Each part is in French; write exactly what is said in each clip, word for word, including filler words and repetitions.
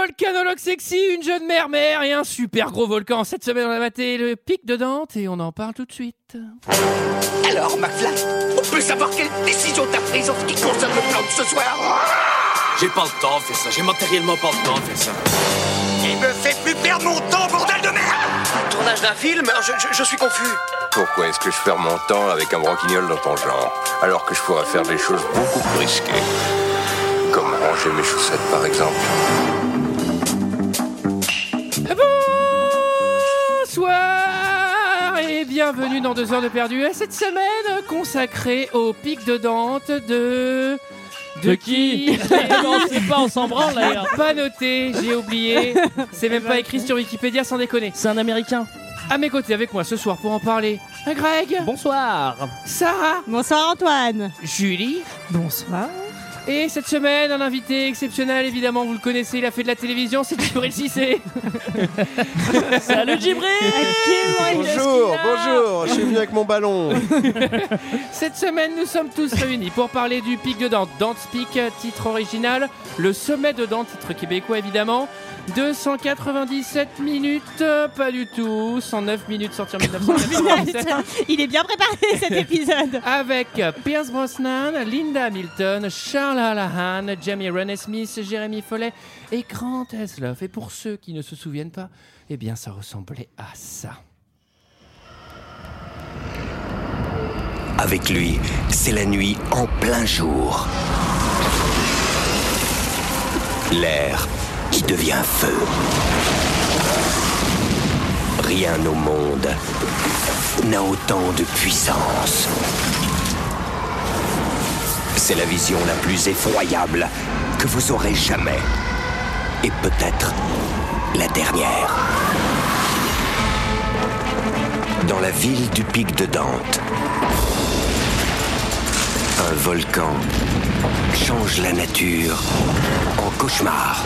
volcanologue sexy, une jeune mère-mère et un super gros volcan. Cette semaine, on a maté le pic de Dante et on en parle tout de suite. Alors, McFly, on peut savoir quelle décision t'as prise en ce qui concerne le plan de ce soir? J'ai pas le temps de faire ça, j'ai matériellement pas le temps de faire ça. Il me fait plus perdre mon temps, bordel de merde! Tournage d'un film? je, je, je suis confus. Pourquoi est-ce que je perds mon temps avec un broquignol dans ton genre, alors que je pourrais faire des choses beaucoup plus risquées? Comme ranger mes chaussettes, par exemple. Bonsoir et bienvenue dans deux heures de perdu. Et cette semaine consacrée au pic de Dante de... De qui? Non, c'est pas, on s'en branle là. Pas noté, j'ai oublié. C'est même pas écrit sur Wikipédia, sans déconner. C'est un Américain. À mes côtés avec moi ce soir pour en parler, Greg. Bonsoir. Sarah. Bonsoir Antoine. Julie. Bonsoir. Et cette semaine, un invité exceptionnel, évidemment, vous le connaissez, il a fait de la télévision, c'est Djibril Cissé. Salut Djibril. Bonjour, bonjour, je suis venu avec mon ballon. Cette semaine, nous sommes tous réunis pour parler du pic de Dante. Dante's Peak, titre original, le sommet de Dante, titre québécois évidemment. deux cent quatre-vingt-dix-sept minutes, pas du tout, cent neuf minutes sorties en dix-neuf cent quatre-vingt-dix-sept. Il est bien préparé cet épisode. Avec Pierce Brosnan, Linda Hamilton, Charles Hallahan, Jamie Rennie-Smith, Jérémy Follet et Grant Heslov. Et pour ceux qui ne se souviennent pas, eh bien ça ressemblait à ça. Avec lui, c'est la nuit en plein jour. L'air qui devient feu. Rien au monde n'a autant de puissance. C'est la vision la plus effroyable que vous aurez jamais. Et peut-être la dernière. Dans la ville du pic de Dante, un volcan change la nature en cauchemar.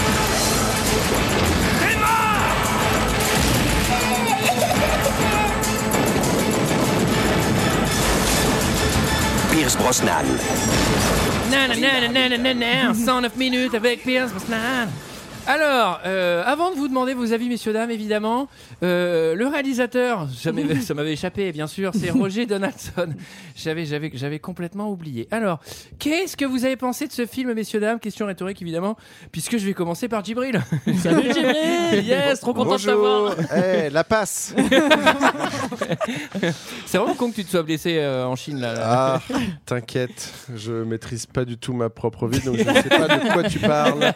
Pierce Brosnan. Nanana, nanana, cent neuf minutes avec Pierce Brosnan. Alors, euh, avant de vous demander vos avis, messieurs, dames, évidemment, euh, le réalisateur, jamais, ça m'avait échappé, bien sûr, c'est Roger Donaldson. J'avais, j'avais, j'avais complètement oublié. Alors, qu'est-ce que vous avez pensé de ce film, messieurs, dames? Question rhétorique, évidemment, puisque je vais commencer par Djibril. Salut Djibril. Yes, trop content de t'avoir. Bonjour, hey, la passe. C'est vraiment con que tu te sois blessé euh, en Chine, là. là. Ah, t'inquiète, je maîtrise pas du tout ma propre vie, donc je ne sais pas de quoi tu parles.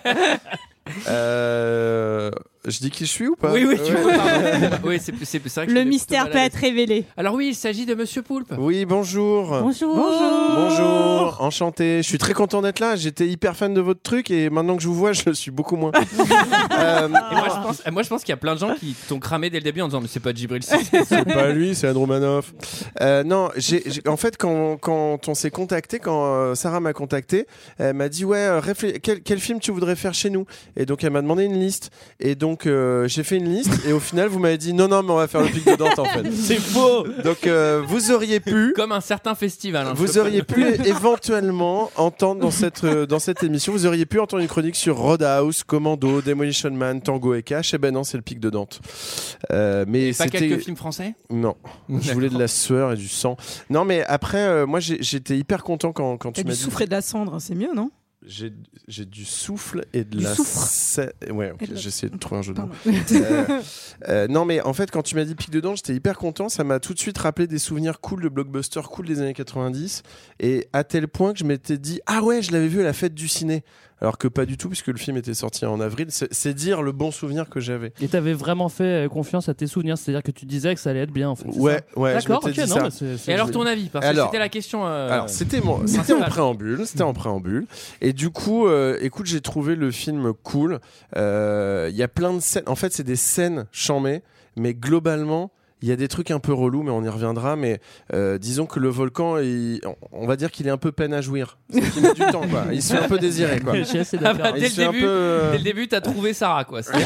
Euh, je dis qui je suis ou pas? Oui, oui, tu ouais. peux parler. Oui, c'est, c'est, c'est vrai que Le je suis mystère plutôt peut mal à être l'aise. révélé. Alors oui, il s'agit de Monsieur Poulpe. Oui, bonjour. Bonjour. Bonjour, enchanté. Je suis très content d'être là. J'étais hyper fan de votre truc et maintenant que je vous vois, je le suis beaucoup moins. euh, Et moi, je pense, moi, je pense qu'il y a plein de gens qui t'ont cramé dès le début en disant mais c'est pas Djibril Cissé. c'est pas lui, c'est Andrew Manoff. Euh, non, j'ai, j'ai, en fait, quand, quand on s'est contacté, quand euh, Sarah m'a contacté, elle m'a dit ouais, euh, réfl- quel, quel film tu voudrais faire chez nous? Et donc elle m'a demandé une liste. Et donc euh, j'ai fait une liste. Et au final, vous m'avez dit non, non, mais on va faire le pic de Dante en fait. C'est faux. Donc euh, vous auriez pu. Comme un certain festival. Hein, Vous auriez pu éventuellement entendre dans cette, euh, dans cette émission, vous auriez pu entendre une chronique sur Roadhouse, Commando, Demolition Man, Tango et Cash. Eh ben non, c'est le pic de Dante. Euh, mais Pas c'était... quelques films français? Non, je voulais de la sueur et du sang. Non, mais après, euh, moi j'ai, j'étais hyper content quand, quand tu Et m'as du dit. soufre et de la cendre, c'est mieux, non? J'ai, j'ai du souffle et de Du la. soufre. sa- Ouais, ok, Et de la- j'essaie de trouver un jeu de mots. Pardon. Euh, euh, non, mais en fait, quand tu m'as dit pic de Dante, j'étais hyper content. Ça m'a tout de suite rappelé des souvenirs cool de blockbusters cool des années quatre-vingt-dix. Et à tel point que je m'étais dit, ah ouais, je l'avais vu à la fête du ciné. Alors que pas du tout, puisque le film était sorti en avril. C'est, c'est dire le bon souvenir que j'avais. Et t'avais vraiment fait confiance à tes souvenirs, c'est-à-dire que tu disais que ça allait être bien en fait. c'est Ouais, ça ouais, D'accord, je m'étais ok, dit non, ça. mais c'est, c'est- Et alors ton avis? Parce que Alors- c'était la question. euh, Alors c'était mon, c'était en principale. préambule, c'était en préambule. Et du coup, euh, écoute, j'ai trouvé le film cool. Il euh, y a plein de scènes. En fait, c'est des scènes chamées, mais globalement, il il y a des trucs un peu relous, mais on y reviendra. Mais euh, disons que le volcan, il, on va dire qu'il est un peu peine à jouir. C'est qu'il met du temps, quoi. Il se fait un peu désirer, quoi. Je suis assez Ah d'accord. bah, Il dès, se le fait un début, peu, euh, dès le début, t'as trouvé Sarah, quoi. C'est-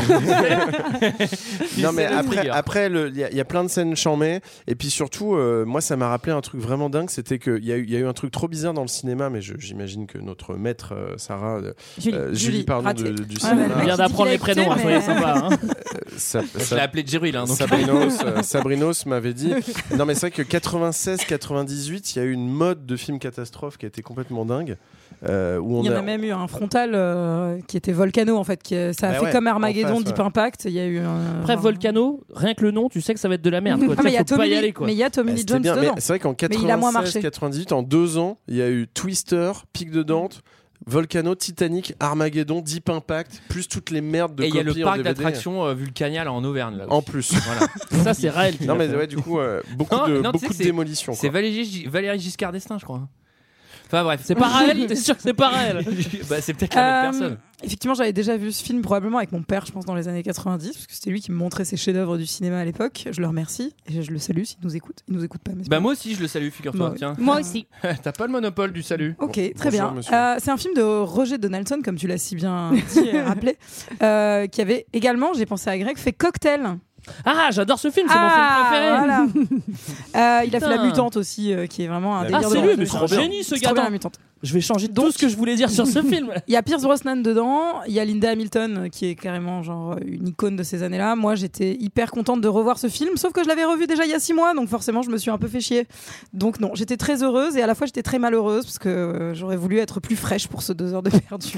Non mais C'est le après, trigger. après le- il y, a- il y a plein de scènes chambées et puis surtout euh, moi ça m'a rappelé un truc vraiment dingue, c'était qu'il y, a eu- il y a eu un truc trop bizarre dans le cinéma, mais je- j'imagine que notre maître euh, Sarah euh, Julie. euh, Julie, Julie pardon raté. de- du Ouais, cinéma, mais le On mec, vient il d'apprendre dit les qu'il a prénoms, hein, écouté, soyez mais- sympa. Hein. ça- Je ça- l'ai appelé Jerry, là. Donc... Sabrinos, euh, Sabrinos m'avait dit. Non, mais c'est vrai que quatre-vingt-seize quatre-vingt-dix-huit, il y a eu une mode de film catastrophe qui a été complètement dingue. Euh, où on Il y en a... a même eu un frontal euh, qui était Volcano en fait. Qui, ça a Bah fait ouais, comme en Armageddon, face, Deep ouais. Impact. Il y a eu un. Après, un- Volcano, rien que le nom, tu sais que ça va être de la merde. Quoi. Ah, mais il y a faut pas Tommy y Lee- aller. Quoi. mais il y a Tommy Bah, Lee c'était Jones bien, mais dedans. c'est vrai qu'en Mais il a moins quatre-vingt-seize marché. quatre-vingt-dix-huit, en deux ans, il y a eu Twister, Pic de Dante, Volcano, Titanic, Armageddon, Deep Impact, plus toutes les merdes de Et il y a le copies en parc D V D. d'attractions euh, Vulcania là, en Auvergne. Là, En aussi. plus. Voilà. Ça, c'est Raël qui Non l'a mais fait. ouais, du coup, euh, beaucoup Non, de, non, tu sais beaucoup que de c'est- démolitions. C'est quoi. Valérie, Gi- Valérie Giscard d'Estaing, je crois. Enfin bref. C'est pas Raël, t'es sûr que c'est pas Raël? Bah, c'est peut-être la même Euh, personne. Effectivement, j'avais déjà vu ce film probablement avec mon père, je pense, dans les années quatre-vingt-dix, parce que c'était lui qui me montrait ses chefs-d'œuvre du cinéma à l'époque. Je le remercie et je le salue s'il nous écoute. Il nous écoute pas, mais c'est Bah pas moi aussi je le salue, figure-toi. Bah oui. Tiens. Moi aussi. T'as pas le monopole du salut. Ok, Bon- très bonjour, bien. monsieur. Euh, c'est un film de Roger Donaldson, comme tu l'as si bien dit et rappelé, euh, qui avait également, j'ai pensé à Greg, fait Cocktail. Ah, j'adore ce film, c'est Ah, mon film préféré. voilà. Euh, il a fait La Putain. Mutante aussi, euh, qui est vraiment un Ah, délire Ah, de c'est lui, Roger mais c'est un Donaldson. génie ce C'est gars. trop bien, La Attends, Mutante. je vais changer tout ce que je voulais dire sur ce film. Il y a Pierce Brosnan dedans, il y a Linda Hamilton euh, qui est carrément genre une icône de ces années-là. Moi, j'étais hyper contente de revoir ce film, sauf que je l'avais revu déjà il y a six mois, donc forcément, je me suis un peu fait chier. Donc non, j'étais très heureuse et à la fois j'étais très malheureuse parce que euh, j'aurais voulu être plus fraîche pour ce deux heures de perdu.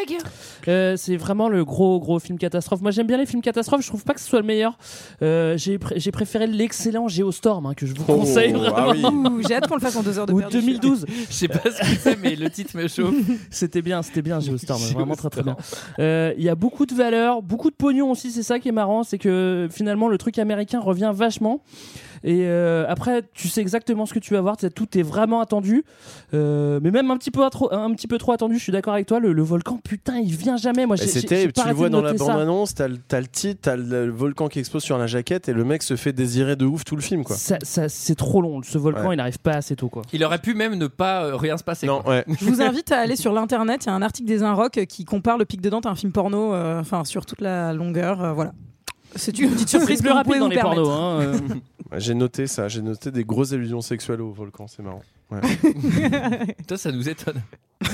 Euh, c'est vraiment le gros gros film catastrophe. Moi j'aime bien les films catastrophes, je trouve pas que ce soit le meilleur. Euh, j'ai, pr- j'ai préféré l'excellent Geostorm hein, que je vous Oh, conseille ah vraiment. oui. Ouh, j'ai hâte qu'on le fasse en deux heures de Ou perdu. deux mille douze, Je sais pas ce que c'est mais le titre me chauffe. c'était bien, c'était bien Geostorm, vraiment très très bien. Geostorm. Euh, Il y a beaucoup de valeurs, beaucoup de pognon aussi, c'est ça qui est marrant, c'est que finalement le truc américain revient vachement. Et euh, après, tu sais exactement ce que tu vas voir. Tout est vraiment attendu, euh, mais même un petit peu trop, un petit peu trop attendu. Je suis d'accord avec toi. Le, le volcan, putain, il vient jamais. Moi, Et j'ai, c'est j'ai- terrible, j'ai pas tu le arrêté vois de dans la noter ça. bande-annonce, t'as le, t'as le titre, t'as le, le volcan qui explose sur la jaquette et le mec se fait désirer de ouf tout le film, quoi. Ça, ça- c'est trop long. Ce volcan, Ouais. il n'arrive pas assez tôt, quoi. Il aurait pu même ne pas euh, rien se passer. Non, quoi. ouais. Je vous invite à aller sur l'internet. Il y a un article des Inrocks qui compare le Pic de Dante à un film porno, euh, enfin sur toute la longueur. euh, voilà. C'est une petite surprise C'est que plus vous pouvez rapide dans vous les permettre. pornos. Hein, euh. Ouais, j'ai noté ça, j'ai noté des grosses allusions sexuelles au volcan, c'est marrant. Ouais. Toi ça nous étonne.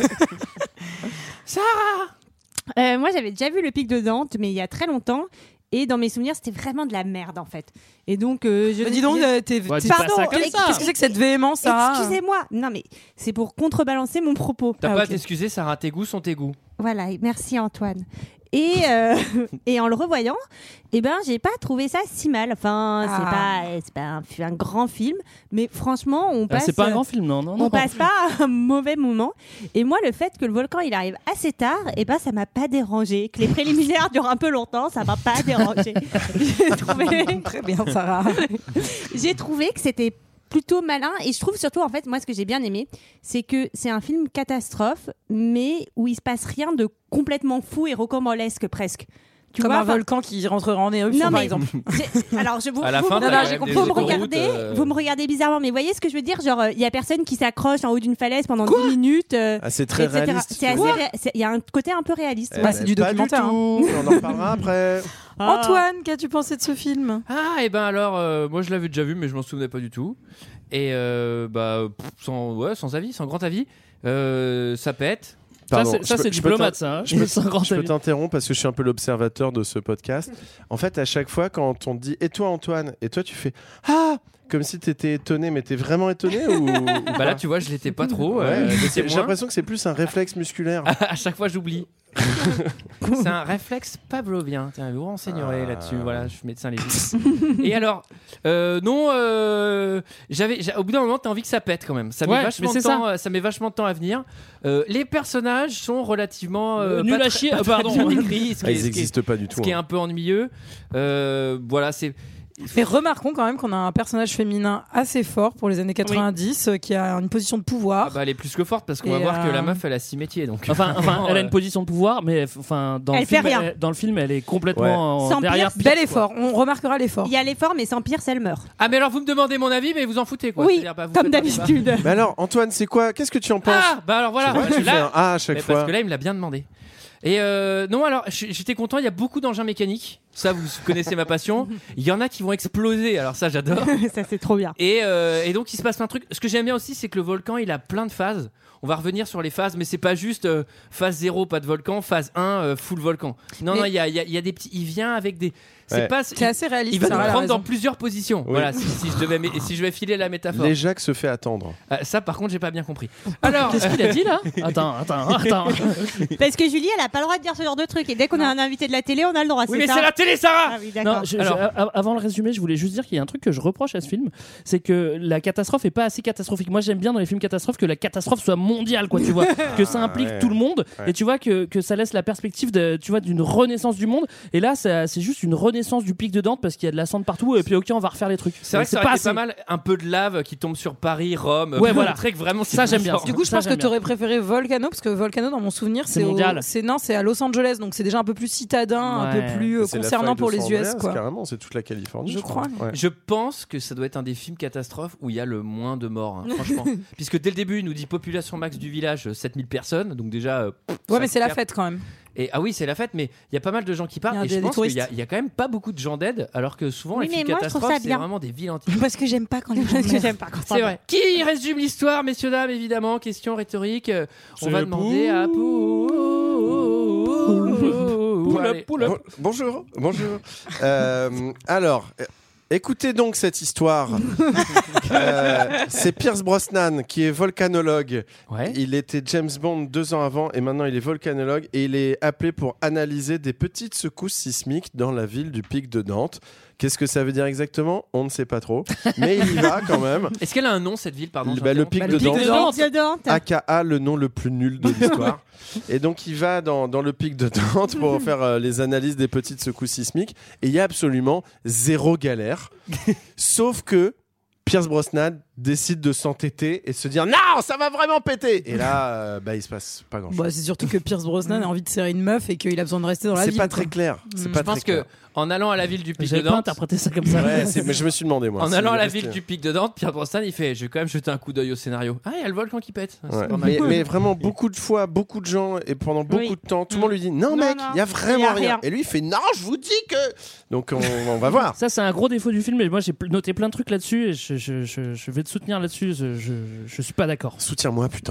Euh, moi, j'avais déjà vu le Pic de Dante, mais il y a très longtemps. Et dans mes souvenirs, c'était vraiment de la merde, en fait. Et donc, euh, je. Mais dis donc, je- euh, t'es, Ouais, t'es- dis pas Pardon, ça comme et- ça. qu'est-ce que c'est que cette véhémence, Sarah Excusez-moi. Non, mais c'est pour contrebalancer mon propos. T'as Ah, pas à ok. t'excuser, Sarah, tes goûts sont tes goûts. Voilà, et merci Antoine. Et, euh, et en le revoyant, eh ben, j'ai pas trouvé ça si mal. Enfin, Ah. c'est pas, c'est pas un, un grand film, mais franchement, on Ah, passe. c'est pas un grand film, non, non, On non. passe pas un mauvais moment. Et moi, le fait que le volcan il arrive assez tard, et ben ça m'a pas dérangé. Que les préliminaires durent un peu longtemps, ça m'a pas dérangé. J'ai trouvé, Très bien, Sarah. j'ai trouvé que c'était plutôt malin. Et je trouve surtout, en fait, moi, ce que j'ai bien aimé, c'est que c'est un film catastrophe, mais où il se passe rien de complètement fou et rocambolesque presque. Tu Comme vois, un enfin, volcan qui rentrerait en éruption, Non, par mais- exemple. j'ai- Alors, je vous, À la vous fin, me t'as regardez, quand même vous des me autoroutes, regardez, euh, vous me regardez bizarrement, mais voyez ce que je veux dire? Genre, il y a personne qui s'accroche en haut d'une falaise pendant dix minutes. euh, Ah, c'est très et cetera. réaliste. C'est assez ré- c'est- Il y a un côté un peu réaliste. Eh Bah, ouais. c'est du pas documentaire, Du tout. On en reparlera après. Ah. Antoine, qu'as-tu pensé de ce film? Ah et ben alors, euh, moi je l'avais déjà vu mais je m'en souvenais pas du tout. Et euh, bah pff, sans ouais, sans avis, sans grand avis, euh, ça pète. Pardon, ça, c'est, ça, je peux- c'est je peux diplomate, t'in- ça. Hein. Je peux, Sans grand je peux avis. t'interrompre parce que je suis un peu l'observateur de ce podcast. En fait, à chaque fois, quand on te dit « Et toi, Antoine ?» et toi, tu fais « Ah !» comme si t'étais étonné, mais t'es vraiment étonné ou, ou Bah pas là tu vois, je l'étais pas trop. Ouais, euh, mais j'étais c'est- j'ai moins. l'impression que c'est plus un réflexe musculaire. À chaque fois j'oublie. C'est un réflexe pavlovien. Tiens, vous renseignerez Ah. là-dessus. Voilà, je suis médecin légiste. Et alors, euh, non, euh, j'avais, j'a- au bout d'un moment, t'as envie que ça pète quand même. Ça met Ouais, vachement mais de c'est temps. euh, Ça met vachement de temps à venir. Euh, les personnages sont relativement euh, Euh, nuls pas à très- chier, pas euh, très pardon. bien écrits, ce qui Ah, est- ils ce qui est- n'existent pas du tout. ce qui est hein. un peu ennuyeux. Euh, voilà, c'est. Mais remarquons quand même qu'on a un personnage féminin assez fort pour les années quatre-vingt-dix, oui. qui a une position de pouvoir. Ah bah, elle est plus que forte parce qu'on Et va voir euh... que la meuf elle a six métiers donc. Enfin, enfin non, elle a euh... une position de pouvoir, mais enfin dans elle le film, fait rien. Elle, dans le film, elle est complètement ouais. en, derrière. Pierce, bel effort. On remarquera l'effort. Il y a l'effort, mais sans Pierce, elle meurt. Ah mais alors vous me demandez mon avis, mais vous en foutez quoi. Oui, bah, vous comme d'habitude. Mais alors, Antoine, c'est quoi? Qu'est-ce que tu en penses? Ah bah alors voilà. Tu fais un A à chaque fois. Parce que là, il me l'a bien demandé. Et euh, non, alors j'étais content. Il y a beaucoup d'engins mécaniques. Ça, vous connaissez ma passion. Il y en a qui vont exploser. Alors ça, j'adore. Ça, c'est trop bien. Et, euh, et donc, il se passe plein de trucs. Ce que j'aime bien aussi, c'est que le volcan, il a plein de phases. On va revenir sur les phases, mais c'est pas juste euh, phase zéro, pas de volcan, phase un, euh, full volcan. Non, mais non, il y a, y, a, y a des petits. Il vient avec des. C'est ouais. pas. C'est assez réaliste. Il va nous prendre dans dans plusieurs positions. Oui. Voilà, si, si, je devais, si je vais filer la métaphore. Les Jacques se fait attendre. Euh, ça, par contre, j'ai pas bien compris. Alors, qu'est-ce qu'il a dit là? Attends, attends, attends. Parce que Julie, elle a pas le droit de dire ce genre de truc. Et dès qu'on a un invité de la télé, on a le droit. Oui, mais ça c'est la télé, Sarah. Ah oui, d'accord. Non, je, Alors, je, avant le résumé, je voulais juste dire qu'il y a un truc que je reproche à ce film, c'est que la catastrophe est pas assez catastrophique. Moi, j'aime bien dans les films catastrophes que la catastrophe soit mondiale, quoi, tu vois, que ça implique ouais. tout le monde, ouais. et tu vois que, que ça laisse la perspective de, tu vois, d'une renaissance du monde. Et là, ça, c'est juste une renaissance du pic de Dante parce qu'il y a de la cendre partout. Et puis, ok, on va refaire les trucs. C'est vrai que c'est ça pas aurait été assez. pas mal, un peu de lave qui tombe sur Paris, Rome. Ouais, voilà. Montrer que vraiment, Ça, j'aime bien. fort. Du coup, je Ça, pense que j'aime tu aurais préféré Volcano, parce que Volcano, dans mon souvenir, C'est c'est, au- mondial. c'est non, c'est à Los Angeles, donc c'est déjà un peu plus citadin, Ouais. un peu plus euh, C'est la concernant faille pour de les Los U S, Angeles, quoi. Carrément, c'est toute la Californie. Je Je crois. crois. Ouais. Je pense que ça doit être un des films catastrophes où il y a le moins de morts, hein, franchement. Puisque dès le début, il nous dit population max du village, sept mille personnes. Donc déjà. euh, pff, Ouais, ça mais c'est la capte. fête quand même. Et, ah oui, c'est la fête, mais il y a pas mal de gens qui Il y a partent. Et des- je des pense qu'il y, a- touristes. il y a quand même pas beaucoup de gens d'aide, alors que souvent, Oui, les films mais moi, je trouve catastrophes, ça c'est bien. vraiment des villes entières. Parce que j'aime pas quand les gens Parce que meurent. j'aime pas quand ça C'est va. vrai. Qui résume l'histoire, messieurs, dames, évidemment? Question rhétorique. Euh, On C'est va demander à Pou. Allez. Bon- bonjour, bonjour. Euh, alors, euh, écoutez donc cette histoire. Euh, c'est Pierce Brosnan qui est volcanologue. Ouais. Il était James Bond deux ans avant et maintenant il est volcanologue et il est appelé pour analyser des petites secousses sismiques dans la ville du Pic de Dante. Qu'est-ce que ça veut dire exactement? On ne sait pas trop, mais il y va quand même. Est-ce qu'elle a un nom, cette ville, pardon? Le- bah, le j'interromps. Pic Bah, de le Pic Dante. de Dante. Pic de Dante. A K A, le nom le plus nul de l'histoire. Et donc il va dans, dans le Pic de Dante pour faire euh, les analyses des petites secousses sismiques. Et il y a absolument zéro galère. Sauf que Pierce Brosnan décide de s'entêter et se dire non, ça va vraiment péter. Et là, euh, bah, il se passe pas grand-chose. Bah, c'est surtout que Pierce Brosnan a envie de serrer une meuf et qu'il a besoin de rester dans la c'est ville. pas quoi. très clair. C'est Mm. pas Je pense très clair. que en allant à la ville du Pic de J'avais pas Dante, interprété ça comme ça. Ouais, c'est- mais je me suis demandé moi. en C'est allant à la resté- ville du Pic de Dante, Pierre Brosnan, il fait, je vais quand même jeter un coup d'œil au scénario. Ah, il y a le volcan qui pète. C'est Ouais. pas mal. Mais, mais vraiment beaucoup de fois, beaucoup de gens et pendant beaucoup Oui. de temps, tout le monde lui dit non, Non, mec, non, il y a il y vraiment a rien. rien. Et lui il fait non, je vous dis que. Donc on, on va voir. Ça, c'est un gros défaut du film. Et moi, j'ai pl- noté plein de trucs là-dessus. Et je, je, je, je vais te soutenir là-dessus. Je, je, je suis pas d'accord. Soutiens-moi, putain.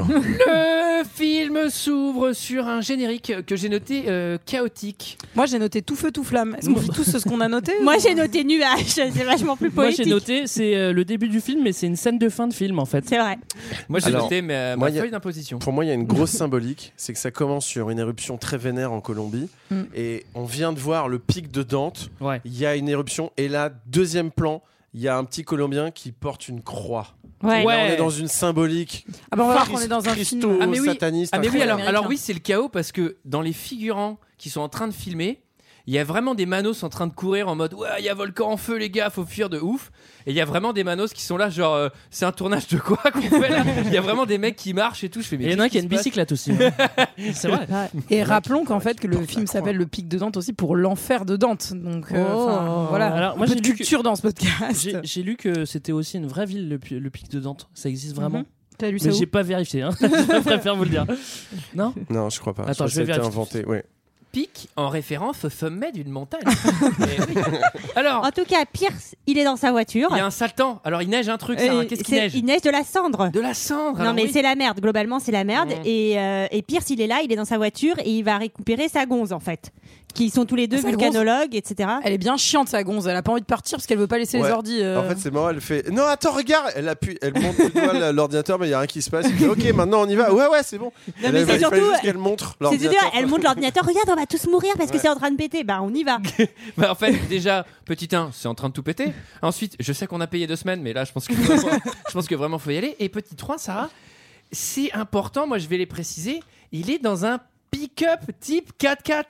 Le film s'ouvre sur un générique que j'ai noté euh, chaotique. Moi, j'ai noté tout feu, tout flamme. Est-ce qu'on dit tous ce qu'on a noté? Moi, j'ai noté nuage. C'est vachement plus Moi, poétique. j'ai noté, c'est euh, le début du film, mais c'est une scène de fin de film en fait. C'est vrai. Moi, j'ai Alors, noté mais, moi, ma y a- feuille d'imposition. Pour moi, il y a une grosse symbolique, c'est que ça commence sur une éruption très vénère en Colombie, Mm. et on vient de voir le Pic de Dante. Ouais. Il y a une éruption, et là, deuxième plan, il y a un petit Colombien qui porte une croix. Ouais. Et là, Ouais. on est dans une symbolique. Ah bah on va voir Christ- qu'on est dans un Christo film. Ah, mais oui. sataniste. Ah mais oui, incroyable. alors, américain. alors oui, c'est le chaos parce que dans les figurants qui sont en train de filmer, il y a vraiment des manos en train de courir en mode ouais, il y a volcan en feu les gars, faut fuir de ouf. Et il y a vraiment des manos qui sont là genre euh, c'est un tournage de quoi qu'on fait là. Il y a vraiment des mecs qui marchent et tout. Je fais mais Et il y en a un qu'est-ce qui a une se passe bicyclette aussi. hein. C'est vrai. Et rappelons qu'en fait que le film s'appelle Le Pic de Dante aussi pour l'enfer de Dante. Donc euh, Oh. enfin, voilà. Alors, moi, un peu j'ai de lu que- culture dans ce podcast. J'ai j'ai lu que c'était aussi une vraie ville, le, pi- le Pic de Dante. Ça existe vraiment. Mhm. T'as lu ça Mais où? j'ai pas vérifié. Hein. Je préfère vous le dire. Non. Non, je crois pas. Attends, je crois je vais que ça a été vérifier. inventé. Ouais. Pic en référence au sommet d'une montagne. Eh oui. Alors, En tout cas, Pierce, il est dans sa voiture. il y a un sale temps. Alors il neige un truc, Euh, Sarah. Qu'est-ce qu'il c'est- neige Il neige de la cendre. De la cendre. Non alors mais oui. c'est la merde, globalement c'est la merde. Mmh. Et, euh, et Pierce il est là, il est dans sa voiture et il va récupérer sa gonze en fait. Qui sont tous les deux Sa vulcanologues, et cetera. Elle est bien chiante sa gonze. Elle a pas envie de partir parce qu'elle veut pas laisser Ouais. les ordis. euh. En fait, c'est marrant, elle fait non, attends, regarde. Elle appuie, elle monte le doigt à l'ordinateur, mais il y a rien qui se passe. Il fait, ok, maintenant on y va. Ouais, ouais, c'est bon. mais Elle c'est avait- il fallait surtout- juste qu'elle montre C'est l'ordinateur. sûr, elle monte l'ordinateur, regarde, on va tous mourir parce que Ouais. c'est en train de péter. Bah on y va. Bah, en fait, déjà, petit un, c'est en train de tout péter. Ensuite, je sais qu'on a payé deux semaines, mais là, je pense que vraiment, je pense que vraiment faut y aller. Et petit trois, Sarah, c'est important, moi je vais les préciser, il est dans un pick-up type quatre quatre.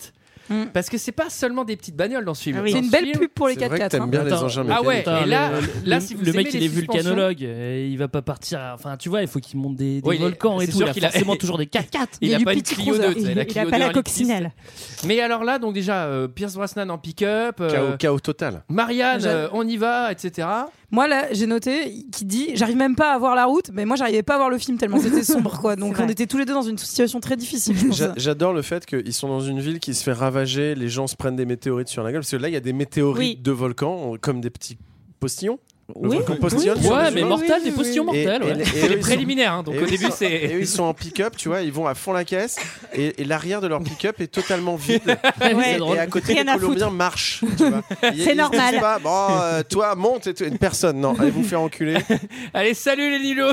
Mm. parce que c'est pas seulement des petites bagnoles dans ce film. Ah oui. Dans C'est une ce belle film- pub pour les C'est vrai que quatre-quatre. t'aimes hein. bien les Attends. engins Ah ouais, mécaniques. Attends, et là, le, là, le- si vous le aimez mec les il est suspensions- vulcanologue, euh, il va pas partir. Enfin, tu vois, il faut qu'il monte des, des Oui, il est- volcans et c'est tout. sûr Il a qu'il a- forcément toujours des quatre-quatre. Il Il y a a du pas une Petit Clio Cruiser. deux, tu sais, Il- la il Clio a pas deux la un litre dix. coccinelle. Mais alors là, donc déjà, euh, Pierce Brosnan en pick-up, euh, Chaos, chaos total. Marianne, J'aime- euh, on y va, et cetera. Moi là, j'ai noté qui dit j'arrive même pas à voir la route, mais moi j'arrivais pas à voir le film tellement c'était sombre quoi. Donc C'est on vrai. était tous les deux dans une situation très difficile. je pense. J'a- J'adore le fait qu'ils sont dans une ville qui se fait ravager, les gens se prennent des météorites sur la gueule, parce que là il y a des météorites Oui. de volcans, comme des petits postillons. Le Oui. volcan postillonne sur Ouais, les mais gens. mortel, oui, des oui, postillons Et- mortels. et- ouais. et eux, C'est les ils sont- préliminaires, hein, donc et au eux, début ils sont- c'est. Et eux, ils sont en pick-up, tu vois, ils vont à fond la caisse, et, et l'arrière de leur pick-up est totalement vide. C'est drôle. Et à côté, Rien les à Colombiens marchent. Tu vois. Ils- C'est ils normal. disent pas, bon, euh, toi, monte, et tout. Une personne. Non, allez vous faire enculer. Allez, salut les Nilos.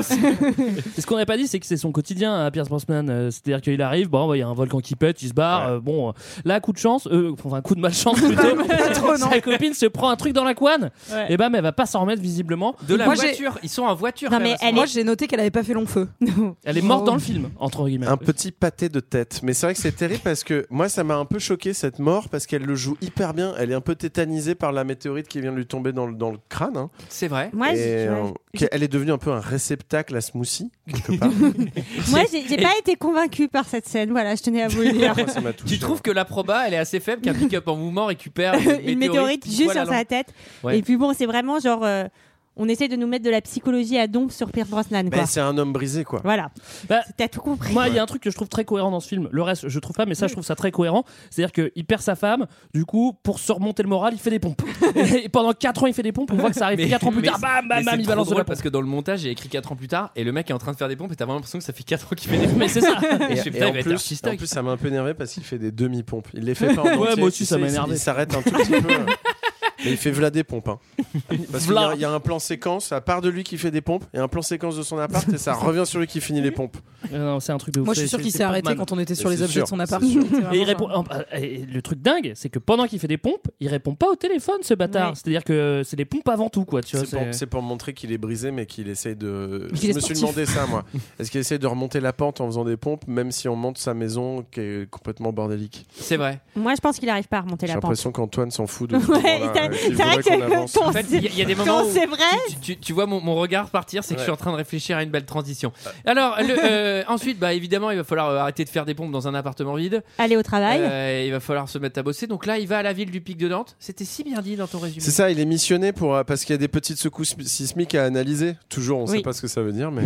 Et ce qu'on n'a pas dit, c'est que c'est son quotidien à Pierce Brosnan. Euh, C'est-à-dire qu'il arrive, bon, bah, il y a un volcan qui pète, il se barre. Ouais. euh, bon, euh, là, coup de chance, euh, enfin, coup de malchance plutôt. Pas trop, non. Sa copine se prend un truc dans la couenne. Ouais. Et bam, elle va pas s'en remettre visiblement. De la Moi, j'ai- voiture, ils sont en voiture. Non, quand mais même, à ce elle moment. Moi j'ai noté qu'elle avait pas fait long feu. Elle est morte Oh. dans le film, entre guillemets. Un petit pâté de tête. Mais c'est vrai que c'est terrible parce que moi, ça m'a un peu choqué cette mort parce qu'elle le joue hyper bien. Elle est un peu tétanisée par la météorite qui vient de lui tomber dans le, dans le crâne. hein. C'est vrai. Moi, Et, j'ai- euh, ouais. qu'elle- elle est devenue un peu un réceptacle à smoothie, quelque part. Moi, j'ai j'ai pas été convaincue par cette scène. Voilà, je tenais à vous le dire. Moi, ça m'a touché. Tu trouves que la proba, elle est assez faible qu'un pick-up en mouvement récupère Une météorite pile juste poil à sur sa tête. Ouais. Et puis bon, c'est vraiment genre, euh, on essaie de nous mettre de la psychologie à donf sur Pierce Brosnan. Ben, Quoi. c'est un homme brisé, quoi. Voilà. Bah, T'as tout compris. Moi, il y a un truc que je trouve très cohérent dans ce film. Le reste, je trouve pas, mais ça, je trouve ça très cohérent. C'est-à-dire qu'il perd sa femme. Du coup, pour se remonter le moral, il fait des pompes. Et pendant quatre ans, il fait des pompes. On voit que ça arrive Mais- quatre ans plus mais tard. c'est- Bam, mais bam, c'est bam, il trop balance de drôle la parce pompe. que dans le montage, j'ai écrit quatre ans plus tard et le mec est en train de faire des pompes et t'as vraiment l'impression que ça fait quatre ans qu'il fait des pompes. Mais c'est ça. Et je Et, fais, et putain, en, il va être plus, archistock. en plus, ça m'a un peu énervé parce qu'il fait des demi-pompes. Il les fait pas en entier. Ouais, moi aussi, tu ça sais, m'a il- énervé. Il s'arrête un tout petit peu. hein. Mais il fait v'là des pompes. hein. Parce qu'il y, a- il y a un plan séquence, à part de lui qui fait des pompes, et un plan séquence de son appart, et ça revient sur lui qui finit les pompes. Euh, Non, c'est un truc de ouf. Moi je suis C'est- sûr qu'il c'est s'est arrêté Pompman. quand on était sur Mais les c'est objets sûr, de son c'est appart. sûr. C'est vraiment Et il genre- répond. ah, et le truc dingue, c'est que pendant qu'il fait des pompes, il répond pas au téléphone, ce bâtard. Ouais. C'est-à-dire que c'est des pompes avant tout, quoi. Tu vois, C'est pour, c'est- c'est pour montrer qu'il est brisé, mais qu'il essaye de. Mais qu'il Je est me suis sportif. demandé ça, moi. Est-ce qu'il essaye de remonter la pente en faisant des pompes, même si on monte sa maison qui est complètement bordélique? C'est vrai. Moi, je pense qu'il arrive pas à remonter J'ai la pente. l'impression qu'Antoine s'en fout de Ouais, ce moment-là, t'as- euh, qu'il c'est voudrait vrai qu'on que avance. ton- En fait, il y, a- il y a des moments Quand où c'est vrai. tu, tu- tu vois mon, mon regard partir, c'est que je suis Ouais. en train de réfléchir à une belle transition. Alors, le, euh, ensuite, bah, évidemment, il va falloir euh, arrêter de faire des pompes dans un appartement vide. Aller au travail. Euh, il va falloir se mettre à bosser. Donc là, il va à la ville du Pic de Dante. C'était si bien dit dans ton résumé. C'est ça, il est missionné pour, euh, parce qu'il y a des petites secousses sismiques à analyser. Toujours, on Oui. sait pas ce que ça veut dire, mais.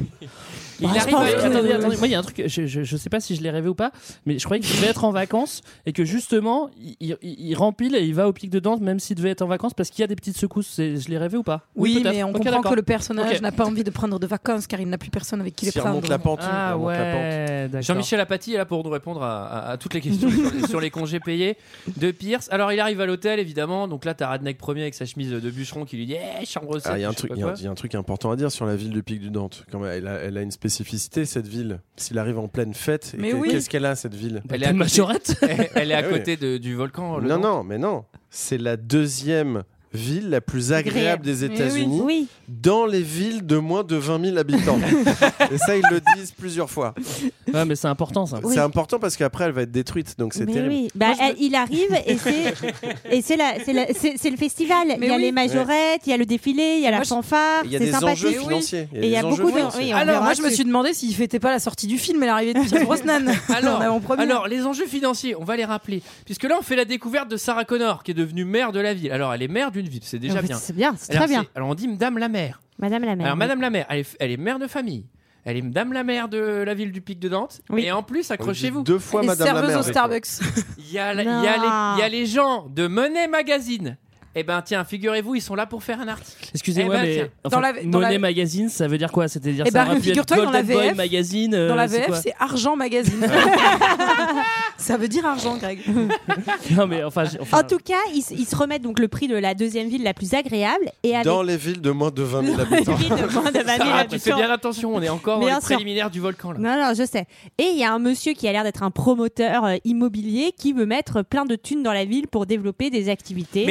Il Bah, je arrive pense à- que- attendez, attendez, moi il y a un truc, je, je, je sais pas si je l'ai rêvé ou pas, mais je croyais qu'il devait être en vacances et que justement il, il, il rempile et il va au Pic de Dante même s'il devait être en vacances parce qu'il y a des petites secousses. C'est- Je l'ai rêvé ou pas? Oui, peut-être. mais on Ok, comprend d'accord. que le personnage Ok. n'a pas envie de prendre de vacances car il n'a plus personne avec qui les S'il prendre. remonte la pente. il Ah remonte la pente. ouais, d'accord. Jean-Michel Apathy est là pour nous répondre à, à- à toutes les questions sur, sur les congés payés de Pierce. Alors, il arrive à l'hôtel, évidemment. Donc là, t'as Radneck premier avec sa chemise de bûcheron qui lui dit Eh, chambre sept. Ah, il y a un je sais truc, pas il y a un- quoi. il y a un truc important à dire sur la ville de Pic du Dante. Quand même, elle, a, elle a une spécificité cette ville. S'il arrive en pleine fête, et Mais que- oui. qu'est-ce qu'elle a cette ville? Elle est T'as à une côté- majorette. Elle- Elle est à Ah oui. côté de- du volcan. le Non, Dante. non, mais non. C'est la deuxième ville la plus agréable des Mais États-Unis Oui. dans les villes de moins de vingt mille habitants. Et ça, ils le disent plusieurs fois. Ouais, mais c'est important ça. Oui. C'est important parce qu'après, elle va être détruite, donc c'est Mais terrible. oui. Bah, elle- il arrive et c'est et c'est la- c'est la- c'est- c'est le festival. Mais il y a oui. les majorettes, il y a le défilé, il y a la Moi, je- fanfare. Il y a c'est des sympathique. enjeux Oui. financiers. Et il y des a enjeux beaucoup de- financiers. oui, on Alors, verra moi je me dessus. suis demandé s'il fêtait pas la sortie du film et l'arrivée de Pierce Brosnan. Alors, en avant-première. alors, les enjeux financiers, on va les rappeler. Puisque là, on fait la découverte de Sarah Connor, qui est devenue maire de la ville. Alors, elle est maire d'une ville, c'est déjà En fait, bien. C'est bien, c'est Alors, très bien. c'est- Alors, on dit Madame la maire. Madame la maire. Alors, Madame la maire, elle est, elle est mère de famille. Elle est Madame la maire de la ville du Pic de Dante. Oui. Et en plus, On dit accrochez-vous, Deux fois Et Madame la serveuse Mère. au Starbucks. il y, a la- il y, a les- il y a les gens de Money Magazine. Eh ben, tiens, figurez-vous, ils sont là pour faire un article. Excusez-moi, Eh ben, mais tiens. enfin, Dans la- dans Money la- Magazine, ça veut dire quoi? C'est-à-dire Eh ça ben, aurait pu être figure-toi que dans la Golden Boy V F, Magazine. euh, Dans la c'est V F, quoi c'est Argent Magazine. Ça veut dire argent, Greg. Non mais enfin, j'ai- enfin, En tout cas, ils, s- ils se remettent donc le prix de la deuxième ville la plus agréable et avec Dans les villes de moins de vingt mille les habitants. villes de moins de vingt mille Sarah, tu fais habitants. bien attention, on est encore dans Bien les sûr. préliminaires du volcan. Là. Non, non, je sais. Et il y a un monsieur qui a l'air d'être un promoteur euh, immobilier qui veut mettre plein de thunes dans la ville pour développer des activités. Mais attention,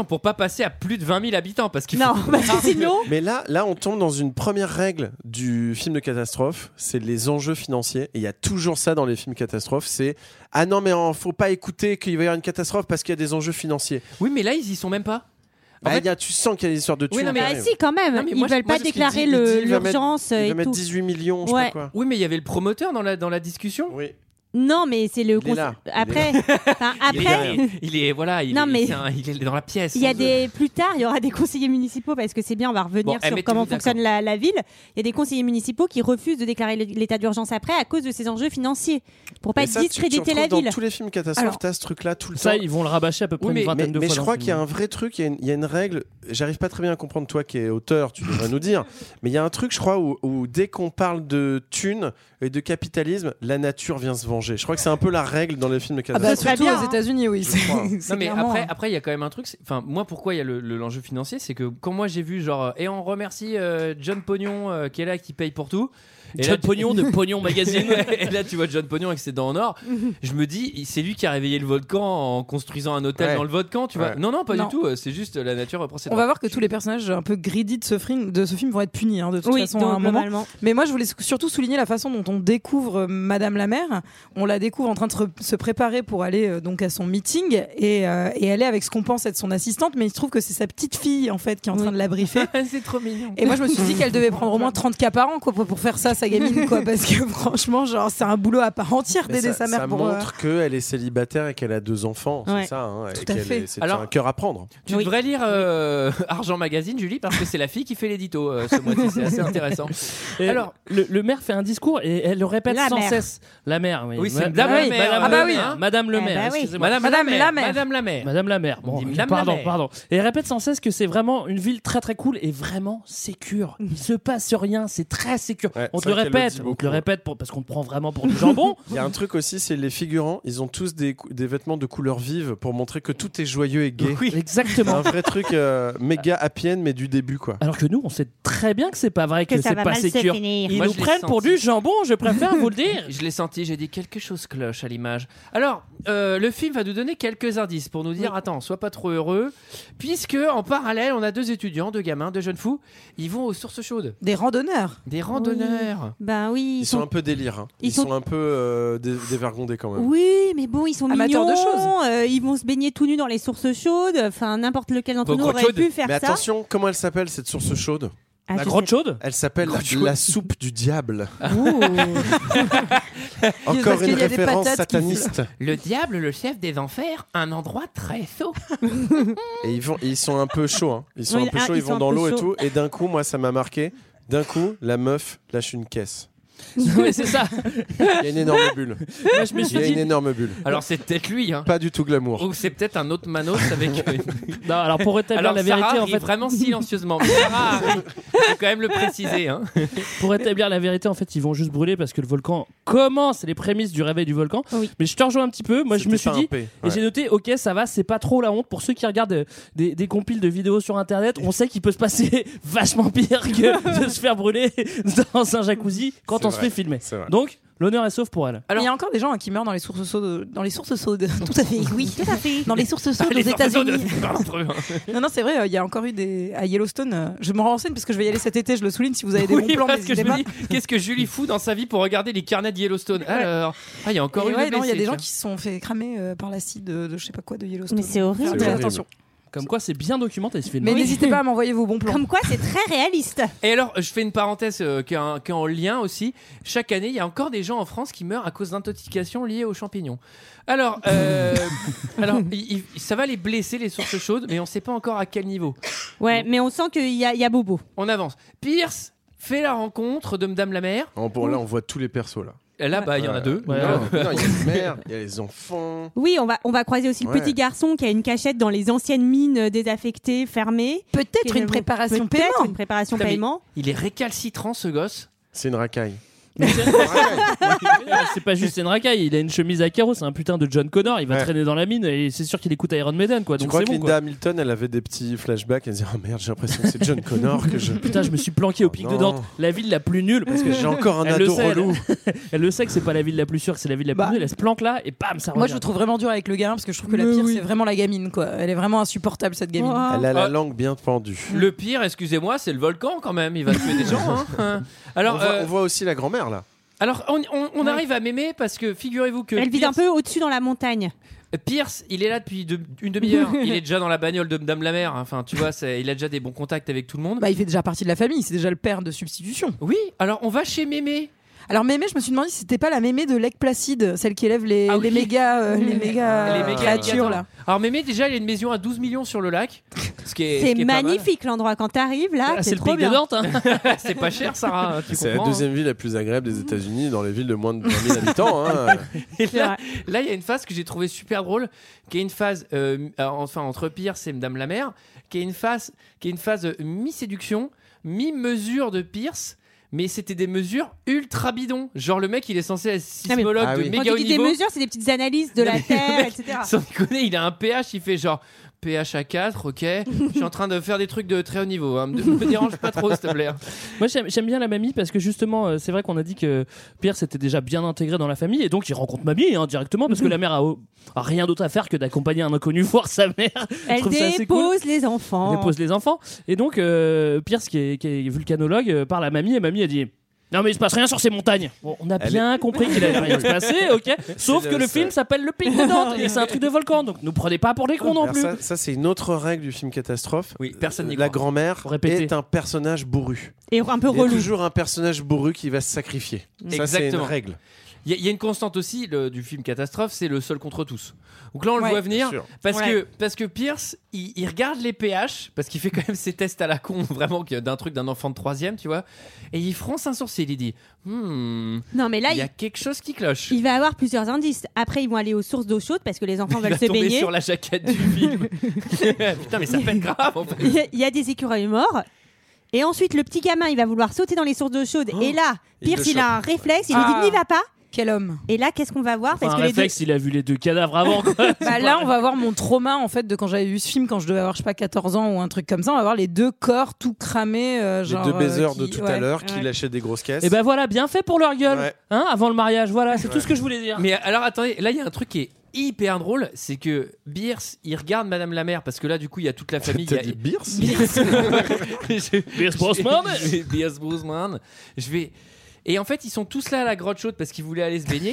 pour pas passer à plus de vingt mille habitants parce qu'il faut... Non, parce que sinon. Mais là, là, on tombe dans une première règle du film de catastrophe, c'est les enjeux financiers. Et il y a toujours ça dans les films catastrophes, c'est ah non mais il faut pas écouter qu'il va y avoir une catastrophe parce qu'il y a des enjeux financiers. Oui, mais là ils y sont même pas. En Bah, fait... y a, tu sens qu'il y a des histoires de thunes. Oui, non, mais- Ah si, quand même. Non, mais Ils moi, veulent je- moi, pas ce qu'il déclarer dit, il le- dit, il va mettre- l'urgence Il et va mettre tout. dix-huit millions, je sais Ouais. pas quoi. Oui, mais il y avait le promoteur dans la, dans la discussion. Oui. Non, mais c'est le Il est là. conse- après. Enfin, Il est, après. il est, il est- voilà, il, Non, est, mais- c'est un- il est dans la pièce. Il y a sans des plus tard, il y aura des conseillers municipaux parce que c'est bien, on va revenir Bon, eh, sur mettez-vous comment d'accord. fonctionne la, la ville. Il y a des conseillers municipaux qui refusent de déclarer l'état d'urgence après à cause de ces enjeux financiers pour pas Et ça, tu- tu discréditer la retrouves ville. Dans tous les films catastrophes, Alors, t'as ce truc-là tout le Ça, temps. ils vont le rabâcher à peu près Oui, mais- une vingtaine Mais, de mais fois. je dans crois le qu'il y a film. un vrai truc, il y, a une- il y a une règle, j'arrive pas très bien à comprendre toi qui es auteur, tu devrais nous dire, mais il y a un truc je crois où, où dès qu'on parle de thunes et de capitalisme, la nature vient se venger. Je crois que c'est un peu la règle dans les films de Ah bah, catastrophe. surtout bien, aux hein. États-Unis, oui. c'est- crois. c'est Non mais clairement, après, hein. après il y a quand même un truc. c'est- Enfin, moi, pourquoi il y a le, le- l'enjeu financier, c'est que quand moi j'ai vu genre euh, et on remercie euh, John Pognon euh, qui est là, qui paye pour tout. Et John là, tu- Pognon de Pognon Magazine. et là, tu vois John Pognon avec ses dents en or. Je me dis, c'est lui qui a réveillé le volcan en construisant un hôtel Ouais. dans le volcan, tu vois. Ouais. Non, non, pas Non. du tout. euh, C'est juste euh, la nature reprend ses On droits. va voir que tous les personnages un peu greedy de ce film, de ce film vont être punis hein, de toute Oui, façon donc, à un moment. globalement. Mais moi, je voulais surtout souligner la façon dont on découvre euh, Madame la Mère. On la découvre en train de se, se préparer pour aller euh, donc à son meeting et, euh, et elle est avec ce qu'on pense être son assistante, mais il se trouve que c'est sa petite fille en fait qui est en train de la briefer. c'est trop mignon. Et moi, je me suis dit qu'elle devait prendre au moins trente K par an quoi, pour, pour faire ça, sa gamine, quoi, parce que franchement, genre, c'est un boulot à part entière Mais d'aider ça, sa mère ça pour. euh, montre qu'elle est célibataire et qu'elle a deux enfants, Ouais. c'est ça. Hein, et Tout à qu'elle fait. est- C'est Alors- un cœur à prendre. Tu Oui. devrais lire euh, Argent Magazine, Julie, parce que c'est la fille qui fait l'édito euh, ce mois-ci. C'est assez intéressant. Et Alors, le, le maire fait un discours et elle le répète La sans mère. cesse. La mère, oui. Oui, c'est Ma- Madame Ah la oui, mère, Madame Ah bah le oui. maire, Madame le Eh maire. bah oui. excusez-moi. Madame, Madame la la mère. mère. Madame la mère. Madame la mère. Bon, dit Madame pardon, la mère. pardon. Et elle répète sans cesse que c'est vraiment une ville très très cool et vraiment sécure. Il se passe rien, c'est très sécure. Ouais, on c'est te le vrai qu'elle le répète, dit on beaucoup, te le ouais. répète pour, parce qu'on te prend vraiment pour du jambon. Il y a un truc aussi, c'est les figurants, ils ont tous des, cou- des vêtements de couleur vive pour montrer que tout est joyeux et gai. Oui. C'est Exactement. un vrai truc euh, méga happy end, mais du début quoi. Alors que nous, on sait très bien que c'est pas vrai, que, Que ça c'est va pas mal se sécure. finir. Ils Moi, nous je l'ai prennent pour senti. du jambon, je préfère vous le dire. Je l'ai senti, j'ai dit quelque chose cloche à l'image. Alors, euh, le film va nous donner quelques indices pour nous dire attends, sois pas trop heureux, puisque en parallèle, on a deux étudiants, deux gamins, deux jeunes fous, ils vont aux sources chaudes, Des randonneurs. des randonneurs. Ben oui. Ils, sont... un peu délire. Hein. Ils, ils sont... sont- un peu euh, dé- dévergondés quand même. Oui, mais bon, ils sont Amateurs mignons. de choses. euh, ils vont se baigner tout nus dans les sources chaudes. Enfin, n'importe lequel d'entre Bon, nous grotte aurait chaude. pu faire Mais ça. attention, comment elle s'appelle cette source chaude? Ah, La je grotte sais- chaude. Elle s'appelle Grotte chaude. la soupe du diable. Ouh. Encore parce qu'il une y a des référence patates qui sataniste. Le diable, le chef des enfers, un endroit très chaud. Et ils, vont, ils sont un peu chauds. Hein. Ils sont Oui, un peu ah, chauds, ils ils sont vont un dans peu l'eau et chauds. tout. Et d'un coup, moi, ça m'a marqué. D'un coup, la meuf lâche une caisse. Ouais, c'est ça. Il y a une énorme bulle. Moi, je me Il suis y a une dit. énorme bulle. Alors c'est peut-être lui, hein. Pas du tout glamour. Ou c'est peut-être un autre Manos avec. Non, alors pour rétablir Alors la Sarah vérité, en rit fait, vraiment silencieusement. Mais Sarah rit. Faut quand même le préciser, hein. pour rétablir la vérité, en fait, ils vont juste brûler parce que le volcan commence. C'est les prémices du réveil du volcan. Oui. Mais je te rejoins un petit peu. Moi, je me C'était suis pas un dit. P. Et Ouais. j'ai noté, ok, ça va, c'est pas trop la honte. Pour ceux qui regardent euh, des, des compiles de vidéos sur internet, on sait qu'il peut se passer vachement pire que de se faire brûler dans un jacuzzi quand C'est on se vrai. fait filmer. C'est vrai. Donc, l'honneur est sauf pour elle. Alors- Il y a encore des gens hein, qui meurent dans les sources chaudes. Dans les sources chaudes. Tout à fait, oui. Tout à fait. Dans les sources chaudes aux Les enfants de- États-Unis. parlent entre eux, hein. Non, non, c'est vrai, euh, il y a encore eu des. À Yellowstone, euh, je me renseigne parce que je vais y aller cet été, je le souligne si vous avez des bons Oui, plans. parce que je n'hésitez me pas. dis, qu'est-ce que Julie fout dans sa vie pour regarder les carnets de Yellowstone? Alors, ah, il y a encore Et eu ouais, des non, il y a blessés, des gens tiens. qui se sont fait cramer euh, par l'acide de, de je sais pas quoi de Yellowstone. Mais c'est horrible. Faites C'est horrible. attention. Comme quoi, c'est bien documenté ce film. Mais Oui. n'hésitez pas à m'envoyer vos bons plans. Comme quoi, c'est très réaliste. Et alors, je fais une parenthèse euh, qui, est en, qui est en lien aussi. Chaque année, il y a encore des gens en France qui meurent à cause d'intoxication liée aux champignons. Alors, euh, alors il- il- ça va les blesser, les sources chaudes, mais on ne sait pas encore à quel niveau. Ouais, mais on sent qu'il y a, il y a Bobo. On avance. Pierce fait la rencontre de Madame la Mère. En- Bon, là, on voit tous les persos là. Là, bah, il y en a Ouais. deux. Ouais. Non, non, il y a une mère, il y a les enfants. Oui, on va, on va croiser aussi le Ouais. petit garçon qui a une cachette dans les anciennes mines désaffectées, fermées. Qui Peut-être est une le- préparation peut-être paiement. une préparation Putain, mais paiement. Il est récalcitrant, ce gosse. C'est une racaille. Mais c'est... c'est pas juste une racaille, il a une chemise à carreaux, c'est un putain de John Connor, il va Ouais. traîner dans la mine et c'est sûr qu'il écoute Iron Maiden quoi. Tu Donc crois c'est que bon Linda quoi. Hamilton, elle avait des petits flashbacks, elle disait oh merde, j'ai l'impression que c'est John Connor que je. Putain, je me suis planqué au Oh pic non. de Dante, la ville la plus nulle parce que J'ai encore un elle le ado sait, relou. elle, elle le sait que c'est pas la ville la plus sûre, que c'est la ville la plus Bah. nulle, elle se planque là et bam ça revient. Moi, je le trouve vraiment dur avec le gamin parce que je trouve que la Mais pire, oui. c'est vraiment la gamine, quoi. Elle est vraiment insupportable, cette gamine. Oh. Elle a la Ah. langue bien pendue. Le pire, excusez-moi, c'est le volcan quand même. Il va tuer des gens. Hein. Alors, on, voit, euh, on voit aussi la grand-mère là. alors on, on- on Ouais. arrive à m'aimer parce que figurez-vous que Elle vit un Pierce, peu au-dessus dans la montagne. Pierce, il est là depuis de- une demi-heure. Il est déjà dans la bagnole de Madame la Mère. Enfin, tu vois, c'est- il a déjà des bons contacts avec tout le monde. Bah, il fait déjà partie de la famille, c'est déjà le père de substitution. Oui. Alors on va chez Mémé. Alors Mémé, je me suis demandé si c'était pas la Mémé de Lake Placid, celle qui élève les, Ah oui. les méga, euh, les méga, Les euh, méga créatures alligators. là. Alors Mémé, déjà, il a une maison à douze millions sur le lac. Ce qui est, ce C'est qui est pas mal. magnifique l'endroit. Quand t'arrives là, Ah, c'est c'est le trop pic bien. de Dante hein. C'est pas cher, Sarah. Tu C'est la comprends, hein. deuxième ville la plus agréable des États-Unis, dans les villes de moins de vingt mille habitants. Hein. Et C'est là, vrai. là, il y a une phase que j'ai trouvé super drôle, qui est une phase, euh, euh, enfin entre Pierce et Madame la Mère, qui est une phase, qui est une phase euh, mi-séduction, mi-mesure de Pierce. Mais c'était des mesures ultra bidons. Genre le mec, il est censé être sismologue Ah de oui. Quand méga haut tu dis des niveau. mesures, c'est des petites analyses de la Le Terre, mec, et cetera. Sans déconner, il a un pH, il fait genre pH à quatre, ok. Je suis en train de faire des trucs de très haut niveau. Hein. Me, me dérange pas trop, s'il te plaît. Moi j'aime, j'aime bien la mamie parce que justement euh, c'est vrai qu'on a dit que Pierre s'était déjà bien intégré dans la famille et donc il rencontre mamie hein, directement parce que la mère a, a rien d'autre à faire que d'accompagner un inconnu voir sa mère. Je Elle trouve ça assez cool. dépose les enfants. Elle dépose les enfants et donc euh, Pierce qui est, qui est vulcanologue euh, parle à mamie et mamie a dit non mais il se passe rien sur ces montagnes. Bon, on a Elle bien compris qu'il allait rien se passer, ok. Sauf C'est que le- le film s'appelle Le Pic de Dante et c'est un truc de volcan, donc nous prenez pas pour des cons non Alors plus. ça, ça, c'est une autre règle du film catastrophe. Oui, personne n'y La croit. grand-mère Faut répéter. est un personnage bourru. Et un peu Il y a relou. toujours un personnage bourru qui va se sacrifier. Ça, c'est une Exactement. règle. Il y, a- il y a une constante aussi le- du film catastrophe, c'est le seul contre tous. Donc là, on le Ouais, voit venir bien sûr. parce Ouais. que parce que Pierce, il, il regarde les pH parce qu'il fait quand même ses tests à la con, vraiment que d'un truc d'un enfant de troisième, tu vois. Et il fronce un sourcil, il dit, hmm, Non, mais là, il y a il, quelque chose qui cloche. il va avoir plusieurs indices. Après, ils vont aller aux sources d'eau chaude parce que les enfants Il veulent va se tomber baigner. sur la jaquette du film. Putain, mais ça pète grave. En fait. Il y a- il y a des écureuils morts. Et ensuite, le petit gamin, il va vouloir sauter dans les sources d'eau chaude. Oh, et là, il Pierce, le il, a un réflexe. Il lui Ah. dit, n'y va pas. Quel homme. Et là, qu'est-ce qu'on va voir Enfin, parce un que les deux... réflexe, il a vu les deux cadavres avant quoi. Bah, là, on va voir mon trauma en fait de quand j'avais vu ce film quand je devais avoir je sais pas quatorze ans ou un truc comme ça. On va voir les deux corps tout cramés. euh, Les genre, deux baiseurs euh, qui- de tout ouais. à l'heure qui Ouais. lâchaient des grosses caisses. Et ben voilà, bien fait pour leur gueule, Ouais. hein, avant le mariage. Voilà, c'est tout ce que je voulais dire. Mais alors attendez, là il y a un truc qui est hyper drôle, c'est que Bierce, il regarde Madame la Mère parce que là du coup il y a toute la famille. T'as il y a- dit Beers Je- Pierce Brosnan. je vais- Pierce Brosnan. Je vais. Et en fait, ils sont tous là à la grotte chaude parce qu'ils voulaient aller se baigner.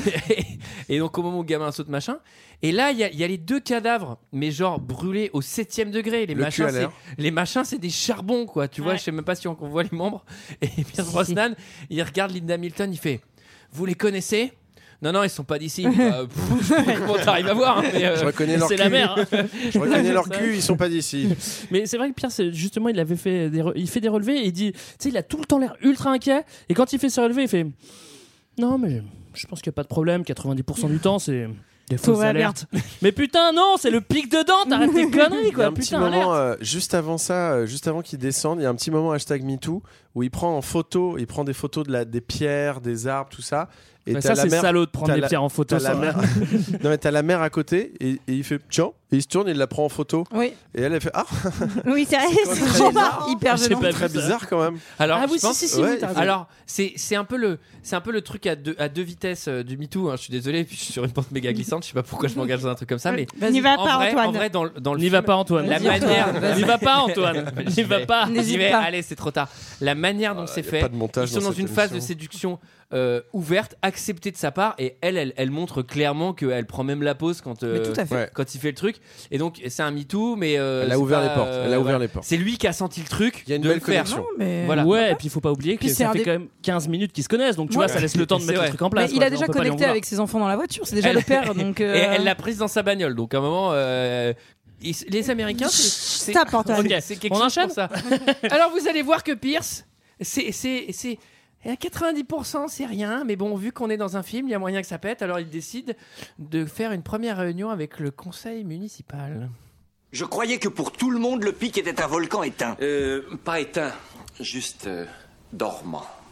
Et donc, au moment où le gamin saute, machin. Et là, il y, a- il y a les deux cadavres, mais genre brûlés au septième degré. Les Le machins, cul à c'est, l'air. les machins, c'est des charbons, quoi. Tu vois, Ouais. je sais même pas si on, on voit les membres. Et Pierce Brosnan, il regarde Linda Hamilton, il fait, vous les connaissez? Non, non, ils sont pas d'ici. Bah, pff, je sais pas comment t'arrives à voir, hein, mais, euh, Je reconnais leur C'est cul. la mère. hein. Je reconnais leur cul, ils sont pas d'ici. Mais c'est vrai que Pierre, c'est- justement, il avait fait des, re- il fait des relevés et il dit, tu sais, il a tout le temps l'air ultra inquiet. Et quand il fait ses relevés, il fait, non, mais je pense qu'il n'y a pas de problème. quatre-vingt-dix pour cent du temps, c'est des Tout fausses va bien. alertes. Mais putain, non, c'est le pic de Dante. Arrête tes conneries, Il y a quoi. un petit Putain, moment, alerte. euh, juste avant ça, euh, juste avant qu'il descende, il y a un petit moment hashtag MeToo où il prend en photo, il prend des photos de la, des pierres, des arbres, tout ça. Et Bah, t'as ça, la c'est mère, salaud de prendre t'as des la- pierres en photo. t'as la ça. mère, non mais t'as la mère à côté et, et il fait tiens, et il se tourne et il la prend en photo. Oui, Et elle, elle fait ah, Oui, c'est quand c'est même trop bizarre. marrant. hyper J'ai gênant. pas très vu ça. bizarre quand même. Alors, Ah je oui, si, pense- si, si, ouais, oui, t'as raison. Alors, c'est c'est un peu le c'est un peu le truc à deux à deux vitesses euh, du MeToo. Hein. Je suis désolé, puis je suis sur une pente méga glissante. Je sais pas pourquoi je m'engage dans un truc comme ça, mais Vas-y. N'y va en pas, vrai, Antoine. en vrai, dans, le- dans le N'y film, va pas, Antoine. La Vas-y, manière, Antoine, N'y va pas, Antoine. N'y J'y va vais. pas. J'y N'hésite vais. pas. Allez, c'est trop tard. La manière dont Euh, c'est y a fait, pas de montage ils sont dans dans cette une phase de émission. séduction euh, ouverte, acceptée de sa part, et elle, elle, elle montre clairement qu'elle prend même la pause quand euh, Mais tout à fait. Ouais. quand il fait le truc. Et donc, c'est un MeToo, mais euh, Elle a c'est ouvert pas, les portes. euh, Elle a ouvert voilà. les portes. C'est lui qui a senti le truc. Il y a une de belle le faire. connexion. Non, mais Voilà. Ouais, et puis il faut pas oublier que Puis c'est ça un fait des- quand même quinze minutes qu'ils se connaissent, donc tu Ouais. vois, ça laisse le temps de C'est mettre vrai. le truc en Mais place. il quoi, a on déjà peut pas lui en connecté vouloir. avec ses enfants dans la voiture, c'est déjà Elle- le père. Donc, euh, Et elle l'a prise dans sa bagnole. Donc à un moment, euh, ils- les Américains, c'est- c'est Stop, Antoine. Ok, c'est quelque On chose enchaîne pour ça. Alors vous allez voir que Pierce, c'est c'est c'est à quatre-vingt-dix pour cent c'est rien, mais bon, vu qu'on est dans un film, il y a moyen que ça pète. Alors il décide de faire une première réunion avec le conseil municipal. Je croyais que pour tout le monde, le pic était un volcan éteint. Euh, pas éteint, juste euh, dormant.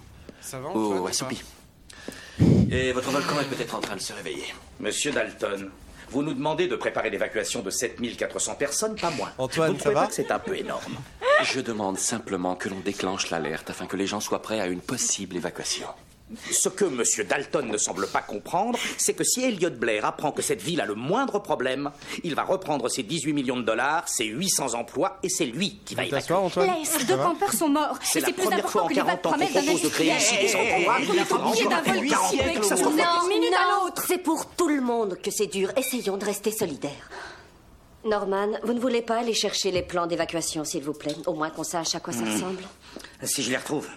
Ça va, ou assoupi. Et votre volcan est peut-être en train de se réveiller. Monsieur Dalton, vous nous demandez de préparer l'évacuation de sept mille quatre cents personnes, pas moins. Antoine, vous ne ça trouvez va pas que c'est un peu énorme? Je demande simplement que l'on déclenche l'alerte afin que les gens soient prêts à une possible évacuation. Ce que Monsieur Dalton ne semble pas comprendre, c'est que si Elliot Blair apprend que cette ville a le moindre problème, il va reprendre ses dix-huit millions de dollars, ses huit cents emplois, et c'est lui qui va évacuer. T'asseoir, Antoine? Laisse, deux campeurs sont morts. C'est Et la c'est plus première fois important en que les vagues quarante ans qu'on promesses d'un propose de créer ici des emplois. Il faut pied d'un vol d'ici, que ça soit Non, d'une minute à l'autre. C'est pour tout le monde que c'est dur. Essayons de rester solidaires. Norman, vous ne voulez pas aller chercher les plans d'évacuation, s'il vous plaît? Au moins qu'on sache à quoi ça ressemble. Si je les retrouve.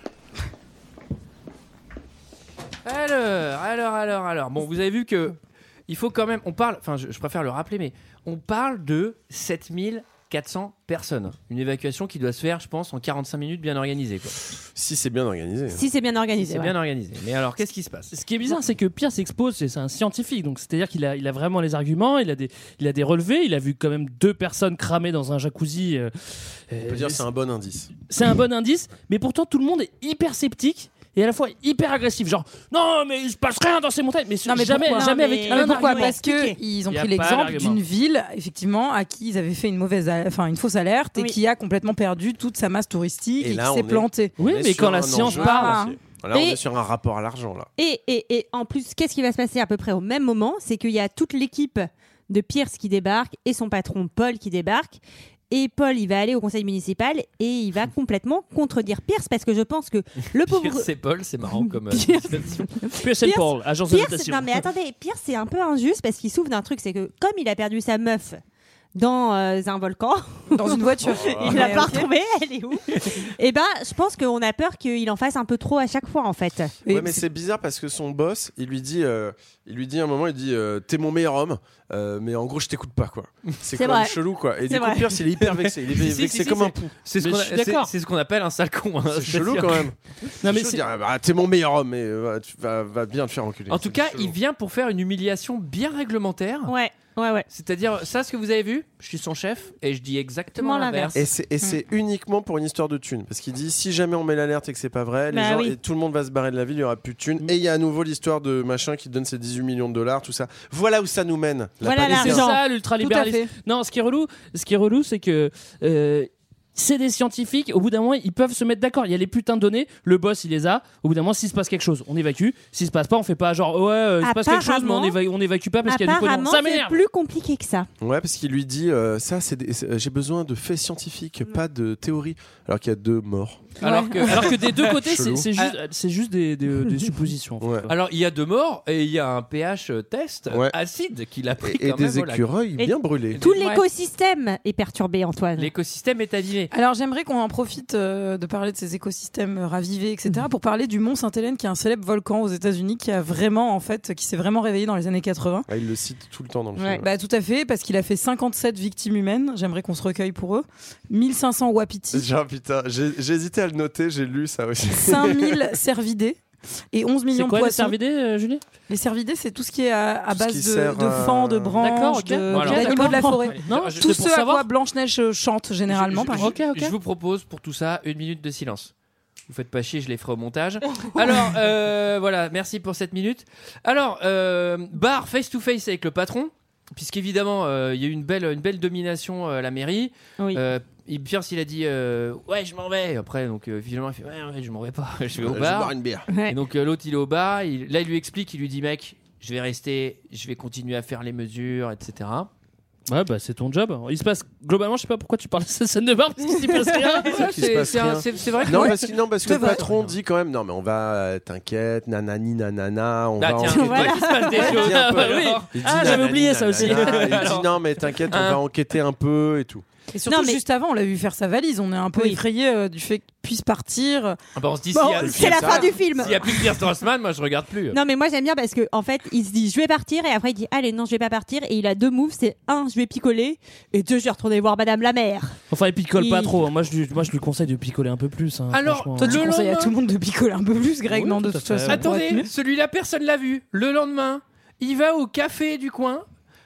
Alors, alors, alors, alors. Bon, vous avez vu que il faut quand même. On parle. Enfin, je, je préfère le rappeler, mais on parle de sept mille quatre cents personnes. Une évacuation qui doit se faire, je pense, en quarante-cinq minutes, bien organisée, quoi. Si c'est bien organisé. Si c'est bien organisé. C'est ouais. bien organisé. Mais alors, qu'est-ce qui se passe? Ce qui est bizarre, c'est que Pierre s'expose, c'est c'est un scientifique, donc c'est-à-dire qu'il a, il a vraiment les arguments, il a des, il a des relevés, il a vu quand même deux personnes cramer dans un jacuzzi. euh, On peut dire que c'est un bon indice. C'est un bon indice, mais pourtant tout le monde est hyper sceptique. Et à la fois hyper agressif, genre non mais il se passe rien dans ces montagnes, mais, Non, mais jamais, pourquoi jamais Non, avec. mais- Non, mais un pourquoi argument. Parce que ils ont Y a pris pas l'exemple d'argument. d'une ville, effectivement, à qui ils avaient fait une mauvaise, al- enfin une fausse alerte et Oui. qui a complètement perdu toute sa masse touristique et, Et là, qui on s'est est- plantée. Oui, On est mais sur quand la un science enjeu parle, financier. Là, on Et- est sur un rapport à l'argent, là. Et, et, et en plus, qu'est-ce qui va se passer à peu près au même moment? C'est qu'il y a toute l'équipe de Pierce qui débarque et son patron Paul qui débarque. Et Paul, il va aller au conseil municipal et il va complètement contredire Pierce parce que je pense que le pauvre. Pierce et Paul, c'est marrant comme. euh, Pierce. association. Pierce and Paul, agence de Pierce, notation. non mais attendez, Pierce c'est un peu injuste parce qu'il souffre d'un truc, c'est que comme il a perdu sa meuf dans euh, un volcan, Dans une voiture. il l'a Ouais, pas ok. retrouvée, elle est où? Et ben, je pense qu'on a peur qu'il en fasse un peu trop à chaque fois en fait. Et Ouais, mais c'est- c'est bizarre parce que son boss, il lui dit, euh, il lui dit à un moment, il dit, euh, t'es mon meilleur homme, euh, mais en gros, je t'écoute pas, quoi. C'est C'est quand même vrai. chelou, quoi. Et C'est du coup, vrai. Pierce, il est hyper vexé. Il est Si, si, vexé si, comme si, un pou. C'est ce Mais qu'on je a- suis d'accord. c'est- c'est ce qu'on appelle un sale con. hein, C'est je chelou t'assure. quand même. Non mais C'est chaud c'est- de dire, bah, t'es mon meilleur homme, mais euh, tu vas, va bien te faire enculer. En tout C'est cas, chelou. il vient pour faire une humiliation bien réglementaire. Ouais, ouais, ouais. C'est-à-dire, ça, ce que vous avez vu, je suis son chef et je dis exactement Exactement l'inverse. Et c'est, et c'est uniquement pour une histoire de thunes. Parce qu'il dit si jamais on met l'alerte et que c'est pas vrai, les Bah gens, oui. et tout le monde va se barrer de la ville, il y aura plus de thunes. Et il y a à nouveau l'histoire de machin qui donne ses dix-huit millions de dollars, tout ça. Voilà où ça nous mène. La Voilà Et panique. c'est l'argent. ça l'ultralibéralisme. Non, ce qui est relou, ce qui est relou, c'est que euh, c'est des scientifiques. Au bout d'un moment, ils peuvent se mettre d'accord. Il y a les putains de données. Le boss, il les a. Au bout d'un moment, s'il se passe quelque chose, on évacue. S'il se passe pas, on fait pas genre ouais, euh, il se passe quelque chose, mais on, Apparemment- éva- on évacue pas parce qu'il y a du pognon. Apparemment, Ça c'est m'énerve. plus compliqué que ça. Ouais, parce qu'il lui dit euh, ça, c'est des- c'est- j'ai besoin de faits scientifiques, pas de théories. Alors qu'il y a deux morts. Alors que, Alors que des deux côtés, c'est Chelou. c'est juste, c'est juste des, des- des suppositions. en fait, Ouais. quoi. alors, il y a deux morts et il y a un pH test Ouais. acide qu'il a pris Et, et quand même des au lac. écureuils Et- bien brûlés. Tout Ouais. l'écosystème est perturbé, Antoine. L'écosystème est abîmé. Alors j'aimerais qu'on en profite euh, de parler de ces écosystèmes euh, ravivés, et cetera, pour parler du Mont Sainte-Hélène, qui est un célèbre volcan aux États-Unis, qui a vraiment en fait, qui s'est vraiment réveillé dans les années quatre-vingts. Ah, il le cite tout le temps dans le Ouais. film. Bah tout à fait, parce qu'il a fait cinquante-sept victimes humaines. J'aimerais qu'on se recueille pour eux. mille cinq cents wapitis, Genre, putain, j'ai, j'ai hésité à le noter, j'ai lu ça aussi. cinq mille cervidés et onze C'est millions quoi de les poissons. cervidés, euh, Julie? Les cervidés, c'est tout ce qui est à, à Tout ce base qui de, sert, de euh, fans, de branches, D'accord, ok. de- Voilà. d'animaux de la D'accord. forêt. Non, Je- Tout c'est ce pour à savoir. quoi Blanche-Neige euh, chante généralement. Je- par je- exemple. Ok, ok. Je vous propose pour tout ça une minute de silence. Vous faites pas chier, je les ferai au montage. Alors, euh, voilà, merci pour cette minute. Alors, euh, bar face to face avec le patron, puisqu'évidemment, euh, il y a eu une belle, une belle domination euh, à la mairie. Oui. Euh, et Pierce, il a dit euh, ouais, je m'en vais. Après, donc euh, finalement, il fait ouais, ouais, je m'en vais pas. je vais au Euh, je bar. bois une bière. Ouais. Et donc euh, l'autre, il est au bar. Il- là, il lui explique, il lui dit mec, je vais rester, je vais continuer à faire les mesures, et cetera. Ouais, bah c'est ton job. Il se passe globalement, je sais pas pourquoi tu parles de cette scène de bar parce qu'il s'y passe rien. C'est qu'il se C'est- passe c'est un- rien. c'est- c'est vrai que Non, parce que, non, parce que C'est le vrai. patron dit quand même non, mais on va, euh, t'inquiète, nanani, nanana, on Ah va tiens, enquêter. Voilà. il se passe des choses. Dis un peu. Ah, oui. Il dit, Ah, j'avais nanani, oublié ça aussi. nanana. Il Alors. dit non, mais t'inquiète, on Hein. va enquêter un peu et tout. Et surtout, Non, mais- juste avant, on l'a vu faire sa valise. On est un peu Oui. effrayé euh, du fait qu'il puisse partir. Ah bah, on se dit Bon, s'il y a- c'est la ça. fin du film. s'il y a plus de Pierce Brosnan, moi je regarde plus. Non mais moi j'aime bien parce que en fait il se dit je vais partir et après il dit allez non je vais pas partir et il a deux moves, c'est un je vais picoler et deux je vais retourner voir Madame la mère. Enfin, il picole pas Il- trop. Moi, je lui, moi, je lui conseille de picoler un peu plus. hein, Alors, franchement. Toi, tu Le conseilles à lendemain- tout le monde de picoler un peu plus, Greg, Oui, non, de tout à toute fait. façon. pour être Attendez, mieux. celui-là personne l'a vu. Le lendemain, il va au café du coin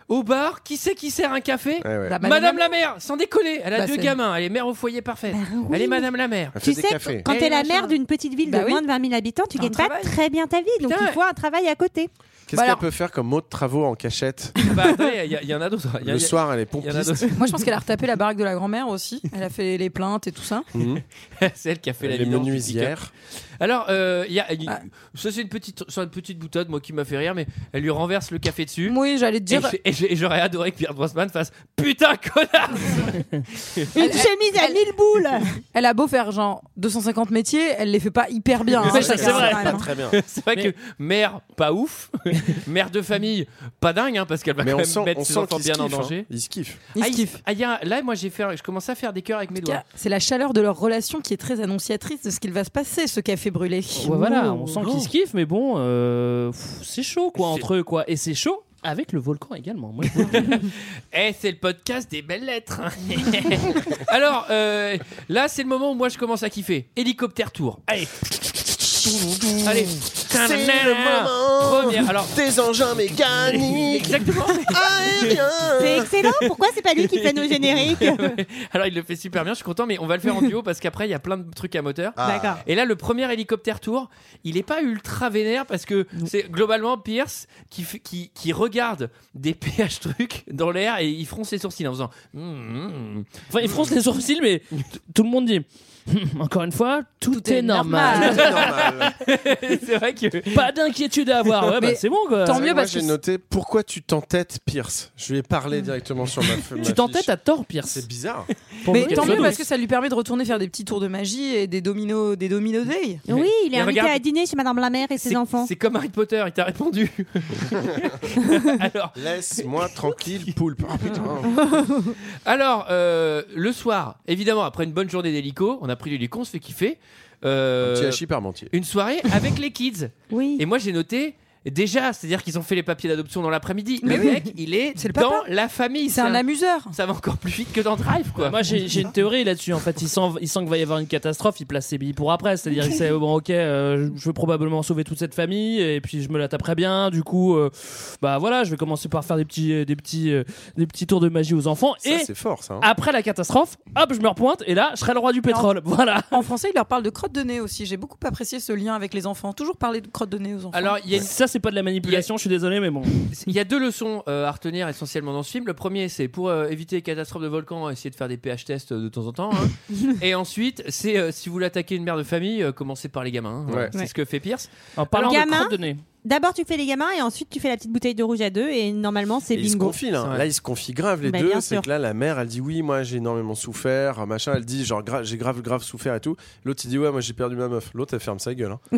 au bar, qui c'est qui sert un café Ouais, ouais. La Madame la mère, sans déconner, elle a Bah, deux c'est- gamins, elle est mère au foyer parfaite. oui. Elle est Madame la mère. Elle fait Tu des sais, cafés. quand Et t'es la machin. mère d'une petite ville Bah de oui. moins de vingt mille habitants, tu T'as gagnes un pas travail. très bien ta vie. Donc Putain. il faut un travail à côté. Qu'est-ce Bah qu'elle alors- peut faire comme autre travaux en cachette Bah, attendez, il y, a- il y en a d'autres. Il y a- Le il y a- soir, elle est il y en a pompiste. d'autres. Moi, je pense qu'elle a retapé la baraque de la grand-mère aussi. Elle a fait les plaintes et tout ça. Mhm. C'est elle qui a fait la Les vidange du menuisières. pick-up. Alors, euh, il y a, il- Ah. ça c'est une petite, c'est une petite boutade, moi qui m'a fait rire, mais elle lui renverse le café dessus. Oui, j'allais te Et, dire. j'ai- et j'ai- et j'aurais adoré que Pierre Brosnan fasse putain connard. Une chemise à mille boules. Elle a beau faire genre deux cent cinquante métiers, elle les fait pas hyper bien. Mais hein, ça, je c'est pense, vrai. quand même, Pas hein. très bien. C'est vrai Mais- que mère pas ouf, mère de famille pas dingue, hein, parce qu'elle va Mais quand on même sent, mettre on ses sent enfants qu'ils bien se en kiffent, danger. hein. Ils se kiffent. Ils Ah, se il- kiffent. ah, il y a- là, moi, j'ai fait, je commence à faire des cœurs avec mes doigts. C'est la chaleur de leur relation qui est très annonciatrice de ce qu'il va se passer, ce café brûlé. Ouais, voilà, on sent qu'ils se kiffent, mais bon, euh, pff, c'est chaud quoi C'est- entre eux quoi, et c'est chaud avec le volcan également. Moi, je vous le dis. Eh, c'est le podcast des belles lettres. hein. Alors, euh, là, c'est le moment où moi je commence à kiffer. Hélicoptère tour. Allez. Allez. C'est le moment Première. Alors, des engins mécaniques exactement. aériens. C'est excellent. Pourquoi c'est pas lui qui fait nos génériques? Alors, il le fait super bien. Je suis content, mais on va le faire en duo parce qu'après, il y a plein de trucs à moteur. Ah. D'accord. Et là, le premier hélicoptère tour, il est pas ultra vénère parce que c'est globalement Pierce qui, fait- qui, qui regarde des P H trucs dans l'air et il fronce ses sourcils en faisant. Mm, mm. Enfin, ils froncent les sourcils, mais t- tout le monde dit. Hum, Encore une fois, tout, Tout est, est normal. C'est normal. C'est vrai que. Pas d'inquiétude à avoir. Ouais, bah, Mais c'est bon quoi. tant mieux Moi, parce j'ai que noté pourquoi tu t'entêtes Pierce. Je lui ai parlé directement sur ma f- ma Tu t'entêtes fiche. à tort, Pierce. C'est bizarre. Pour Mais me tant dire mieux ça, parce donc. que ça lui permet de retourner faire des petits tours de magie et des dominos, des dominos day. Oui, il est Mais invité regarde- à dîner chez Madame la mère et ses C'est- enfants. C'est comme Harry Potter, il t'a répondu. alors, Laisse-moi tranquille, poulpe. Oh, putain. alors euh, le soir, évidemment, après une bonne journée d'hélico, on a pris l'hélico, on se fait kiffer. Euh, Petit hachis parmentier. une soirée avec les kids. Oui. Et moi, j'ai noté. Déjà, c'est-à-dire qu'ils ont fait les papiers d'adoption dans l'après-midi. Le mec, il est, C'est le dans papa. la famille. C'est un amuseur. Ça va encore plus vite que dans Drive, quoi. Moi j'ai j'ai une théorie là-dessus. En fait, il sent, il sent qu'il va y avoir une catastrophe. Il place ses billes pour après. C'est-à-dire qu'il sait bon ok, euh, je veux probablement sauver toute cette famille et puis je me la taperai bien. Du coup, euh, bah voilà, je vais commencer par faire des petits, euh, des petits, euh, des petits tours de magie aux enfants. Ça, et c'est fort, ça. hein. après la catastrophe, hop, je me repointe et là, je serai le roi du pétrole. Voilà. En français, il leur parle de crotte de nez aussi. J'ai beaucoup apprécié ce lien avec les enfants. Toujours parler de crotte de nez aux enfants. Alors, il y a une- Ça, c'est pas de la manipulation. Je suis désolé, mais bon. il y a deux leçons euh, à retenir essentiellement dans ce film. Le premier, c'est pour euh, éviter les catastrophes de volcan, essayer de faire des P H tests euh, de temps en temps. hein. Et ensuite, c'est euh, si vous voulez attaquer une mère de famille, euh, commencez par les gamins. hein. Ouais. C'est Ouais. ce que fait Pierce. En parlant Le de gamin, crotte de nez. D'abord, tu fais les gamins et ensuite, tu fais la petite bouteille de rouge à deux et normalement, c'est Et ils se bingo. confient là. C'est vrai. Là, ils se confient grave les Bah, deux. bien C'est sûr. que là, la mère, elle dit oui, moi j'ai énormément souffert, machin. Elle dit genre gra- j'ai grave grave souffert et tout. L'autre il dit ouais, moi j'ai perdu ma meuf. L'autre elle ferme sa gueule. Hein.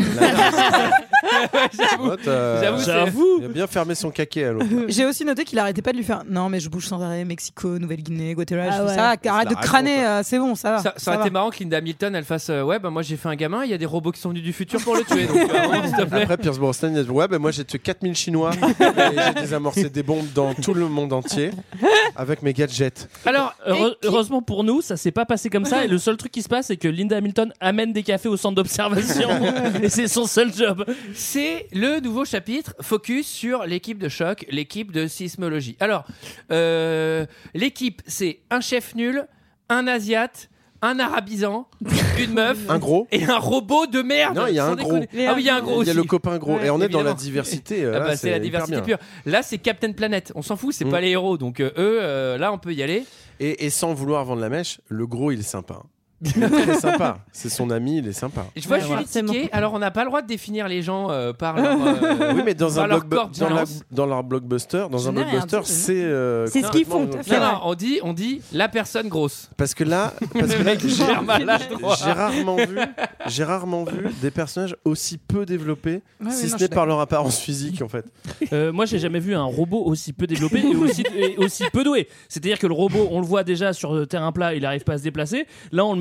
J'avoue. L'autre, euh, J'avoue, c'est- J'avoue. il a bien fermé son caquet à l'autre. J'ai aussi noté qu'il arrêtait pas de lui faire non mais je bouge sans arrêt Mexico, Nouvelle-Guinée, Guatemala, Ah je fais ouais. ça, arrête la de raconte, crâner, hein. euh, c'est bon, ça va. Ça, ça ça aurait va. été marrant que Linda Hamilton elle fasse euh, ouais bah moi j'ai fait un gamin, il y a des robots qui sont venus du futur pour le tuer donc euh, vraiment, s'il te plaît. Après Pierce Brosnan il a dit ouais ben moi j'ai tué quatre mille Chinois et j'ai désamorcé des bombes dans tout le monde entier avec mes gadgets. Alors Heure- Heureusement pour nous, ça s'est pas passé comme ça. Et le seul truc qui se passe, c'est que Linda Hamilton amène des cafés au centre d'observation. Et c'est son seul job. c'est le nouveau chapitre focus sur l'équipe de choc, l'équipe de sismologie. Alors euh, l'équipe c'est un chef nul, un asiate, un arabisant, une meuf Un gros. et un robot de merde. Non, il y a sans un gros. déconner. Ah oui, il y a un gros Il y a aussi. le copain gros. Ouais, et on est dans la évidemment. diversité. euh, Ah là, bah, c'est la hyper diversité bien. pure. Là, c'est Captain Planet. On s'en fout, c'est Mm. pas les héros. Donc euh, eux, euh, là, on peut y aller. Et, et sans vouloir vendre la mèche, le gros il est sympa. Il est très sympa. C'est son ami, il est sympa. Je vois Ouais, Julie forcément. Ticket. Alors, on n'a pas le droit de définir les gens euh, par leur. euh, Oui, mais dans par un leur blockbu- dans, la- corpulence. dans leur blockbuster, dans Je un n'ai rien blockbuster, dit, c'est. euh, C'est ce qu'ils font. complètement- Non, non, on dit, on dit la personne grosse. Parce que là, parce que là, j'ai Gère maladroit. j'ai rarement vu, j'ai rarement vu des personnages aussi peu développés, Ouais, si ouais, ce non, n'est je par leur apparence physique en fait. Euh, moi, j'ai jamais vu un robot aussi peu développé et aussi, et aussi peu doué. C'est-à-dire que le robot, on le voit déjà sur le terrain plat, il arrive pas à se déplacer. Là, on le met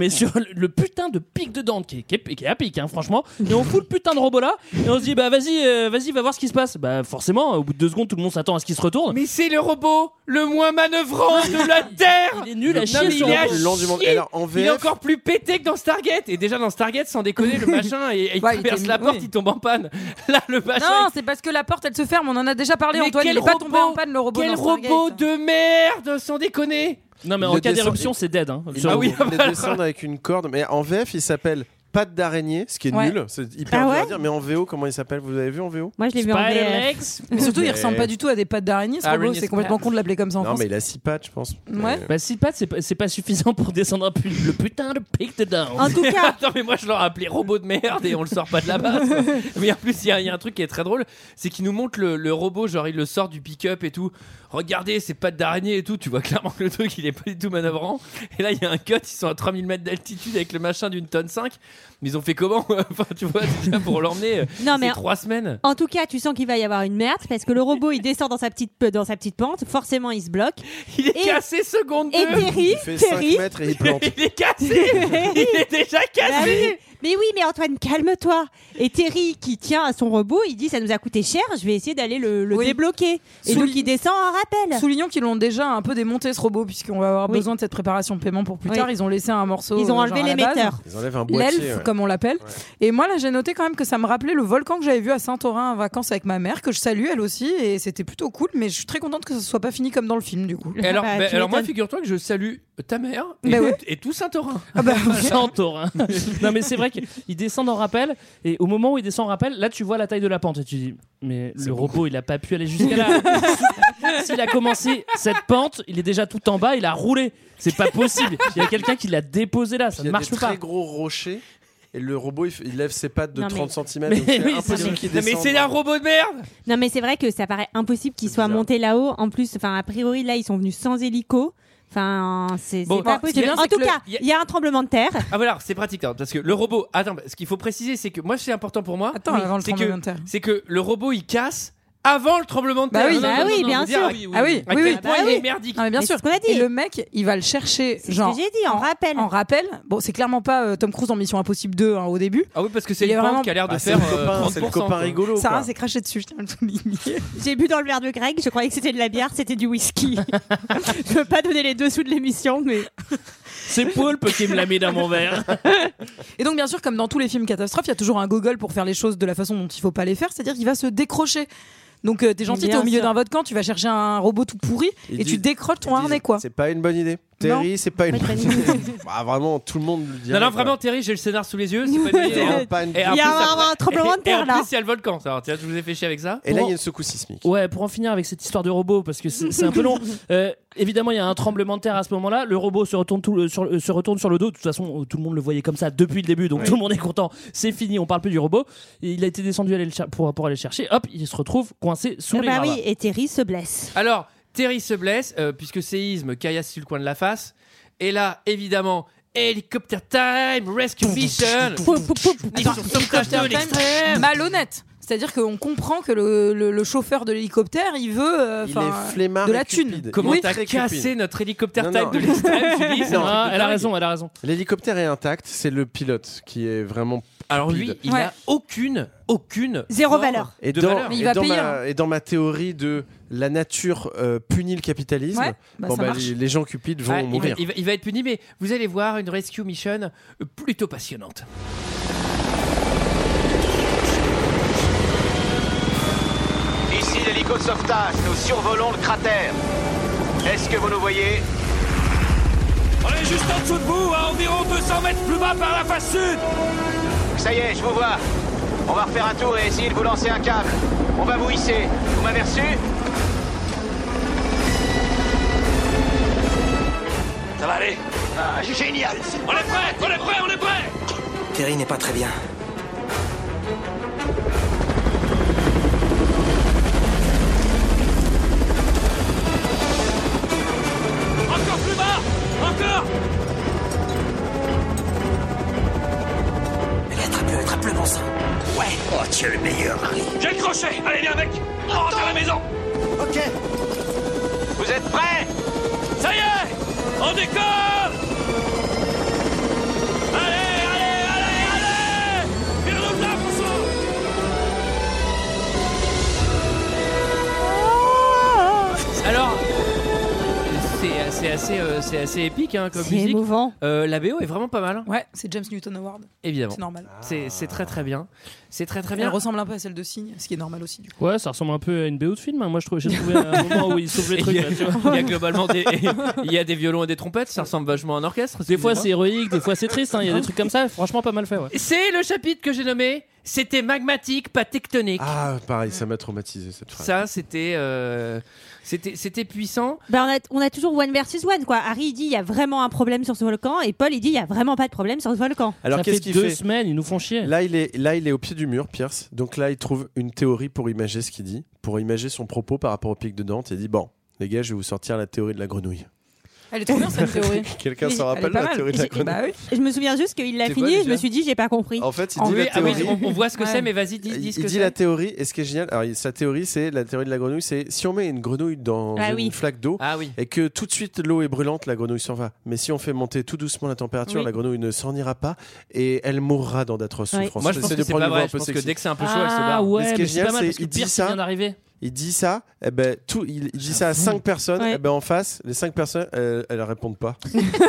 met sur le, le putain de pic de dents qui est, qui est, qui est à pic, hein, franchement. Et on fout le putain de robot là et on se dit bah vas-y, euh, vas-y, va voir ce qui se passe. Bah forcément, au bout de deux secondes, tout le monde s'attend à ce qu'il se retourne. Mais c'est le robot le moins manœuvrant de la Terre. Il est nul à Non, chier. mais ce il est robot. à Le long du monde. chier. Alors, en V F, Il est encore plus pété que dans Stargate. Et déjà dans Stargate, sans déconner, le machin, et, et il Ouais, il traverse était- la porte, oui. il tombe en panne. Là, le machin. Non, c'est parce que la porte elle se ferme, on en a déjà parlé, Mais Antoine, quel il est pas robot tombé en panne le robot. Quel dans Stargate. robot de merde, sans déconner. Non, mais en Le cas descend- d'éruption, c'est dead. Hein, il ce Ah robot. oui, il descend avec une corde. Mais en V F, il s'appelle Patte d'araignée, ce qui est Ouais. nul. C'est hyper Ah dur ouais à dire. Mais en V O, comment il s'appelle? Vous avez vu en V O? Moi, je l'ai vu en V F. Spider-Legs. Mais surtout, il Mais- ressemble pas du tout à des pattes d'araignée ce robot, Araignée c'est complètement Spider. con de l'appeler comme ça en Non, France. mais il a six pattes, je pense. Ouais. Bah six pattes, c'est pas, c'est pas suffisant pour descendre un pu- le putain de pic de dents. En tout cas, Attends, mais moi je leur ai appelé robot de merde et on le sort pas de la base. quoi. Mais en plus, il y, a- il y a un truc qui est très drôle, c'est qu'il nous montre le, le robot, genre il le sort du pick-up et tout. Regardez, c'est pas d'araignée et tout. Tu vois clairement que le truc il est pas du tout manœuvrant. Et là, il y a un cut, ils sont à trois mille mètres d'altitude avec le machin d'une tonne cinq. Mais ils ont fait comment? Enfin, tu vois, déjà pour l'emmener, Non, mais- c'est trois semaines. en tout cas, tu sens qu'il va y avoir une merde parce que le robot il descend dans sa petite dans sa petite pente, forcément il se bloque. Il est Et- cassé seconde Et deux. Terry, Il fait cinq Terry, mètres et il plante. Il est cassé. Il est déjà Bah cassé. oui. Mais oui, mais Antoine, calme-toi. Et Terry, qui tient à son robot, il dit ça nous a coûté cher, je vais essayer d'aller le, le Oui. débloquer. Et Sous- donc il descend en rappel. Soulignons qu'ils l'ont déjà un peu démonté ce robot, puisqu'on va avoir Oui. besoin de cette préparation de paiement pour plus Oui. tard. Ils ont laissé un morceau. Ils ont euh, enlevé genre à la base. l'émetteur. Ils enlèvent un boîtier. L'elfe, ouais. comme on l'appelle. Et moi, là, j'ai noté quand même que ça me rappelait le volcan que j'avais vu à Saint-Orin en vacances avec ma mère, que je salue elle aussi, et c'était plutôt cool. Mais je suis très contente que ça soit pas fini comme dans le film, du coup. Et alors, Bah, bah, tu alors moi, m'étonnes. figure-toi que je salue ta mère et, Bah ouais. et tout Saint-Orin. Ah bah, Santorin. Non mais c'est vrai qu'ils descendent en rappel et au moment où ils descendent en rappel, là tu vois la taille de la pente et tu dis mais le robot il a pas pu aller jusqu'à là. S'il a commencé cette pente, il est déjà tout en bas, il a roulé. C'est pas possible. Il y a quelqu'un qui l'a déposé là, ça Il y ne a marche des pas. très gros rochers. Et le robot, il, f- il lève ses pattes de Non, mais- trente centimètres. Mais Donc oui, c'est c'est impossible vrai. qu'il Non, mais descende. c'est un robot de merde. Non, mais c'est vrai que ça paraît impossible qu'il C'est soit bizarre. monté là-haut. En plus, enfin, a priori, là, ils sont venus sans hélico. Enfin, c'est Bon, c'est pas bon, ce qui est possible. bien, En c'est tout que le- cas, y a- il y a un tremblement de terre. Ah voilà, c'est pratique hein, parce que le robot. Attends, ce qu'il faut préciser, c'est que moi, c'est important pour moi. Attends, Oui, avant le c'est tremblement que de terre. c'est que le robot il casse avant le tremblement de Bah terre. oui. Non, non, Bah non, oui, non, bien je veux dire, sûr. ah oui, Ah oui, à oui, quel oui. point Bah il oui. est merdique. Non, mais bien Mais sûr. c'est ce qu'on a dit. Et le mec, il va le chercher, C'est ce genre. que j'ai dit, en rappel. En rappel. Bon, c'est clairement pas euh, Tom Cruise dans Mission Impossible deux hein, au début. Ah oui, parce que c'est Il est une pente vraiment- qui a l'air de Ah, c'est faire le euh, copain, trente c'est pour le cent, copain quoi. rigolo. Sarah quoi. s'est craché dessus, je tiens à le souligner. J'ai bu dans le verre de Greg, je croyais que c'était de la bière, c'était du whisky. Je veux pas donner les dessous de l'émission, mais. C'est Poulpe qui me l'a mis dans mon verre. Et donc, bien sûr, comme dans tous les films catastrophes, il y a toujours un gogol pour faire les choses de la façon dont il faut pas les faire, c'est-à-dire qu'il va se décrocher. Donc, euh, t'es gentil, t'es Bien au milieu sûr. d'un volcan, tu vas chercher un robot tout pourri Ils et tu disent- décroches ton Ils disent, harnais, quoi. C'est pas une bonne idée. Terry, c'est pas une Pas bonne une bonne idée. Bah, vraiment, tout le monde le dit. Non, non, vraiment, Terry, j'ai le scénar sous les yeux. C'est pas une idée, hein. Pas une- Et en Il y a plus, un- après- un tremblement de et- terre, Et en là. plus, il y a le volcan. Ça, tiens, je vous ai fait chier avec ça. Et là, il y a une secousse sismique. Ouais, pour en finir avec cette histoire de robot, parce que c'est c'est un peu long. Euh, évidemment, il y a un tremblement de terre à ce moment-là. Le robot se retourne, tout, le- sur, euh, se retourne sur le dos. De toute façon, euh, tout le monde le voyait comme ça depuis le début, donc tout le monde est content. C'est fini, on parle plus du robot. Et il a été descendu aller le cher- pour, pour aller le chercher. Hop, il se retrouve coincé sous Ah les bah gravats. oui, et Terry se blesse. Alors, Terry se blesse, euh, puisque séisme, caillasse sur le coin de la face. Et là, évidemment, Helicopter Time, Rescue Mission. Mission sauvetage de l'extrême. Malhonnête. C'est-à-dire qu'on comprend que le, le- le chauffeur de l'hélicoptère, il veut euh, Il enfin, est flemmard de et la thune. cupide. Comment Il est t'as très cassé cupide. notre hélicoptère Non, type non. de l'extrême, Julie? C'est un Non, truc de elle a dingue. raison, elle a raison. L'hélicoptère est intact, c'est le pilote qui est vraiment. Alors lui, cupide. il Ouais. a aucune, aucune Zéro forme valeur. Et de dans, valeur. Mais il et va dans payer, ma, et dans ma théorie de la nature euh, punit le capitalisme, Ouais, bah, bon, ça bah, marche. les, les gens cupides vont Ah, il, va, mourir. il va- il va être puni, mais vous allez voir une rescue mission euh, plutôt passionnante. Ici l'hélico de sauvetage, nous survolons le cratère. Est-ce que vous nous voyez? On est juste en dessous de vous, à environ deux cents mètres plus bas par la face sud. Ça y est, je vous vois. On va refaire un tour et essayer de vous lancer un câble. On va vous hisser. Vous m'avez reçu? Ça va aller. Ah, génial. On est prêt, on est prêt, on est prêt. Terry n'est pas très bien. Encore plus bas. Encore. Allez, attrape-le, attrape-le, bon sang. Ouais. Oh, tu es le meilleur, Harry. J'ai le crochet. Allez, viens mec. On rentre à la maison. Ok. Vous êtes prêts? Ça y est, on décolle. c'est assez, euh, c'est assez épique hein, comme C'est musique. émouvant. Euh, la B O est vraiment pas mal. Hein. Ouais, c'est James Newton Award. Évidemment. C'est normal. C'est, c'est très très bien. C'est très très Elle bien. ressemble un peu à celle de Signe, ce qui est normal aussi du coup. Ouais, ça ressemble un peu à une B O de film. Hein. Moi, je trouve, j'ai trouvé un moment où il sauve les Il trucs. y a, Là, tu vois. il y a globalement des, il y a des violons et des trompettes. Ça ressemble vachement à un orchestre. Des fois, c'est excusez-moi. héroïque, des fois, c'est triste. Hein. Il y a des trucs comme ça. Franchement, pas mal fait. Ouais. C'est le chapitre que j'ai nommé. C'était magmatique, pas tectonique. Ah, pareil, ça m'a traumatisé cette phrase. Ça, c'était, euh, c'était, c'était puissant. Bah, on, a, on a toujours one versus one quoi. Harry il dit il y a vraiment un problème sur ce volcan et Paul il dit il y a vraiment pas de problème sur ce volcan. Alors ça qu'est-ce fait qu'il deux fait semaines, ils nous font chier. Là, il est là, il est au pied du mur, Pierce. Donc là, il trouve une théorie pour imager ce qu'il dit, pour imager son propos par rapport au pic de Dante. Il dit bon, les gars, je vais vous sortir la théorie de la grenouille. Elle est trop bien cette théorie. Quelqu'un Oui, s'en elle est rappelle pas la mal. théorie de la Et- et grenouille bah oui. Je me souviens juste qu'il l'a C'est fini quoi, et je me déjà suis dit j'ai pas compris. En fait, il En dit oui, la ah oui, théorie. on, on voit ce que Ouais. c'est, mais vas-y, dis, dis Il ce que dit c'est. la théorie, et ce qui est génial, alors il- sa théorie, c'est la théorie de la grenouille, c'est si on met une grenouille dans Ah une oui. flaque d'eau Ah oui. et que tout de suite l'eau est brûlante, la grenouille s'en va. Mais si on fait monter tout doucement la température, Oui. la grenouille ne s'en ira pas et elle mourra dans d'atroces Oui. souffrances. Moi, je pense J'essaie que de c'est prendre pas une voix vrai. un Je peu pense que sexy. dès que c'est un peu chaud, elle se Ah barre. ouais, Mais ce qui est mais c'est génial, pas mal c'est parce que il dit Pierce ça. vient d'arriver. Il dit ça, eh ben, tout, il, il dit ça à cinq personnes, Ouais. eh ben, en face, les cinq personnes, elles, elles répondent pas.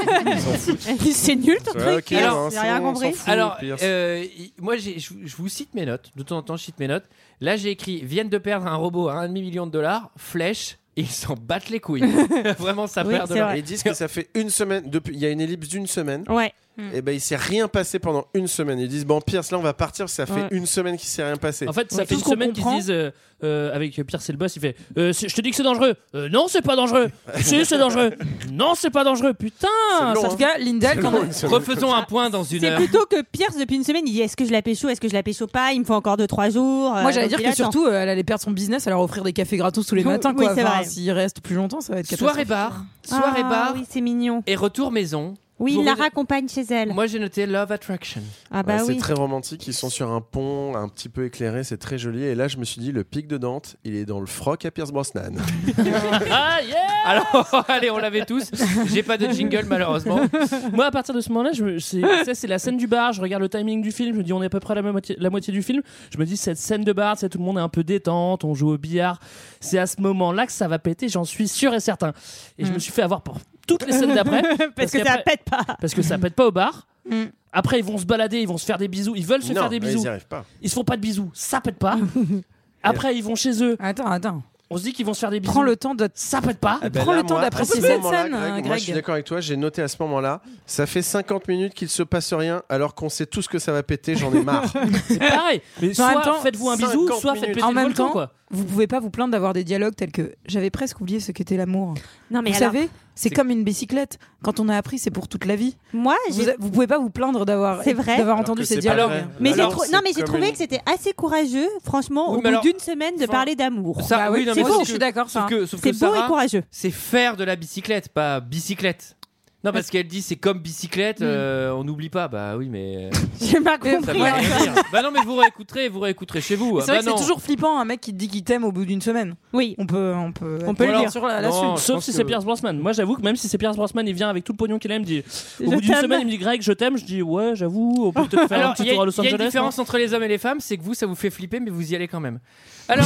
Elle dit c'est nul ton Ouais, truc. ok, Alors, hein, j'ai c'est rien bon, on compris. s'en fout, Alors, Pierce. euh, y- moi, j'ai- je je vous cite mes notes. De temps en temps, je cite mes notes. Là, j'ai écrit viennent de perdre un robot à un virgule cinq million de dollars, flèche. Ils s'en battent les couilles. Vraiment, ça Oui, perd de c'est leur- vrai. Ils disent que ça fait une semaine, depuis, il y a une ellipse d'une semaine. Ouais. Et ben il s'est rien passé pendant une semaine. Ils disent bon Pierce là on va partir parce que ça fait Ouais. une semaine qu'il s'est rien passé. En fait, ça Oui, fait tout une ce qu'on semaine qu'ils se comprend. disent euh, euh, avec Pierre, c'est le boss, il fait euh, c'est- je te dis que c'est dangereux. Euh, non, c'est pas dangereux. Si, c'est dangereux. Non, c'est pas dangereux. Putain. long, ça En hein. tout cas, Lindell, quand on- Refaisons un point dans une C'est heure. plutôt que Pierce depuis une semaine il dit est-ce que je la pécho, est-ce que je la pécho pas, il me faut encore deux trois jours. Moi, euh, j'allais donc dire il que attend. surtout, euh, elle allait perdre son business, elle leur offrir des cafés gratos tous les Oui, matins. oui, Quoi. c'est Enfin, vrai. s'il reste plus longtemps, ça va être catastrophique. Soirée bar, soirée Ah, bar oui, c'est mignon. et retour maison. Oui, Pour il la une- raccompagne chez elle. Moi, j'ai noté Love Attraction. Ah bah Ouais, c'est oui. très romantique. Ils sont sur un pont un petit peu éclairé, c'est très joli. Et là je me suis dit le pic de Dante, il est dans le froc à Pierce Brosnan. Ah yeah. Alors, allez, on l'avait tous. J'ai pas de jingle, malheureusement. Moi, à partir de ce moment-là, je me- c'est, ça, c'est la scène du bar. Je regarde le timing du film. Je me dis, on est à peu près à la moitié, la moitié du film. Je me dis, cette scène de bar, c'est tout le monde est un peu détente. On joue au billard. C'est à ce moment-là que ça va péter. J'en suis sûr et certain. Et je me suis fait avoir pour toutes les scènes d'après. Parce que ça qu'après- pète pas. Parce que ça pète pas au bar. Mm. Après, ils vont se balader, ils vont se faire des bisous. Ils veulent se non, faire des mais bisous. ils y arrivent pas. Ils se font pas de bisous. Ça pète pas. Après, ils vont chez eux. Attends, attends. On se dit qu'ils vont se faire des bisous. Prends le temps de. Ça pète pas. Eh ben Prends là, le temps moi, d'apprécier à ce cette moment-là, scène, Greg, euh, Moi, Greg. je suis d'accord avec toi. J'ai noté à ce moment-là, ça fait cinquante minutes qu'il se passe rien, alors qu'on sait tous que ça va péter. J'en ai marre. C'est pareil. Mais Mais en soit même temps, faites-vous un bisou, cinquante soit faites minutes. péter En le même volcan, temps, quoi. vous pouvez pas vous plaindre d'avoir des dialogues tels que j'avais presque oublié ce qu'était l'amour. Non mais Vous alors, savez, c'est comme une bicyclette. Quand on a appris, c'est pour toute la vie. moi Vous, j'ai a- vous pouvez pas vous plaindre d'avoir C'est vrai. d'avoir Alors entendu que ces c'est dialogues. pas vrai. mais j'ai Alors, trou- c'est non mais j'ai comme trouvé une- que c'était assez courageux franchement Oui, au mais bout alors- d'une semaine de Enfin, parler d'amour. Ça, Bah oui, oui, non, c'est mais beau, sauf je que- suis d'accord. Sauf enfin, que, sauf que C'est beau et Sarah, courageux. c'est faire de la bicyclette, pas bicyclette. Non, parce qu'elle dit c'est comme bicyclette, euh, on n'oublie pas. Bah oui, mais J'ai pas Mais ça compris. veut rien dire. Bah non, mais vous réécouterez, vous réécouterez chez vous. C'est Ah, vrai bah que non. c'est toujours flippant un mec qui te dit qu'il t'aime au bout d'une semaine. Oui. On peut, on peut, On peut le être dire. sur la, Non, là-dessus. je Sauf pense si que- c'est Pierce Brosnan. Moi, j'avoue que même si c'est Pierce Brosnan, il vient avec tout le pognon qu'il a, il me dit. Au Je bout d'une t'aime. semaine, il me dit Greg, je t'aime. Je dis ouais, j'avoue, on peut peut-être faire un Alors, il petit y a, tour à Los il y a Angeles. une différence entre les hommes et les femmes, c'est que vous, ça vous fait flipper, mais vous y allez quand même. Alors,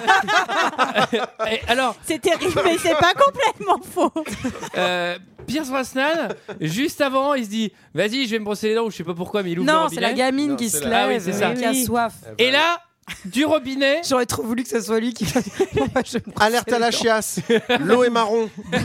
euh, et alors, C'est terrible mais c'est pas complètement faux. euh, Pierce Brosnan, juste avant, il se dit, vas-y, je vais me brosser les dents, ou je sais pas pourquoi, mais il ouvre le Non, robinet. c'est la gamine Non, qui c'est se la- lève, Ah oui, c'est ça. et qui a Oui. soif. Et là, du robinet, J'aurais trop voulu que ce soit lui qui fasse. Moi, je me brosse Alerte à les la dents. chiasse. L'eau est marron.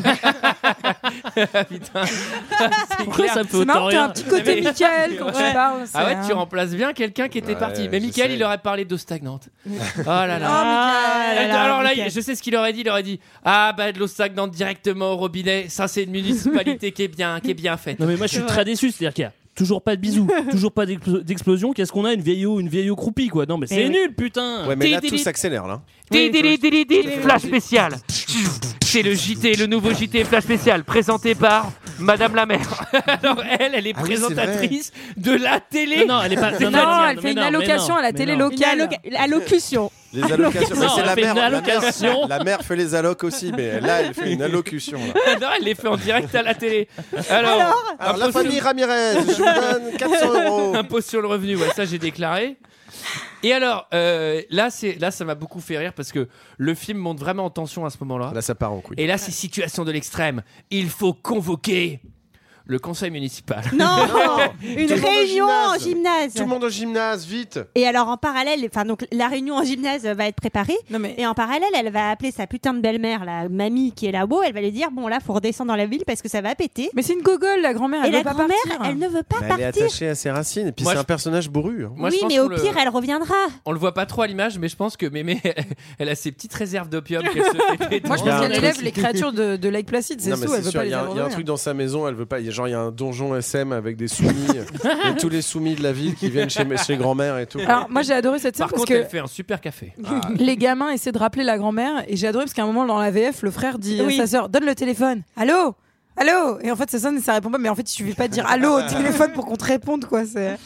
putain, c'est Pourquoi clair. ça me fait C'est autant marrant, t'as un rire petit côté Mais- Mickaël quand Ouais. tu parles. Ah ouais, c'est tu un- remplaces bien quelqu'un qui était Ouais, parti. Mais je Michael, sais. il aurait parlé d'eau stagnante. Oh là là. Ah là là, Alors là, Mickaël. je sais ce qu'il aurait dit. Il aurait dit, ah bah de l'eau stagnante directement au robinet. Ça, c'est une municipalité qui est bien, qui est bien faite. Non mais moi je suis C'est très déçu, c'est-à-dire qu'il y a toujours pas de bisous, toujours pas d'explo- d'explosion. Qu'est-ce qu'on a, une vieille eau, une vieille eau croupie quoi. Non mais c'est Eh oui. nul putain. Ouais, mais là Ti- tout ti- s'accélère là. Ti- ti- ti- ti- ti- Flash spécial. C'est le J T, le nouveau J T Flash spécial, présenté par Madame la Mère. Alors elle, elle est Ah oui, c'est présentatrice de la télé. Non, non, elle est pas. Non, non, elle mais fait une non, mais allocation non, à la mais télé non. locale. Une alloc- allocution. Les allocations. Mais Non, c'est elle la fait mère. une la mère- allocation. La mère fait les allocs aussi, mais là elle fait une allocution. Là. Non, elle les fait en direct à la télé. Alors, Alors la impôt sur- famille Ramirez, je vous donne quatre cents euros. impôt sur le revenu, ouais, ça j'ai déclaré. Et alors, euh, là, c'est, là, ça m'a beaucoup fait rire parce que le film monte vraiment en tension à ce moment-là. Là, ça part en couille. Et là, c'est situation de l'extrême. Il faut convoquer le conseil municipal. Non, une Tout le monde au réunion en gymnase. gymnase. Tout le monde au gymnase, vite. Et alors en parallèle, enfin donc la réunion en gymnase va être préparée. Non, mais- Et en parallèle, elle va appeler sa putain de belle-mère, la mamie qui est là-haut. Elle va lui dire bon là, faut redescendre dans la ville parce que ça va péter. Mais c'est une gogole, la grand-mère. Et Elle la veut pas grand-mère, partir. elle ne veut pas Mais elle est partir. attachée à ses racines. Et puis Moi, c'est je- un personnage bourru. hein. Moi, je Oui, pense mais au qu'on le- pire, elle reviendra. On le voit pas trop à l'image, mais je pense que Mémé, elle a ses petites réserves d'opium qu'elle se fait péter. Moi, je Il y a pense un qu'elle truc- élève les créatures de, de Lake Placid, c'est Non, mais tout. c'est Elle veut sûr, pas il les y, a un- il y a un abandonner. truc dans sa maison, elle veut pas. Il y a genre il y a un donjon S M avec des soumis, il y a tous les soumis de la ville qui viennent chez, chez grand-mère et tout. Alors, moi, j'ai adoré cette scène Par parce contre, que elle fait un super café. les gamins essaient de rappeler la grand-mère et j'ai adoré parce qu'à un moment dans la V F, le frère dit Oui. à sa sœur donne le téléphone. Allô. Allô. Et en fait, ça sonne et ça répond pas. Mais en fait, il suffit pas de dire allô au téléphone pour qu'on te réponde, quoi. C'est.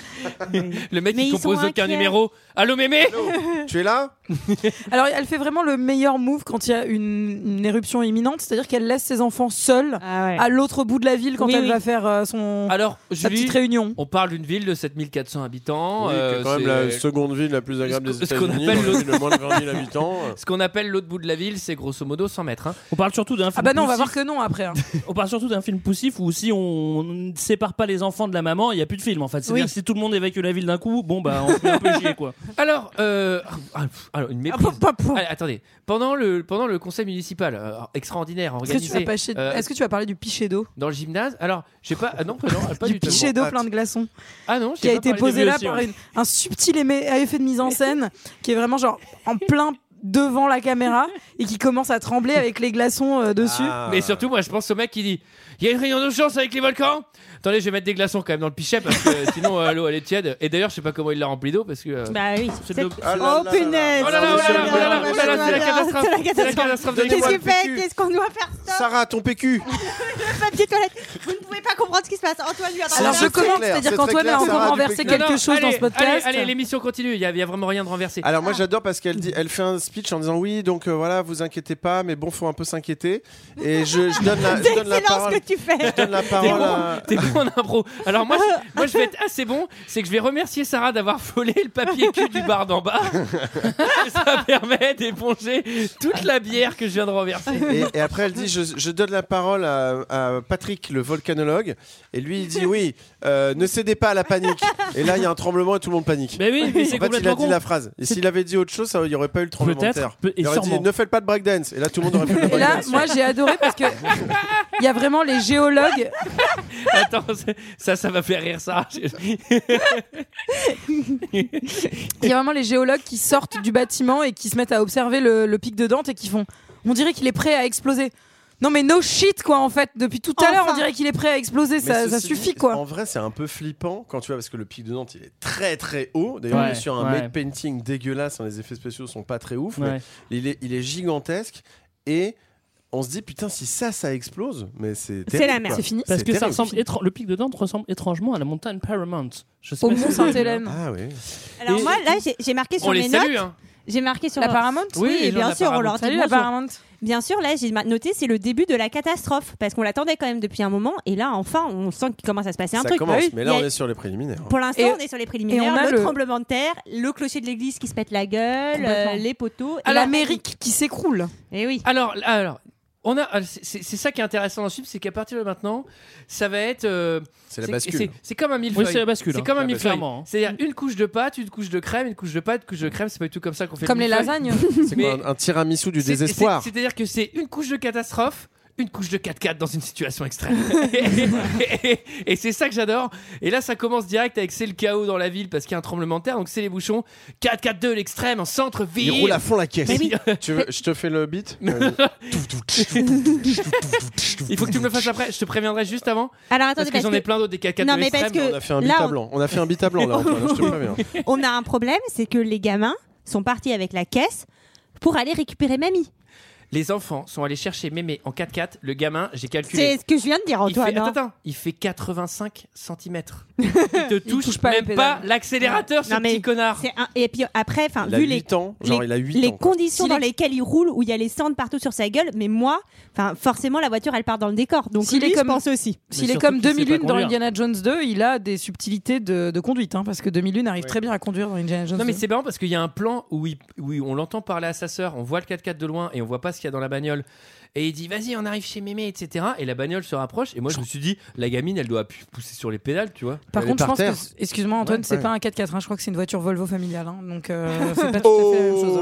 Le mec Mais qui ils compose sont aucun inquiets. numéro. Allô Mémé. Tu es là? Alors, elle fait vraiment le meilleur move quand il y a une, une éruption imminente, c'est-à-dire qu'elle laisse ses enfants seuls Ah ouais. à l'autre bout de la ville quand Oui, elle oui. va faire euh, son Alors, sa Julie, petite réunion. on parle d'une ville de sept mille quatre cents habitants. Oui, qui est euh, quand même c'est- la seconde ville la plus agréable Ce des qu'on- ce qu'on États-Unis, appelle dans la le- ville de moins de vingt mille habitants. Ce qu'on appelle l'autre bout de la ville, c'est grosso modo cent mètres. hein. On parle surtout d'un film Ah bah non, on va poussif. voir que non après. hein. On parle surtout d'un film poussif où si on ne sépare pas les enfants de la maman, il n'y a plus de film en fait. C'est-à-dire Oui. que si tout le monde évacue la ville d'un coup, bon bah on se fait un peu chier quoi. Alors, euh, ah, pff, alors une méprise. Pas pour- Allez, attendez, pendant le pendant le conseil municipal euh, extraordinaire Est-ce que, tu organisé vas pas chez- euh, Est-ce que tu vas parler du pichet d'eau dans le gymnase, alors j'ai pas ah non pas, non, pas Du du tout. pichet d'eau Hâte. plein de glaçons Ah non, qui a j'ai été pas parlé posé de là lui aussi, par ouais. une- un subtil éme- effet de mise en scène qui est vraiment genre en plein devant la caméra et qui commence à trembler avec les glaçons euh, dessus. Ah. Mais surtout, moi, je pense au mec qui dit il y a une réunion d'urgence avec les volcans. Attendez, je vais mettre des glaçons quand même dans le pichet parce que sinon euh, l'eau elle est tiède. Et d'ailleurs, je sais pas comment il l'a rempli d'eau parce que. euh, Bah oui. c'est de l'eau- Ah là Oh là là punaise. Oh là là, oh là là, oh là là, oh là là, c'est la catastrophe. C'est la C'est la catastrophe. catastrophe de Qu'est-ce Donnez-moi qu'il le fait P Q. Qu'est-ce qu'on doit faire stop Sarah, ton P Q. Le papier toilette. Vous ne pouvez pas comprendre ce qui se passe. Antoine lui a Alors c'est je très commence, clair, c'est-à-dire c'est qu'Antoine très a clair, encore Sarah, renversé du Non, quelque non, chose dans allez, ce podcast. Allez, allez, l'émission continue. Il y, a, il y a vraiment rien de renversé. Alors moi j'adore parce qu'elle dit, elle fait un speech en disant oui donc euh, voilà vous inquiétez pas mais bon faut un peu s'inquiéter et je, je donne la, je C'est donne la excellent parole. ce que tu fais. Je donne la T'es parole bon, à... t'es bon en impro. Alors moi, je, moi, je vais être assez bon. C'est que je vais remercier Sarah d'avoir volé le papier cul du bar d'en bas. Ça permet d'éponger toute la bière que je viens de renverser. Et, et après elle dit je, je donne la parole à, à Patrick le volcanologue et lui il dit oui euh, ne cédez pas à la panique et là il y a un tremblement et tout le monde panique. Mais oui, mais En c'est fait, il a complètement dit con. la phrase. Et C'est- s'il avait dit autre chose, ça, il n'y aurait pas eu le tremblement de Peut-être, terre. peut- et Il aurait dit sûrement. ne faites pas de breakdance. Et là, tout le monde aurait fait le Et là, breakdance. moi j'ai adoré parce que il y a vraiment les géologues. Attends, c'est- ça, ça va faire rire Sarah. Il y a vraiment les géologues qui sortent du bâtiment et qui se mettent à observer le, le pic de Dante et qui font on dirait qu'il est prêt à exploser. Non mais no shit quoi en fait. Depuis tout à l'heure Enfin. on dirait qu'il est prêt à exploser. Mais Ça, ça ceci suffit dit, quoi. En vrai, c'est un peu flippant quand tu vois, parce que le pic de Nantes, il est très très haut. D'ailleurs, on Ouais, est sur un ouais. matte painting dégueulasse. hein, les effets spéciaux sont pas très ouf. Ouais. Mais il est, il est gigantesque. Et on se dit, putain, si ça, ça explose, mais c'est C'est terrible, la merde. quoi. C'est fini. Parce C'est que ça terrible. ressemble étran- le pic de Dante ressemble étrangement à la montagne Paramount. Je sais Au pas si Mont vous avez vu. Sainte-Hélène. Ah oui. Alors Et- moi là j'ai- j'ai marqué sur On les mes salue. notes. Hein. J'ai marqué sur La Paramount. Oui, les gens de bien la sûr on Paramount. leur dit Salut la bonjour. Paramount. Bien sûr, là, j'ai ma- noté, c'est le début de la catastrophe. Parce qu'on l'attendait quand même depuis un moment. Et là, enfin, on sent qu'il commence à se passer un Ça truc. commence, Ah oui. mais là, Il y a- on est sur les préliminaires. Pour l'instant, Et- on est sur les et préliminaires. on a Le, le- tremblement de terre, le clocher de l'église qui se pète la gueule, Complètement. euh, les poteaux. À et la l'Amérique qui s'écroule. Et oui. Alors, alors, on a, c'est c'est ça qui est intéressant dans le film, c'est qu'à partir de maintenant, ça va être. euh, C'est la bascule. c'est- C'est comme un millefeuille. Oui, c'est la bascule, C'est hein. comme un C'est la millefeuille. bascule, clairement, hein. C'est-à-dire une couche de pâte, une couche de crème, une couche de pâte, une couche de crème. C'est pas du tout comme ça qu'on fait. Comme le les millefeuille. lasagnes. C'est Mais- quoi, un, un tiramisu du C'est- désespoir. c'est- C'est-à-dire que c'est une couche de catastrophe, une couche de quatre quatre dans une situation extrême. et et- et c'est ça que j'adore. Et là, ça commence direct avec c'est le chaos dans la ville parce qu'il y a un tremblement de terre. Donc c'est les bouchons. quatre quatre deux l'extrême en centre-ville. Il roule à fond la caisse. Mais oui. Tu veux, je te fais le beat. Il faut que tu me le fasses après. Je te préviendrai juste avant. Alors Parce attendez, que parce j'en ai que plein d'autres des quatre quatre Non, de mais parce l'extrême. que- On a fait un Là, beat à on- blanc. On a fait un beat à blanc là, Antoine, je te préviens. on a un problème, c'est que les gamins sont partis avec la caisse pour aller récupérer mamie. Les enfants sont allés chercher Mémé en quatre-quatre. Le gamin, j'ai calculé. C'est ce que je viens de dire, Il fait, Antoine. attends, hein. attends, il fait quatre-vingt-cinq centimètres. Il te touche, touche pas les même pédales. pas l'accélérateur, ce Non, mais petit connard. c'est un- Et puis après, enfin, Il a vu les, huit ans, genre les, il a huit les ans. quoi. conditions S'il dans est- lesquelles il roule, où il y a les cendres partout sur sa gueule, mais moi, enfin, forcément, la voiture, elle part dans le décor. Donc S'il lui, est comme- je pense aussi. S'il Mais est comme surtout qu'il sait deux mille un pas dans conduire. Indiana Jones deux, il a des subtilités de, de conduite, hein, parce que deux mille un arrive très bien à conduire dans Indiana Jones Non mais deux. c'est marrant parce qu'il y a un plan où, il- où on l'entend parler à sa sœur, on voit le quatre-quatre de loin et on voit pas ce qu'il y a dans la bagnole. Et il dit vas-y on arrive chez Mémé, et cetera. Et la bagnole se rapproche et moi je me suis dit la gamine elle doit appuyer- pousser sur les pédales, tu vois. Par Elle contre, est je par pense terre. que, excuse-moi Antoine, Ouais, c'est ouais. pas un quatre-quatre, hein, je crois que c'est une voiture Volvo familiale, hein, donc euh, c'est pas tout à fait la même chose.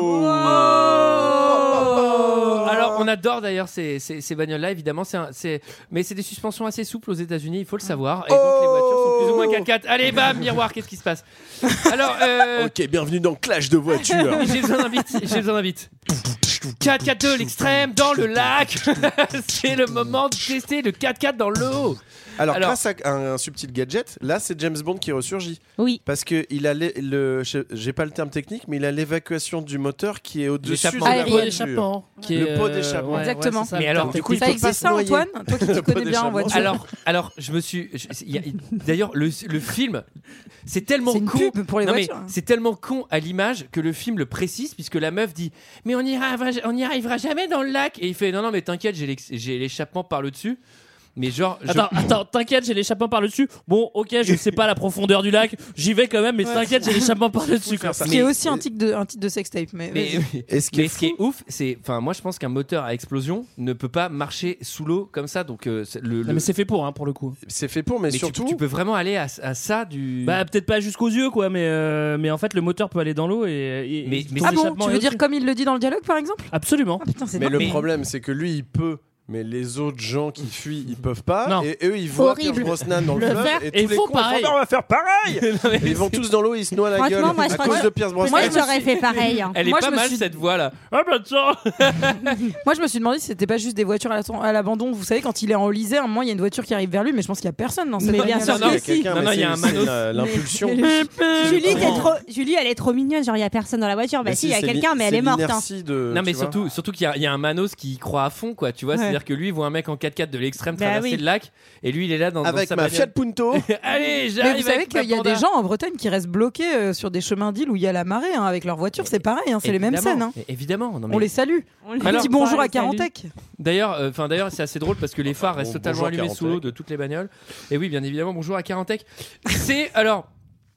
Oh alors on adore d'ailleurs ces, ces, ces bagnoles là évidemment, c'est un- c'est- mais c'est des suspensions assez souples aux États-Unis, il faut le savoir. Et donc les voitures sont plus ou moins quatre-quatre. Allez bam miroir, qu'est-ce qui se passe? Alors euh, Ok, bienvenue dans Clash de voitures. j'ai besoin d'un beat, j'ai besoin d'un beat. quatre-quatre de l'extrême dans le lac. C'est le moment de tester le quatre-quatre dans l'eau. Alors, Alors- grâce à un, un subtil gadget, là c'est James Bond qui ressurgit. Oui. Parce que il a l'é- le, je- j'ai pas le terme technique, mais il a l'évacuation du moteur qui est au-dessus de L'échappement. la Le pot voiture. d'échappement. qui est, Le pot euh, d'échappement. ouais, Exactement. ouais, c'est ça. Mais alors, Du coup, il Ça peut existe pas se ça, noyer. Antoine? Toi qui Le t'y pot connais bien en d'échappement. voiture. Alors, alors, je me suis. je- il y a- D'ailleurs, le, le film, c'est tellement C'est une con. pub pour les Non, mais voitures. c'est tellement con à l'image que le film le précise, puisque la meuf dit mais on n'y arrivera, on n'y arrivera jamais dans le lac. Et il fait non non mais t'inquiète, j'ai l'ex- j'ai l'échappement par le dessus. Mais genre, je- Attends, attends, t'inquiète, j'ai l'échappement par le dessus. Bon, ok, je sais pas la profondeur du lac, j'y vais quand même, mais t'inquiète, j'ai l'échappement par le dessus. faire ça. Ce qui est Mais- aussi un titre de, un titre de sextape, mais, mais, vas-y. Et ce qui mais est ce qui est fou- ouf, c'est, enfin, moi je pense qu'un moteur à explosion ne peut pas marcher sous l'eau comme ça. Donc euh, c'est le, Non, le- mais c'est fait pour, hein, pour le coup. c'est fait pour, mais, mais tu- surtout. tu, peux vraiment aller à, à ça du. Bah, peut-être pas jusqu'aux yeux, quoi, mais, euh, mais en fait, le moteur peut aller dans l'eau et. et- Mais- et mais ton Ah bon, échappement tu est veux dire au-dessus. comme il le dit dans le dialogue par exemple? Absolument. Ah putain, c'est mais dingue. le Mais- problème, c'est que lui, il peut. Mais les autres gens qui fuient, ils peuvent pas. Non. Et eux, ils voient Horrible. Pierce Brosnan dans le, Le fleuve. faire. Et Et tous ils les font cons, ils font, pareil. Non, on va faire pareil. Non, mais Et ils vont tous dans l'eau, ils se noient la Franchement, gueule moi, à je cause pense- de Pierce Brosnan. Moi, je me j'aurais fait pareil. hein. Elle est Moi, pas je me mal suis- cette voix là. Ah bah tiens. Moi je me suis demandé si c'était pas juste des voitures à la- à l'abandon. Vous savez, quand il est en Lisée, à un moment il y a une voiture qui arrive vers lui, mais je pense qu'il y a personne dans cette Mais bien bagnole. sûr Non, non, Il y a que si. quelqu'un, Non, mais non, il y a c'est- un c'est manos. la- l'impulsion. Julie, t'es trop... Julie, elle est trop mignonne. Genre, il y a personne dans la voiture. Bah, Mais si, il y a c'est quelqu'un, l'i- mais elle c'est est morte. hein. l'inertie de- Non mais tu vois. surtout, surtout qu'il y, a- il y a un Manos qui y croit à fond quoi, tu vois, Ouais. c'est-à-dire que lui il voit un mec en quatre-quatre de l'extrême Bah traverser oui. le lac et lui il est là dans, dans Avec sa ma bagnole. Fiat Punto. Allez, Mais j'arrive. vous savez avec ma qu'il y a Panda. des gens en Bretagne qui restent bloqués euh, sur des chemins d'île où il y a la marée hein, avec leur voiture, c'est pareil, hein, c'est les mêmes Évidemment, scènes. hein. é- Évidemment. Non, mais- On les salue. On les Alors- Petit bonjour à Salut. Carantec. D'ailleurs, enfin d'ailleurs c'est assez drôle parce que les phares restent Bon, totalement bonjour, allumés sous Carantec. l'eau de toutes les bagnoles. Et oui, bien évidemment, bonjour à Carantec. C'est alors.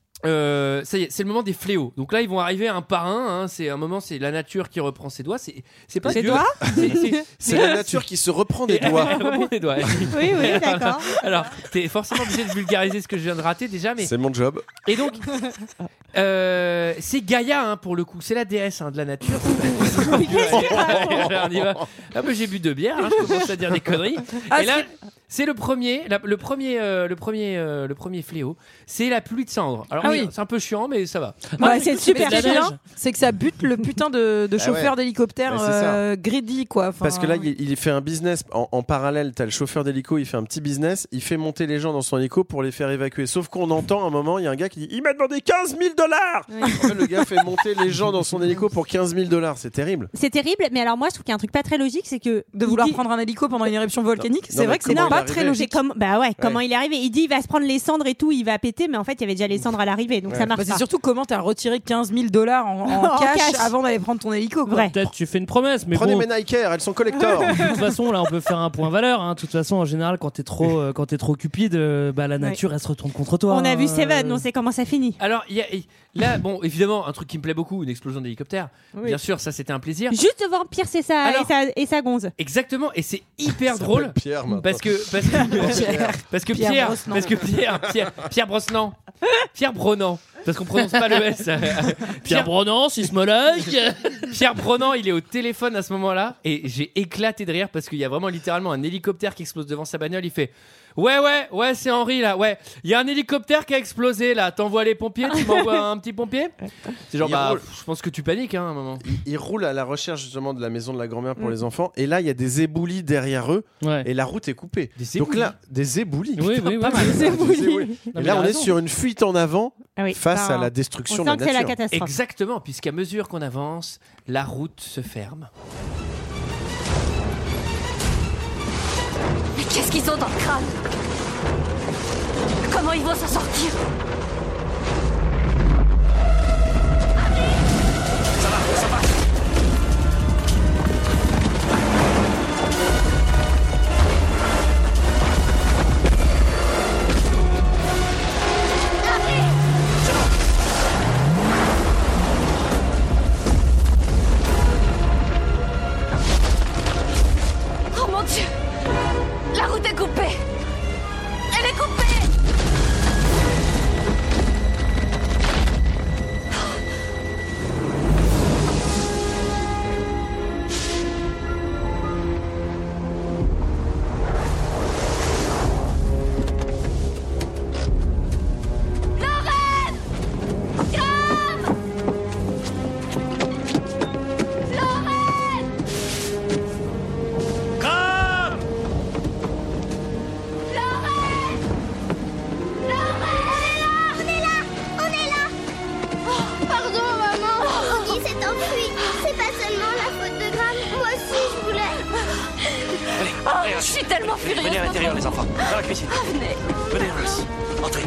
Euh, ça y est, c'est le moment des fléaux. Donc là, ils vont arriver un par un. Hein. C'est un moment, c'est la nature qui reprend ses doigts. C'est, c'est pas Ses dur. doigts C'est, c'est- C'est la nature qui se reprend des doigts. Elle reprend des doigts. Oui, oui, d'accord. Alors, t'es forcément obligé de vulgariser ce que je viens de rater déjà, mais C'est mon job. et donc euh, c'est Gaïa hein, pour le coup. C'est la déesse hein, de la nature. On y va. Ah, bah, j'ai bu deux bières. Hein, je commence à dire des conneries. Ah, et là. C'est le premier, la- le premier, euh, le premier, euh, le premier fléau. C'est la pluie de cendres. Alors Ah oui, oui. c'est un peu chiant, mais ça va. Ouais, c'est super Mais ce qui est bien. bien, c'est que ça bute le putain de, de Ah chauffeur ouais. d'hélicoptère Bah, c'est ça. euh, greedy quoi. Enfin, Parce que là, il, il fait un business en, en parallèle. T'as le chauffeur d'hélico, il fait un petit business. Il fait monter les gens dans son hélico pour les faire évacuer. Sauf qu'on entend à un moment, il y a un gars qui dit il m'a demandé quinze mille dollars. En fait, le gars fait monter les gens dans son hélico pour quinze mille dollars. C'est terrible. C'est terrible, mais alors moi je trouve qu'il y a un truc pas très logique, c'est que de il vouloir dit- prendre un hélico pendant une éruption volcanique, Non, c'est mais vrai que c'est comment pas il est très arrivé c'est logique. comme bah ouais, comment il est arrivé. Il dit il va se prendre les cendres et tout, il va péter, mais en fait il y avait déjà les cendres à l'arrivée, donc Ouais. ça marche Bah, c'est pas. surtout comment t'as retiré quinze mille dollars en, en En cash, cash. avant d'aller prendre ton hélico. Quoi. Vrai. Peut-être tu fais une promesse, mais Prenez bon. mes Nike Air, elles sont collector. De toute façon, là, on peut faire un point valeur. Hein. De toute façon, en général, quand t'es trop, euh, quand t'es trop cupide, euh, bah la nature, elle se retourne contre toi. On a vu hein. Seven, on sait comment ça finit. Alors il y a, et là, bon, évidemment, un truc qui me plaît beaucoup, une explosion d'hélicoptère. Oui. Bien sûr, ça c'était un plaisir. Juste devant Pierce et sa, Alors- et sa, et sa gonze. Exactement, et c'est hyper Ça drôle. s'appelle Pierre, maintenant. Parce que parce que parce que Pierre Pierre, Brosnan. parce que Pierre, Pierre, Pierre Brosnan, Pierre Bronan, parce qu'on prononce pas le S. Pierre Bronan, sismologue. Pierre Bronan, il est au téléphone à ce moment-là et j'ai éclaté de rire parce qu'il y a vraiment littéralement un hélicoptère qui explose devant sa bagnole. Il fait ouais ouais ouais c'est Henri là ouais il y a un hélicoptère qui a explosé là. T'envoies les pompiers, tu m'envoies un petit pompier. C'est genre Il bah roule. je pense que tu paniques hein, à un moment. Il, il roule à la recherche justement de la maison de la grand-mère pour Mm. les enfants. Et là, il y a des éboulis derrière eux. Ouais. Et la route est coupée. Des Donc éboulis. là, des éboulis. Oui, oui, oui. Pas mal. Des éboulis. Non, Et mais là, il a on est raison. sur une fuite en avant Ah oui, face bah, à la on destruction sent de la que c'est la nature. catastrophe. Exactement, puisqu'à mesure qu'on avance, la route se ferme. Mais qu'est-ce qu'ils ont dans le crâne? Comment ils vont s'en sortir? Ça va, ça va. Oh mon Dieu! La route est coupée! Elle est coupée! Lorraine! Graham! Lorraine! Graham! Lorraine! Lorraine! On est là, on est là. Oh, pardon, maman. Rudy s'est enfui. C'est pas seulement la faute de Graham. Moi aussi, je voulais. Allez, Oh, allez, je suis tellement furieuse. venez à l'intérieur, les enfants. Dans la cuisine. Ah, venez. Venez, Lucie. Entrez.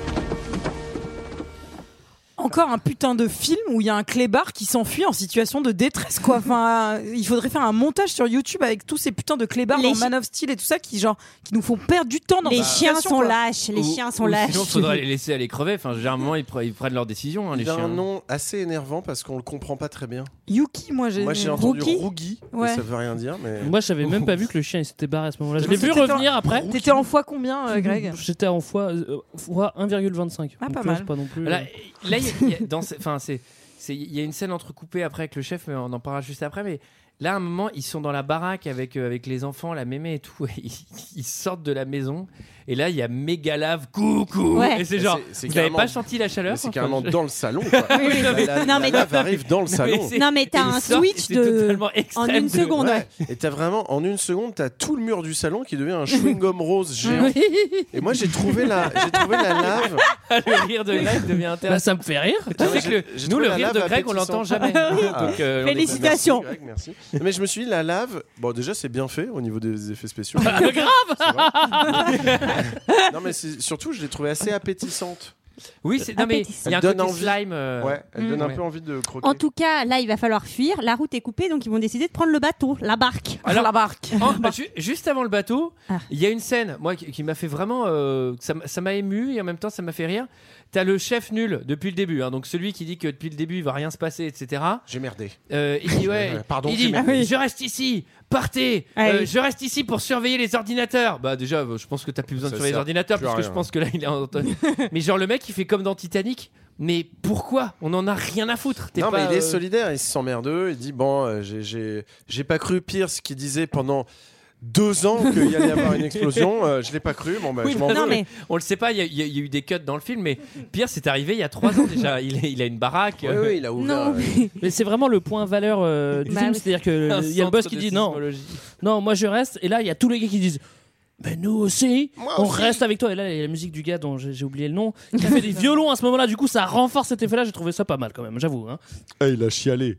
Encore un putain de film où il y a un clébard qui s'enfuit en situation de détresse, quoi. Enfin, il faudrait faire un montage sur YouTube avec tous ces putains de clébards Les dans chi- Man of Steel et tout ça qui, genre, qui nous font perdre du temps dans Les cette chiens situation, sont quoi. lâches, les Ou- chiens sont ou lâches. Sinon, faudrait les laisser aller crever. Enfin, généralement, ils, pre- ils prennent leurs décisions, hein, les Il a chiens. un nom assez énervant parce qu'on le comprend pas très bien. Yuki, moi j'ai. Moi j'ai entendu Rookie. Rougui, mais Ouais. ça veut rien dire. Mais... Moi, j'avais même pas vu que le chien il s'était barré à ce moment-là. Je l'ai T'étais vu en- revenir après. T'étais en fois combien, euh, Greg? J'étais en fois, euh, fois un virgule vingt-cinq. Ah, Donc pas tu vois, mal. c'est pas non plus. Là, euh, là, il y a- il y a- dans ce- enfin, c'est, c'est, il y a une scène entrecoupée après avec le chef, mais on en parlera juste après. Mais là, à un moment, ils sont dans la baraque avec euh, avec les enfants, la mémé et tout. Et ils, ils sortent de la maison. Et là, il y a méga lave, coucou. Ouais. Et c'est genre, C'est- c'est vous n'avez carrément- pas senti la chaleur? Mais c'est Enfin, carrément je- dans le salon. Quoi. Oui, oui. La, la- Non, la mais- lave arrive dans le Non, mais salon. c'est- Non, mais t'as et un ils sortent, et switch c'est de. totalement En extrême une de- seconde, ouais. Ouais. Et t'as vraiment, en une seconde, t'as tout le mur du salon qui devient un chewing-gum rose géant. Et moi, j'ai trouvé la, j'ai trouvé la lave. Le rire de Greg devient Bah, intéressant. ça me fait rire. Tu Ouais, sais j'ai- que le- j'ai nous, trouvé le la rire de lave Greg, on l'entend appétissante. jamais. Ah. Donc, euh, on est- Félicitations. Merci, Greg, merci. Mais je me suis dit, la lave, bon, déjà, c'est bien fait au niveau des effets spéciaux. Ah, grave Non, mais c'est- surtout, je l'ai trouvée assez appétissante. Oui, c'est, non, mais il y a un Elle donne côté envie. slime. euh, Ouais, elle Mm. donne un Ouais. peu envie de croquer. En tout cas, là, il va falloir fuir. La route est coupée, donc ils vont décider de prendre le bateau, la barque. Alors, la barque. en- bah, ju- juste avant le bateau, Ah. il y a une scène, moi, qui, qui m'a fait vraiment, euh, ça, m- ça m'a ému et en même temps ça m'a fait rire. T'as le chef nul depuis le début, hein, donc celui qui dit que depuis le début il va rien se passer, et cetera. J'ai merdé. Euh, il dit ouais, Pardon, il j'ai dit merdé. je reste ici, partez, Ah euh, oui. je reste ici pour surveiller les ordinateurs. Bah déjà, euh, je pense que t'as plus besoin de Ça surveiller les sert ordinateurs plus à parce que rien. je pense que là il est en... Mais genre le mec il fait comme dans Titanic. Mais pourquoi? On en a rien à foutre. T'es Non, pas, mais il est euh, solidaire, il se sent merdeux. Il dit bon, euh, j'ai- j'ai j'ai pas cru Pierce qui disait pendant deux ans qu'il y allait y avoir une explosion. Euh, je l'ai pas cru. Bon, bah, Oui, je m'en non, veux. mais- On le sait pas, il y, a- il y a il y a eu des cuts dans le film, mais Pierre, c'est arrivé il y a trois ans déjà. Il, est- il a une baraque. Oui, oui, il a ouvert. Non, euh, mais- Mais c'est vraiment le point valeur euh, du Bah film, oui. c'est-à-dire que un il y a le boss centre qui de dit non, sismologie. non, moi je reste, et là il y a tous les gars qui disent. Ben nous aussi, Moi on aussi. reste avec toi. Et là, il y a la musique du gars dont j'ai j'ai oublié le nom, qui a fait des violons à ce moment-là. Du coup, ça renforce cet effet-là. J'ai trouvé ça pas mal quand même, j'avoue. Hein. Ah, il a chialé.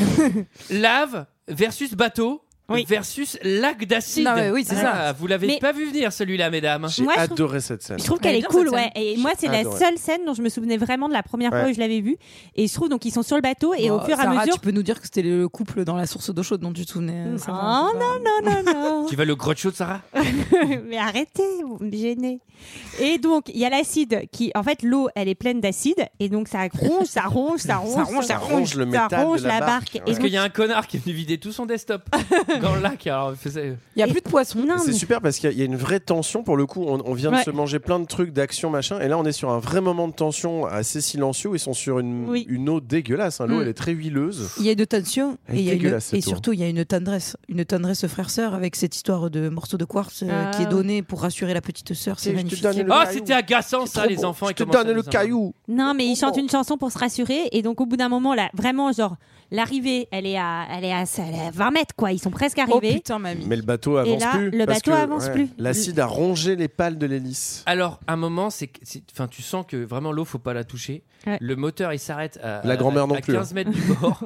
Lave versus bateau Oui. versus lac d'acide. Non, mais oui, c'est Ah, vous l'avez Mais- pas vu venir celui-là, mesdames. J'ai Moi, je trouve- adoré cette scène. Je trouve Elle qu'elle est est bien, cool, cette ouais. Et moi, c'est la Adoré. seule scène dont je me souvenais vraiment de la première fois Ouais. où je l'avais vue. Et je trouve donc ils sont sur le bateau et Bon, au fur et à Sarah, mesure. tu peux nous dire que c'était le couple dans la source d'eau chaude dont tu te souvenais. Oh ça va, c'est non, non, non, non. Tu vas le grotte chaude, Sarah? Mais arrêtez, vous me gênez. Et donc, il y a l'acide qui, en fait, l'eau, elle est pleine d'acide. Et donc, ça ronge, ça ronge, ça ronge, ronge, ça ronge le métal ça ronge de la la barque. barque. Ouais. Et Parce donc, qu'il y a un connard qui est venu vider tout son desktop dans le lac. Alors, il faisait- Il y a Et- plus de poissons. non, C'est mais- super parce qu'il y a- il y a une vraie tension pour le coup. On, on vient de Ouais. se manger plein de trucs d'action machin, et là on est sur un vrai moment de tension assez silencieux. Où ils sont sur une, Oui. une eau dégueulasse. hein. L'eau Mm. elle est très huileuse. Il y a une tension Elle est et, il y a une- dégueulasse, cette et eau. surtout il y a une tendresse, une tendresse frère-sœur avec cette histoire de morceau de quartz euh, Ah. qui est donnée pour rassurer la petite sœur. C'est Je te magnifique. donne le Oh, caillou. c'était agaçant ça, Trop les beau. enfants. Je ils te commencent à donne le nous avoir- caillou. Non, mais ils Oh, chantent oh. une chanson pour se rassurer. Et donc, au bout d'un moment, là, vraiment, genre, l'arrivée, elle est à, elle est à, elle est à vingt mètres, quoi. Ils sont presque presque arrivé. Oh putain, mamie. Mais le bateau avance là, plus. le parce bateau que, avance plus. L'acide a rongé les pales de l'hélice. Alors, à un moment, c'est, c'est, enfin, tu sens que vraiment l'eau, faut pas la toucher. Ouais. Le moteur, il s'arrête à, La grand-mère à, non à plus, quinze hein. mètres du bord.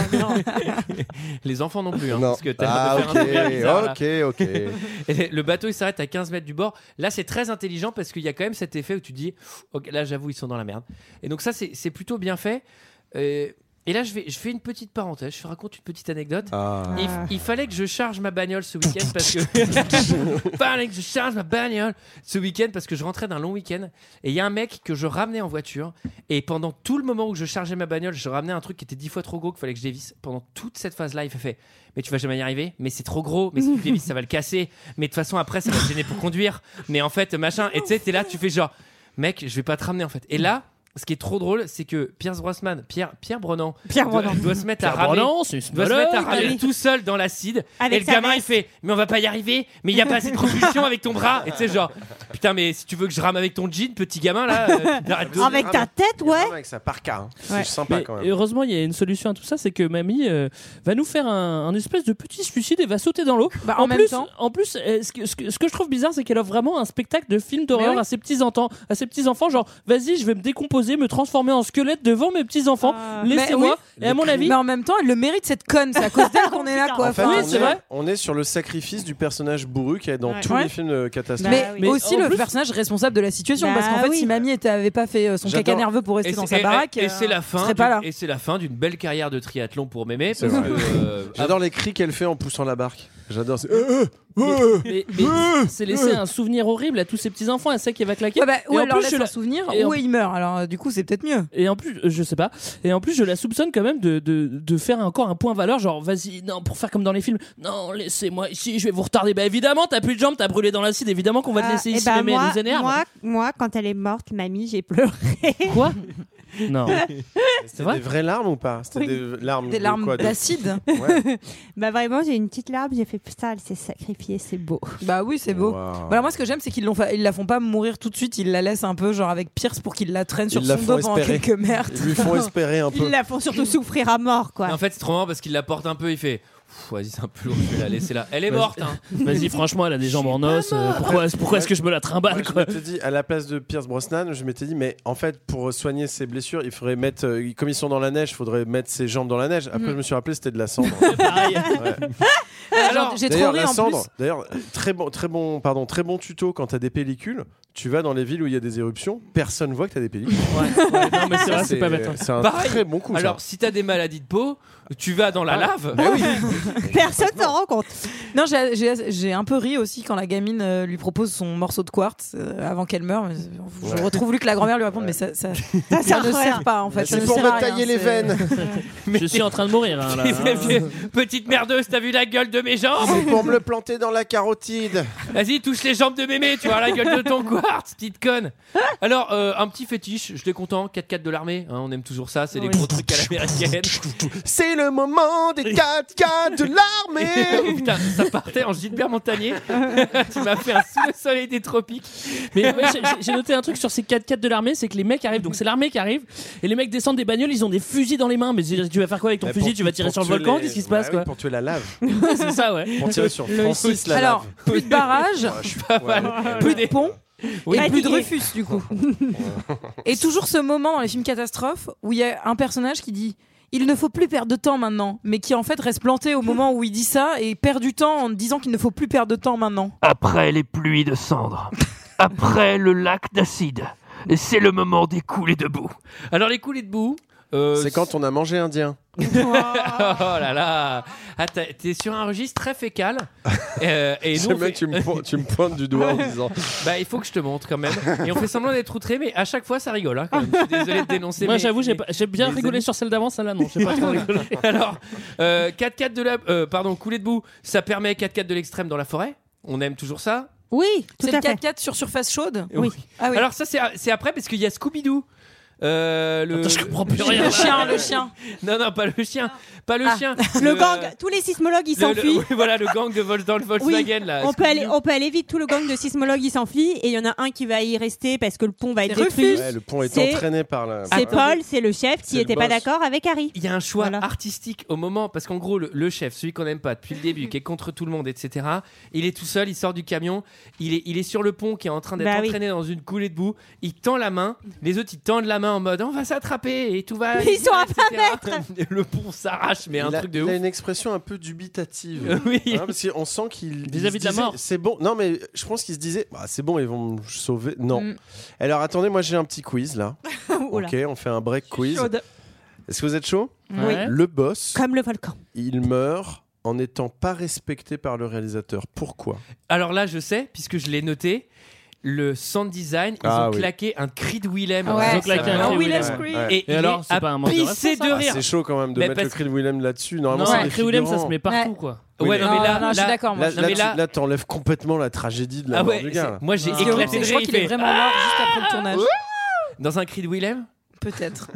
Les enfants non plus, hein, Non. parce que t'as Ah, l'air de faire un truc bizarre, là. ok, ok, ok. Et le bateau, il s'arrête à quinze mètres du bord. Là, c'est très intelligent parce qu'il y a quand même cet effet où tu dis, ok, là, j'avoue, ils sont dans la merde. Et donc ça, c'est, c'est plutôt bien fait. Euh, Et là, je, vais, je fais une petite parenthèse, je raconte une petite anecdote. Ah. Il, il fallait que je charge ma bagnole ce week-end parce que. Il fallait que je charge ma bagnole ce week-end parce que je rentrais d'un long week-end. Et il y a un mec que je ramenais en voiture. Et pendant tout le moment où je chargeais ma bagnole, je ramenais un truc qui était dix fois trop gros qu'il fallait que je dévisse. Pendant toute cette phase-là, il fait fait. Mais tu vas jamais y arriver, mais c'est trop gros, mais si tu dévisses, ça va le casser. Mais de toute façon, après, ça va te gêner pour conduire. Mais en fait, machin. Et tu sais, t'es là, tu fais genre, mec, je vais pas te ramener en fait. Et là. Ce qui est trop drôle, c'est que Pierce Brosnan, Pierre, Pierre Brenan, Pierre doit, Brenan. doit se mettre Pierre à ramer, Brenan, c'est une doit se mettre à blague. ramer Oui. tout seul dans l'acide. Avec Et le sa gamin, il veste. fait, mais on va pas y arriver, mais il y a pas assez de propulsion avec ton bras. Et tu sais, genre, putain, mais si tu veux que je rame avec ton jean, petit gamin, là, euh, arrête de- Avec ta tête, Il rame ouais. Avec sa parka. hein. Ouais. C'est sympa Mais quand même. heureusement, il y a une solution à tout ça, c'est que mamie euh, va nous faire un, un espèce de petit suicide et va sauter dans l'eau. Bah, en même plus, temps. en plus, euh, ce que, ce, que, ce que je trouve bizarre, c'est qu'elle offre vraiment un spectacle de film d'horreur Mais oui. à ses petits enfants, à ses petits enfants. Genre, vas-y, je vais me décomposer, me transformer en squelette devant mes petits enfants. Ah. Laissez-moi. Mais Et à mon avis, Mais en même temps, elle le mérite cette conne. C'est à cause d'elle qu'on est là, quoi. En fait, Oui, on, c'est est, vrai. on est sur le sacrifice du personnage bourru qui est dans Ouais. tous Ouais. les films de catastrophe. Mais, Bah oui. Mais aussi en le plus- personnage responsable de la situation, Bah parce qu'en fait, oui. si mamie était, avait pas fait euh, son J'adore. caca nerveux pour rester Et dans c'est- sa et- baraque, et euh, c'est la on fin serait pas là. d'une- et c'est la fin d'une belle carrière de triathlon pour mémé. C'est Parce vrai. que, euh, J'adore les cris qu'elle fait en poussant la barque. J'adore. c'est- Euh, mais, mais c'est laisser un souvenir horrible à tous ces petits enfants. Elle sait qu'elle va claquer. Ouais, bah, Et ou en alors plus, laisse je un la- souvenir, et en- ou il meurt. Alors euh, du coup, c'est peut-être mieux. Et en plus, euh, je sais pas. Et en plus, je la soupçonne quand même de, de, de faire encore un point valeur. Genre, vas-y, non, pour faire comme dans les films. Non, laissez-moi ici, je vais vous retarder. Bah évidemment, t'as plus de jambes, t'as brûlé dans l'acide. Évidemment qu'on va te Ah, laisser eh ici. ben, mais moi, elle nous énerve. moi, moi, quand elle est morte, mamie, j'ai pleuré. Quoi Non. C'était vrai des vraies larmes ou pas? C'était Oui. des larmes. Des de larmes quoi, de- d'acide. Ouais. Bah vraiment, j'ai une petite larme, j'ai fait putain, elle s'est sacrifiée, c'est beau. Bah oui, c'est beau. Wow. Bah alors moi, ce que j'aime, c'est qu'ils l'ont fa- ils la font pas mourir tout de suite. Ils la laissent un peu, genre avec Pierce, pour qu'il la traîne sur Ils la son font dos pendant espérer. quelques merdes. Ils lui font espérer un peu. Ils la font surtout souffrir à mort, quoi. Mais en fait, c'est trop marrant parce qu'il la porte un peu. Il fait, Pff, vas-y, c'est un peu lourd, je vais la laisser là. Elle est Vas-y. morte. Hein. Vas-y, franchement, elle a des jambes en os. euh, pourquoi pourquoi est-ce que je me la trimballe Moi, je quoi m'étais dit, à la place de Pierce Brosnan, je m'étais dit, mais en fait, pour soigner ses blessures, il faudrait mettre, euh, comme ils sont dans la neige, il faudrait mettre ses jambes dans la neige. Après, Mhm. je me suis rappelé, c'était de la cendre. Pareil. Ouais. Alors, j'ai trop D'ailleurs, ri la en cendre, plus. d'ailleurs, très bon, très bon, pardon, très bon tuto quand t'as des pellicules. Tu vas dans les villes où il y a des éruptions, personne voit que t'as des pellicules. Ouais, ouais, non, mais c'est vrai, Ça, c'est pas bête. hein. C'est un Pareil. très bon coup. ça. Alors, si t'as des maladies de peau, tu vas dans la lave. Bah oui. Personne s'en rend compte. Non, j'ai- j'ai j'ai un peu ri aussi quand la gamine euh, lui propose son morceau de quartz euh, avant qu'elle meure. Mais Je Ouais. retrouve lui que la grand-mère lui répond, mais ça, ça, ça, sert ne à rien. sert pas en fait. ça C'est ne pour sert me à rien, tailler les c'est- veines. Je suis en train de mourir. hein, là. Petite merdeuse, t'as vu la gueule de mes jambes? C'est pour me le planter dans la carotide. Vas-y, touche les jambes de mémé, tu vois la gueule de ton quartz, petite conne. Alors, euh, un petit fétiche, je suis content, quatre quatre de l'armée, hein, on aime toujours ça, c'est les Oui. gros trucs à l'américaine. C'est le moment des quatre quatre de l'armée. Oh, putain, ça partait en Gilbert Montagnier. Tu m'as fait un sous le soleil des tropiques. Mais ouais, j'ai- j'ai- j'ai noté un truc sur ces quatre quatre de l'armée, c'est que les mecs arrivent, donc c'est l'armée qui arrive, et les mecs descendent des bagnoles, ils ont des fusils dans les mains. Mais tu vas faire quoi avec ton Bah, fusil pour- Tu vas tirer pour sur le tuer volcan les- Qu'est-ce qui se Bah passe oui, quoi Pour tuer la lave. C'est ça, ouais. Pour tirer sur Le Francis la Alors, lave. plus de barrage, Ouais, je suis pas mal. plus de pont. Oui. Et plus de Fatigué. refus du coup. Et toujours ce moment dans les films catastrophes où il y a un personnage qui dit il ne faut plus perdre de temps maintenant, mais qui en fait reste planté au moment où il dit ça et perd du temps en disant qu'il ne faut plus perdre de temps maintenant. Après les pluies de cendres, après le lac d'acide, c'est le moment des coulées de boue. Alors, les coulées de boue. euh, C'est quand on a mangé indien. oh là là. Ah, t'as- t'es sur un registre très fécal. Euh, et nous, J'aime on bien fait- que tu me, po- tu me pointes du doigt en disant. Bah, il faut que je te montre quand même. Et on fait semblant d'être outré, mais à chaque fois, ça rigole. Hein, quand même. Je suis désolé de dénoncer. Moi mes- j'avoue, j'ai mes- pas- j'ai bien mes rigolé amis. sur celle d'avant, celle-là non, j'ai pas trop rigolé. Alors, euh, quatre quatre de la. euh, pardon, coulée de boue, ça permet quatre quatre de l'extrême dans la forêt. On aime toujours ça. Oui, tout C'est à le fait. quatre quatre sur surface chaude. Oui. Ah oui. Alors, ça, c'est c'est après parce qu'il y a Scooby-Doo. Euh, le... Attends, je comprends plus rien. Le chien, le chien. Non, non, pas le chien. Pas le Ah, chien. Le gang, tous les sismologues ils le- le- s'enfuient. oui, voilà, le gang de Vol- dans le Volkswagen. Oui, là. on peut aller, on peut aller vite. Tout le gang de sismologues il s'enfuit et il y en a un qui va y rester parce que le pont va être C'est détruit. Ouais, le pont est C'est- entraîné par la. C'est Attends. Paul, c'est le chef C'est qui le était pas boss. d'accord avec Harry. Il y a un choix Voilà. artistique au moment, parce qu'en gros, le, le chef, celui qu'on n'aime pas depuis le début, qui est contre tout le monde, et cetera, il est tout seul, il sort du camion, il est, il est sur le pont qui est en train d'être Bah oui. entraîné dans une coulée de boue, il tend la main, les autres ils tendent la main en mode on va s'attraper et tout va. Mais aller ils sont bien, à et cetera. Le pont s'arrache, mais un il a, truc de il ouf. a une expression un peu dubitative. Euh, oui. Hein, parce qu'on sent qu'il. il Vis-à-vis se de la disait, mort. C'est bon. Non, mais je pense qu'il se disait bah, c'est bon, ils vont me sauver. Non. Mm. Alors attendez, moi j'ai un petit quiz là. Oula. Ok, on fait un break quiz. Chaude. Est-ce que vous êtes chaud? Oui. Le boss, Comme le volcan. il meurt en n'étant pas respecté par le réalisateur. Pourquoi? Alors là, je sais, puisque je l'ai noté. Le sound design, ils Ah ont oui. claqué un cri de Willem. Ouais. Ils ont claqué un récemment. cri de Willem Willem. Scream. Ouais. Et, Et il alors, est c'est à pas un manque de pisser respect, de ça Ah, rire. c'est chaud quand même de Mais mettre le parce- cri de Willem là-dessus. Normalement, Non, c'est un les cri Willem, ça figurants. se met partout, Ouais. quoi. Oui, Ouais, mais- non, mais là, non, je suis là- d'accord. Moi, Là, Non, là, mais tu- là- là, t'enlèves complètement la tragédie de la Ah mort ouais, du gars. c'est- moi j'ai Ce qui est horrible, éclaté c'est de que je rire. crois qu'il est il fait, vraiment mort juste après le tournage. Dans un cri de Willem. Peut-être.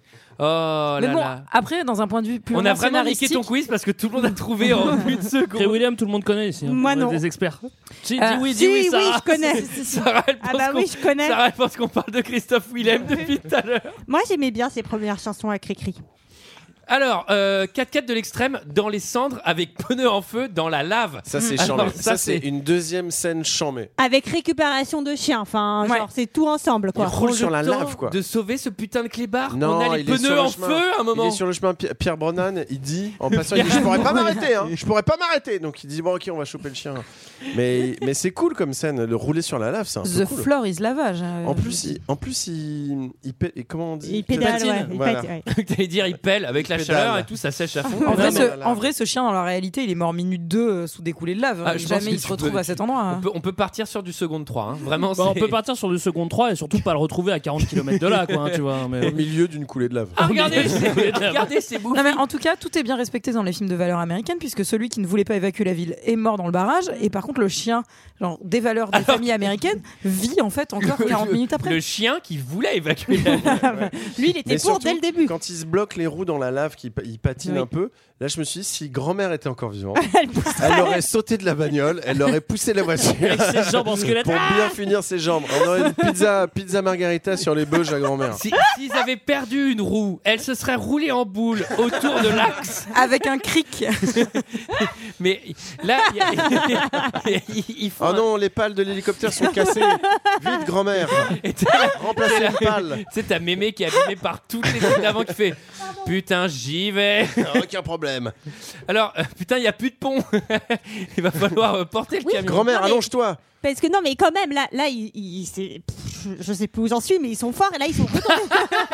Oh Mais là bon, là. après, dans un point de vue purement On a vraiment niqué scénaristique, ton quiz parce que tout le monde a trouvé en une Cray seconde. William, tout le monde connaît ici. hein. Moi, On est non. Des experts. Si, Euh, dis oui, Si, dis oui, oui, Sarah. je connais. Sarah, elle Ah pense bah qu'on- oui, je connais. Sarah, elle pense qu'on parle de Christophe Willem depuis tout à l'heure. Moi, j'aimais bien ses premières chansons à Cricri. Alors, euh, quatre quatre de l'extrême, dans les cendres, avec pneu en feu, dans la lave. Ça, c'est Alors, chambé. ça, Ça, c'est c'est- une deuxième scène chambée. Avec récupération de chiens. Enfin, Ouais. genre, c'est tout ensemble, Il quoi. roule Prends sur le la temps lave, quoi. De sauver ce putain de clébard. Non, On a les il est sur pneus le en chemin. feu à un moment. Il est sur le chemin. Pi- Pierre Bronan, il dit en passant, il dit, je pourrais pas m'arrêter, hein. Je pourrais pas m'arrêter. Donc il dit bon ok, on va choper le chien. Mais mais c'est cool comme scène. Le rouler sur la lave, c'est un peu The cool. floor is lavage. euh, En plus, il, en plus, il, il pète- et comment on dit Il pédale, patine. ouais. Il Voilà. pète, ouais. T'allais dire, il pèle avec la Pédale. chaleur et tout, ça sèche à fond. En vrai, Non, ce, mais- en vrai, ce chien, dans la réalité, il est mort minute deux euh, sous des coulées de lave. Ah, je pense Jamais que il tu se retrouve peux- à cet endroit. On hein. peut, on peut partir sur du second trois. Hein. Vraiment, Bah, on c'est- peut partir sur le second trois et surtout pas le retrouver à quarante kilomètres de là, quoi. hein, tu vois, mais... Au milieu d'une coulée de lave. Ah, regardez, c'est- regardez, c'est beau. Non mais en tout cas, tout est bien respecté dans les films de valeur américaine puisque celui qui ne voulait pas évacuer la ville est mort dans le barrage et par contre le chien, genre des valeurs des familles américaines, vit en fait encore quarante minutes après. Le chien qui voulait évacuer la ville. Lui, il était Mais pour surtout, dès le début. Quand il se bloque les roues dans la lave, qu'il pa- il patine Oui. un peu, là je me suis dit, si grand-mère était encore vivante, Elle pousse elle aurait sauté de la bagnole, elle aurait poussé la voiture Avec ses jambes en squelette. pour bien finir ses jambes. On aurait une pizza, pizza margarita sur les bœufs à grand-mère. Si- S'ils avaient perdu une roue, elle se serait roulée en boule autour de l'axe. Avec un cric. Mais là, il y a- il- il faut Oh un- non, les pales de l'hélicoptère sont cassées. Vite, grand-mère, Et t'as- remplacez t'as les pales. Tu sais, t'as mémé qui est abîmé par toutes les trucs d'avant qui fait putain, j'y vais. Aucun problème. Alors, euh, putain, il n'y a plus de pont. Il va falloir euh, porter le Oui, camion. Grand-mère, Non, mais- allonge-toi. Parce que non, mais quand même, là, là, il, il- c'est- pff, je, je sais plus où j'en suis, mais ils sont forts et là, ils sont retournés.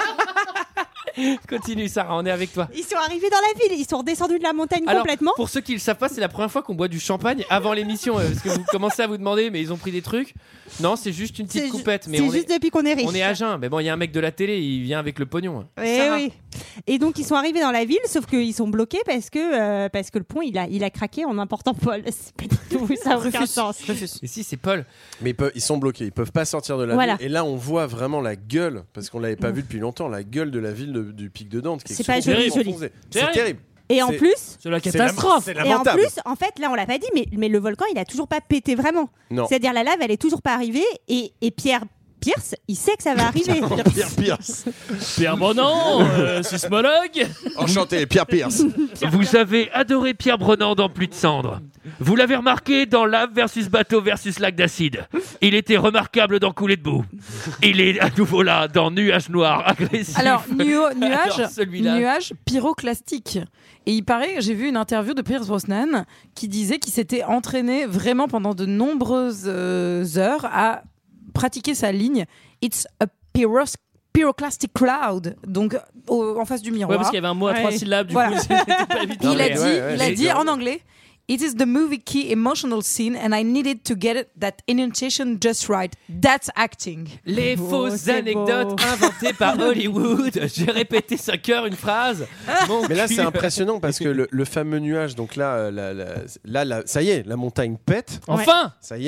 Continue, Sarah, on est avec toi. Ils sont arrivés dans la ville, ils sont redescendus de la montagne Alors, complètement. pour ceux qui ne le savent pas, c'est la première fois qu'on boit du champagne avant l'émission. euh, Parce que vous commencez à vous demander, mais ils ont pris des trucs. Non, c'est juste une petite C'est ju- coupette. Mais c'est on juste est, depuis qu'on est riche. on est à jeun. Mais bon, il y a un mec de la télé, il vient avec le pognon. Eh Sarah. oui. Et donc ils sont arrivés dans la ville, sauf qu'ils sont bloqués parce que euh, parce que le pont il a il a craqué en important Paul. C'est pas du tout ça n'a aucun sens. Et si, c'est Paul. Mais ils, peuvent- ils sont bloqués, ils peuvent pas sortir de la Voilà. ville. Et là, on voit vraiment la gueule, parce qu'on l'avait pas vu depuis longtemps, la gueule de la ville de- du Pic de Dante. qui est C'est pas extrêmement joli, joli. enfoncée. C'est Terrible. terrible. Et en C'est- plus, C'est la C'est catastrophe. C'est et en lamentable. plus, en fait, là on l'a pas dit, mais mais le volcan il a toujours pas pété vraiment. Non. C'est-à-dire la lave elle est toujours pas arrivée et et Pierre Pierce, il sait que ça va arriver. Pierre Pierce. Pierre Bonan, euh, sismologue. Enchanté, Pierre Pierce. Vous avez adoré Pierre Brennan dans Plus de cendres. Vous l'avez remarqué dans Lave versus Bateau versus Lac d'acide. Il était remarquable dans Coulée de boue. Il est à nouveau là dans Nuage noir agressif. Alors, nuo- nuage, Alors, celui-là. nuage pyroclastique. Et il paraît, j'ai vu une interview de Pierce Brosnan qui disait qu'il s'était entraîné vraiment pendant de nombreuses euh, heures à pratiquer sa ligne It's a pyros- pyroclastic cloud, donc au- en face du Ouais, miroir. parce qu'il y avait un mot à Ouais. trois syllabes, du Voilà. coup, c'était pas évident. Il a ouais, dit, ouais, ouais, il a j'ai- dit en anglais It is the movie key emotional scene and I needed to get it, that intonation just right. That's acting. Les Oh, fausses c'est anecdotes beau. inventées par Hollywood. J'ai répété cinq heures une phrase. Mon Mais là, cul. c'est impressionnant parce que le, le fameux nuage, donc là, euh, la- la- là, la- ça y est, la montagne pète. Enfin Ça y est.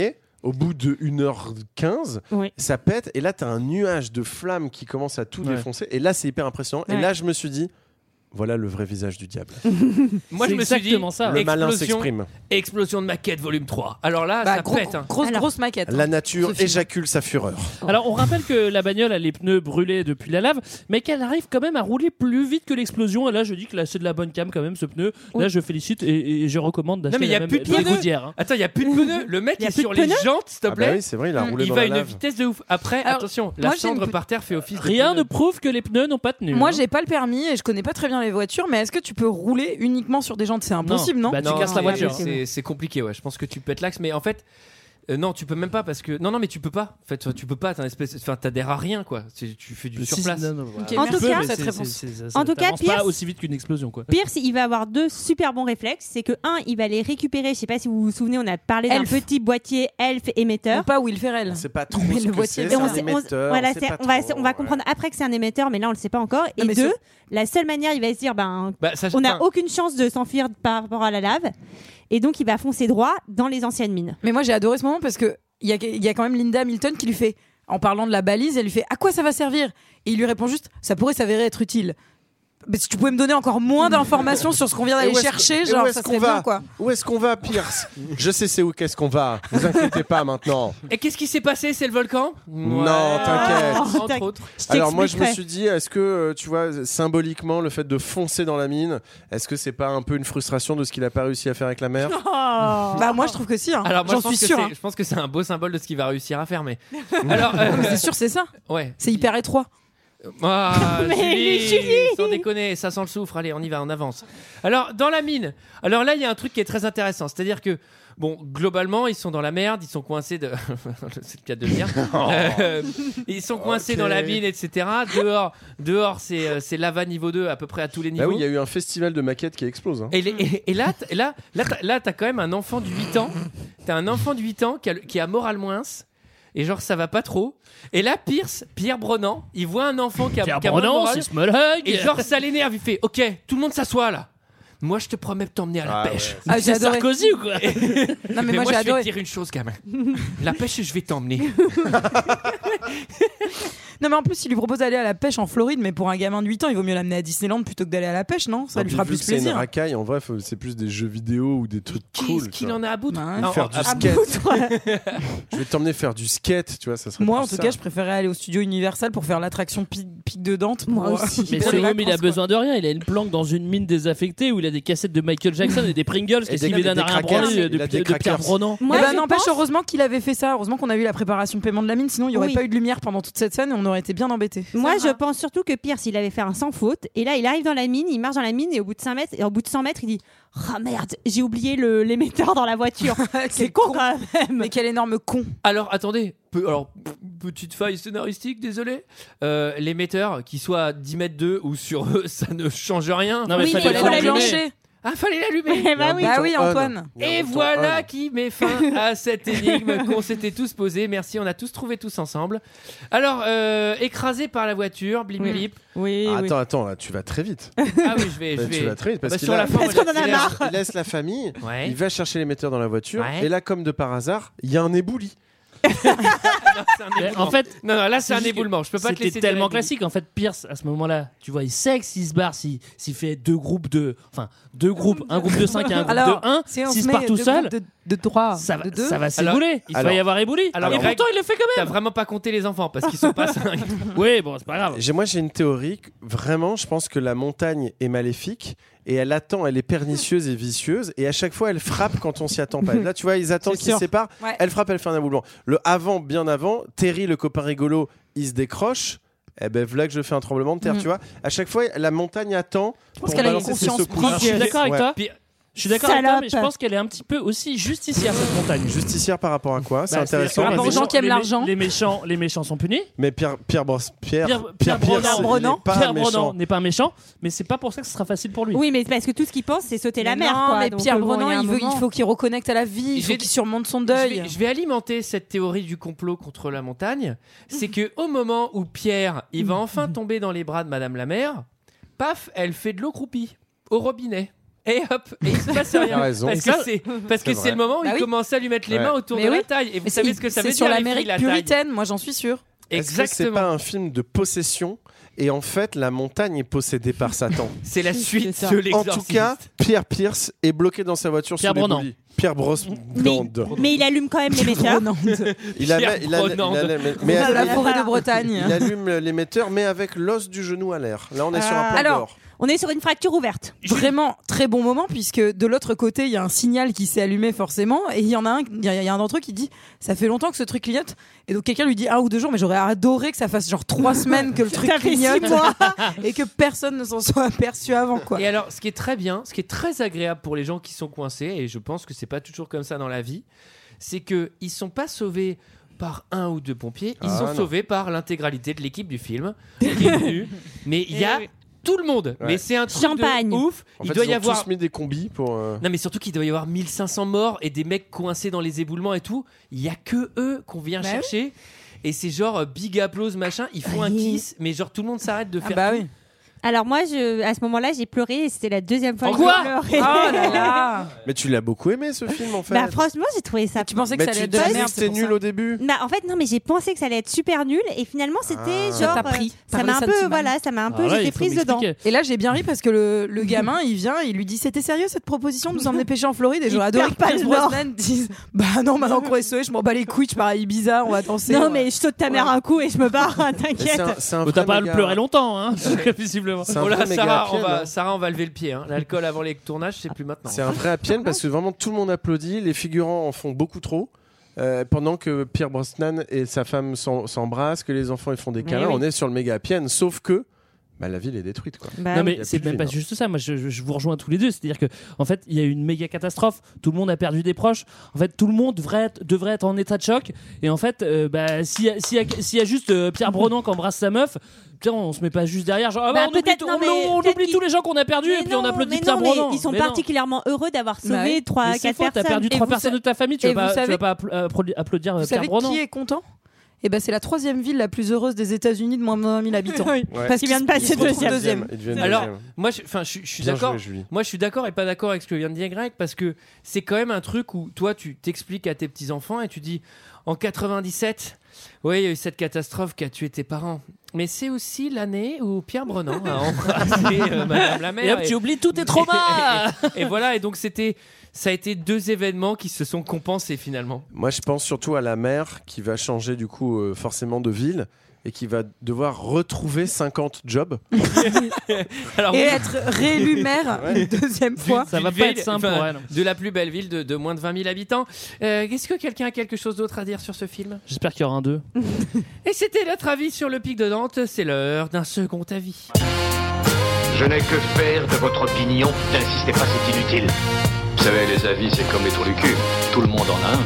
au bout de une heure quinze, Oui. ça pète et là t'as un nuage de flammes qui commence à tout Ouais. défoncer et là c'est hyper impressionnant. Ouais. Et là je me suis dit, voilà le vrai visage du diable. Moi, C'est je me suis dit, exactement ça. Le malin explosion, s'exprime. explosion de maquette volume trois. Alors là, Bah, ça gros- pète. hein. Grosse, Alors- grosse maquette. La nature Ce film. éjacule sa fureur. Alors, on rappelle que la bagnole a les pneus brûlés depuis la lave, mais qu'elle arrive quand même à rouler plus vite que l'explosion. Et là, je dis que là, c'est de la bonne cam quand même, ce pneu. Là, je félicite et, et je recommande d'acheter Non, mais il y la a même plus de des pneus. Goodyear, hein. Attends, il y a plus de pneus. Le mec Y a est plus sur de les pneus jantes, s'il te Ah bah plaît. oui, c'est vrai, il a roulé Il dans va à la une lave. vitesse de ouf. Après, Alors, attention, la moi, j'ai cendre une- par terre fait office de Rien pneu. ne prouve que les pneus n'ont pas tenu. Moi, hein. j'ai pas le permis et je connais pas très bien les voitures, mais est-ce que tu peux rouler uniquement sur des jantes? C'est impossible, non, Bah, tu Non, casses la c'est- voiture. c'est- C'est compliqué, ouais. Je pense que tu pètes l'axe, mais en fait. euh, non, tu peux même pas parce que non, non, mais tu peux pas. En fait, tu peux pas. T'as une espèce, enfin, t'adhères à rien, quoi. Tu, tu fais du Si, sur place. non, non, voilà. Ok, En merci tout pour cas- cette C'est- réponse. c'est- c'est- ça En tout cas, t'avance pas Pierce- aussi vite qu'une explosion, quoi. Pierce, il va avoir deux super bons réflexes. C'est que, un, il va les récupérer. Je sais pas si vous vous souvenez, on a parlé d'un Elf. petit boîtier elf Ou émetteur. pas Will Ferrell. C'est pas trop Mais ce le que boîtier c'est, de- c'est Et on un sait- on- émetteur. voilà, c'est c'est- pas on va, trop, on va ouais. comprendre après que c'est un émetteur, mais là on le sait pas encore. Et Non, mais deux, ce- la seule manière, il va se dire, ben, Bah, ça- on n'a enfin, aucune chance de s'enfuir par rapport à la lave, et donc il va foncer droit dans les anciennes mines. Mais moi, j'ai adoré ce moment parce que il y a, il y a quand même Linda Hamilton qui lui fait, en parlant de la balise, elle lui fait à quoi ça va servir? Et il lui répond juste, ça pourrait s'avérer être utile. Mais si tu pouvais me donner encore moins d'informations sur ce qu'on vient Et d'aller où est-ce chercher, que- et genre où est-ce ça qu'on serait va bien, quoi. Où est-ce qu'on va, Pierce? Je sais c'est où qu'est-ce qu'on va. Vous inquiétez pas maintenant. Et qu'est-ce qui s'est passé? C'est le volcan? Non, Ouais. t'inquiète. Entre T'inquiète. autres. Je Alors moi je me t'expliquerai. suis dit, est-ce que euh, tu vois symboliquement le fait de foncer dans la mine, est-ce que c'est pas un peu une frustration de ce qu'il a pas réussi à faire avec la mer? Bah moi, je trouve que si. Hein. Alors, moi, J'en je pense suis que sûr. c'est- hein. Je pense que c'est un beau symbole de ce qu'il va réussir à faire, mais. Alors, euh, Mais c'est sûr, c'est ça. ouais. C'est hyper étroit. Ah, Mais Julie, Julie sans déconner, ça sent le soufre. Allez, on y va, on avance. Alors, dans la mine, alors là, il y a un truc qui est très intéressant. C'est-à-dire que, bon, globalement, ils sont dans la merde, ils sont coincés de. C'est le cas de le dire. Euh, ils sont coincés Ok. dans la mine, et cetera. Dehors, dehors c'est, euh, c'est lava niveau deux à peu près à tous les niveaux. Bah oui, il y a eu un festival de maquettes qui explose. hein. Et, les- et- et là, t- là, là, t'as, là, t'as quand même un enfant de huit ans. T'as un enfant de huit ans qui a, le- qui a moral moins. Et genre, ça va pas trop. Et là, Pierce, Pierre Brennan, il voit un enfant qui a, Pierre qui a moins de Brennan, morale. c'est Smallhug. Et genre, ça l'énerve. Il fait ok, tout le monde s'assoit là. Moi, je te promets de t'emmener à la Ah pêche. ouais. Ah, j'ai C'est adoré. Sarkozy ou quoi? Non, mais, Mais moi, moi, j'ai je vais adoré. te dire une chose, gamin. La pêche, je vais t'emmener. Non, mais en plus, il lui propose d'aller à la pêche en Floride, mais pour un gamin de huit ans, il vaut mieux l'amener à Disneyland plutôt que d'aller à la pêche, non? Ça Non, lui puis fera vu plus que c'est une plaisir. racaille, en vrai, faut- c'est plus des jeux vidéo ou des trucs Qu'est-ce cool. tu qu'il vois. en a à bout Ouais. Non, Faire du à- skate. Ouais. Je vais t'emmener faire du skate, tu vois, ça serait Moi, plus en tout ça. cas, je préférais aller au studio Universal pour faire l'attraction Pic, Pic de Dante. Moi pour- aussi. Mais pour ce les homme, il a vacances, quoi. besoin de rien. Il a une planque dans une mine désaffectée où il a des cassettes de Michael Jackson et des Pringles. Et Qu'est-ce des- qu'il des n'a rien crackers. branlé Il de, a de, des de Pierre crackers. Brennan. Moi, Eh ben, je n'empêche, pense- heureusement qu'il avait fait ça. Heureusement qu'on a eu la préparation de paiement de la mine. Sinon, il n'y aurait Oui. pas eu de lumière pendant toute cette scène et on aurait été bien embêtés. Moi, je pense surtout que Pierce, il avait fait un sans faute. Et là, il arrive dans la mine, il marche dans la mine, et au bout de cinq mètres, et au bout de cent mètres, il dit ah merde, j'ai oublié le, l'émetteur dans la voiture. C'est con quand même. Mais quel énorme con. Alors, attendez. Peu- alors, p- petite faille scénaristique, désolé. Euh, l'émetteur, qu'il soit à dix mètres d'eux ou sur eux, ça ne change rien. Non, mais Oui, fallait mais faut faut l'allumer. l'enclencher. Ah, voilà l'allumer. Eh bah oui. Bah oui, on. Antoine. Il y a un Et bouton voilà on. qui met fin à cette énigme qu'on s'était tous posée. Merci, on a tous trouvé tous ensemble. Alors, euh, écrasé par la voiture, blip Oui. blip. Oui, Ah, oui. attends, attends, là, tu vas très vite. Ah oui, je vais. Je Là, vais... tu vas très vite Ah parce bah, qu'il sur a- la fin, Parce on qu'on en a il marre. il laisse la famille, Ouais. il va chercher l'émetteur dans la voiture, Ouais. et là, comme de par hasard, il y a un ébouli. Non, c'est un Mais éboulement. en fait, non, non, là, c'est un juste que éboulement. Je peux pas te laisser C'était dire tellement la vie. classique. En fait, Pierce, à ce moment-là, tu vois, il sait que s'il se barre, s'il, s'il fait deux groupes de. Enfin, deux groupes, un groupe de cinq et un groupe Alors, de un, si on s'il se se part met tout deux seul, groupes de, de trois, ça va, de deux. ça va Alors- s'ébouler. Il alors- va y avoir éboulis. alors, et Greg, pourtant, il le fait quand T'as même. vraiment pas compté les enfants parce qu'ils sont pas cinq. Oui, bon, c'est pas grave. J'ai- Moi, j'ai une théorie. que, Vraiment, je pense que la montagne est maléfique et elle attend, elle est pernicieuse et vicieuse. Et à chaque fois, elle frappe quand on s'y attend pas. Et là, tu vois, ils attendent C'est qu'ils se sûr. séparent. Ouais. Elle frappe, elle fait un aboulement. Le avant, bien avant, Terry, le copain rigolo, il se décroche. Eh ben, voilà que je fais un tremblement de terre, Mhm. tu vois. À chaque fois, la montagne attend. Je pense pour qu'elle a une balancer ses conscience secousses. propre. Je suis d'accord avec Ouais. toi. Puis- Je suis d'accord avec toi, Salope. mais je pense qu'elle est un petit peu aussi justicière cette montagne. Justicière par rapport à quoi? C'est Bah, intéressant. c'est-à-dire que Par rapport les aux gens méchants- qui aiment les- l'argent. Les méchants, les méchants sont punis. Mais Pierre, Pierre, Bros- Pierre, Pierre, Pierre, Pierre Pierce, Brennan, il est Brennan, pas Pierre méchant. Brennan n'est pas méchant, mais c'est pas pour ça que ce sera facile pour lui. Oui, mais parce que tout ce qu'il pense, c'est sauter la Mais mer. non, quoi. mais Donc, Pierre bon, Brennan, y a un il, veut, il moment. faut qu'il reconnecte à la vie, il Je faut vais- qu'il surmonte son Je deuil. vais, je vais alimenter cette théorie du complot contre la montagne. C'est que au moment où Pierre, il va enfin tomber dans les bras de Madame la Mère, paf, elle fait de l'eau croupie au robinet. et hop, et il se passe rien. T'as raison. Parce que c'est, parce que C'est c'est vrai. le moment où Bah il oui. commence à lui mettre les Ouais. mains autour Mais de oui. la taille. Et vous Mais savez c'est- ce que ça c'est veut sur dire, les l'Amérique filles, la taille. puritaine, moi j'en suis sûre. Est-ce que c'est Exactement. pas un film de possession et en fait la montagne est possédée par Satan? C'est la suite ça. de En l'exorciste. tout cas, Pierre Pierce est bloqué dans sa voiture Pierre sous les Brosnan. bougies. Pierre Brosnan. Mais il allume quand même l'émetteur. Il, a- Pierre il, a- il, a- Brosnan. il a- mais- mais- Dans la il- forêt de il Bretagne. allume l'émetteur, mais avec l'os du genou à l'air. Là, on est sur un Ah. plan Alors, d'or. On est sur une fracture ouverte. Vraiment très bon moment puisque de l'autre côté il y a un signal qui s'est allumé forcément et il y en a un il y a, il y a un d'entre eux qui dit ça fait longtemps que ce truc clignote et donc quelqu'un lui dit un ou deux jours mais j'aurais adoré que ça fasse genre trois semaines que le truc Ça fait six clignote mois. et que personne ne s'en soit aperçu avant quoi. Et alors, ce qui est très bien, ce qui est très agréable pour les gens qui sont coincés, et je pense que c'est pas toujours comme ça dans la vie, c'est que ils sont pas sauvés par un ou deux pompiers, ils Ah, sont non. sauvés par l'intégralité de l'équipe du film qui est venue. Mais il y a tout le monde. Ouais. Mais c'est un truc Champagne. de ouf. En il fait, doit ils y ont avoir. tous mis des combis pour. euh, Non, mais surtout qu'il doit y avoir mille cinq cents morts et des mecs coincés dans les éboulements et tout. Il y a que eux qu'on vient Bah chercher. Et c'est genre euh, big applause machin. Ils font un Oui. kiss, mais genre tout le monde s'arrête de Ah faire. bah tout. oui. Alors moi, je, à ce moment-là, j'ai pleuré et c'était la deuxième fois En que quoi j'ai pleuré. Oh là là. Mais tu l'as beaucoup aimé ce film en fait. Bah franchement, j'ai trouvé ça. Tu pensais que Mais ça tu allait être de la disais merde que c'était c'est pour nul ça. au début. Bah en fait non, mais j'ai pensé que ça allait être super nul et finalement c'était Ah. genre Ça t'a pris euh, ça par m'a les un peu sentiments. voilà, ça m'a un peu Alors là, j'étais il faut prise dedans. m'expliquer. Et là j'ai bien ri parce que le, le gamin il vient il lui dit c'était sérieux cette proposition de nous emmener pêcher en Floride et j'aurais Il adoré que perd pas Pierce le nord. Brosnan dise bah non maintenant qu'on est sauvé je m'en bats les couilles je pars à Ibiza on va danser. Non on va- mais je saute ta mère un coup et je me barre, hein, Mais c'est un- t'inquiète. c'est un Oh, T'as vrai pas méga- pleuré longtemps, hein, visiblement. C'est un Oh là, vrai méga Sarah, on happy end, va, hein. Sarah, on va lever le pied. hein. L'alcool avant les tournages, c'est plus maintenant. C'est un vrai happy end parce que vraiment tout le monde applaudit, les figurants en font beaucoup trop. euh, pendant que Pierre Brosnan et sa femme s'em- s'embrassent, que les enfants ils font des Mais câlins, oui. on est sur le méga happy end, sauf que bah, la ville est détruite quoi. Bah, Non oui. mais y a c'est plus de même pas film, hein. juste ça. Moi, je, je- je vous rejoins tous les deux. C'est-à-dire que en fait, il y a eu une méga catastrophe. Tout le monde a perdu des proches. En fait, tout le monde devrait être, devrait être en état de choc. Et en fait, euh, bah, s'il y, a- s'il y a- s'il y a juste euh, Pierre Brosnan qui embrasse sa meuf, putain, on se met pas juste derrière. Genre, ah bah, Bah, on oublie, peut-être, tout- non, on- mais on peut-être oublie qu'ils- tous les gens qu'on a perdus Mais et puis non, on applaudit mais Pierre non, mais Brosnan. ils sont Mais non. particulièrement heureux d'avoir sauvé Bah oui. trois Mais c'est quatre faux, t'as personnes. perdu Et trois vous personnes sa- de ta famille. Tu et vas pas, vous tu vas savez- pas appla- applaudi- applaudir euh, Vous Pierre savez Brosnan. qui est content Eh ben c'est la troisième ville la plus heureuse des États-Unis de moins de vingt mille habitants. Oui. Ouais. Parce qu'il vient de passer se retrouve deuxième. deuxième. Il devient Alors, deuxième. moi, je, enfin, je, je suis Bien d'accord. joué, Julie. Moi, je suis d'accord et pas d'accord avec ce que vient de dire Greg parce que c'est quand même un truc où toi, tu t'expliques à tes petits enfants et tu dis en quatre-vingt-dix-sept, oui, il y a eu cette catastrophe qui a tué tes parents. Mais c'est aussi l'année où Pierre Brosnan a embrassé euh, Madame la Mère. Et hop, tu oublies tous tes traumas. et, et- et voilà. Et donc c'était, ça a été deux événements qui se sont compensés finalement. Moi, je pense surtout à la mère qui va changer du coup euh, forcément de ville et qui va devoir retrouver cinquante jobs. Alors, Et oui, être réélu maire une deuxième fois. Ça d'une va pas ville, être simple enfin, pour elle. de la plus belle ville de, de moins de vingt mille habitants. Euh, Est-ce que quelqu'un a quelque chose d'autre à dire sur ce film? J'espère qu'il y aura un deux. Et c'était notre avis sur le Pic de Dante. C'est l'heure d'un second avis. Je n'ai que faire de votre opinion. N'insistez pas, c'est inutile. Vous savez, les avis, c'est comme les trous du cul. Tout le monde en a un.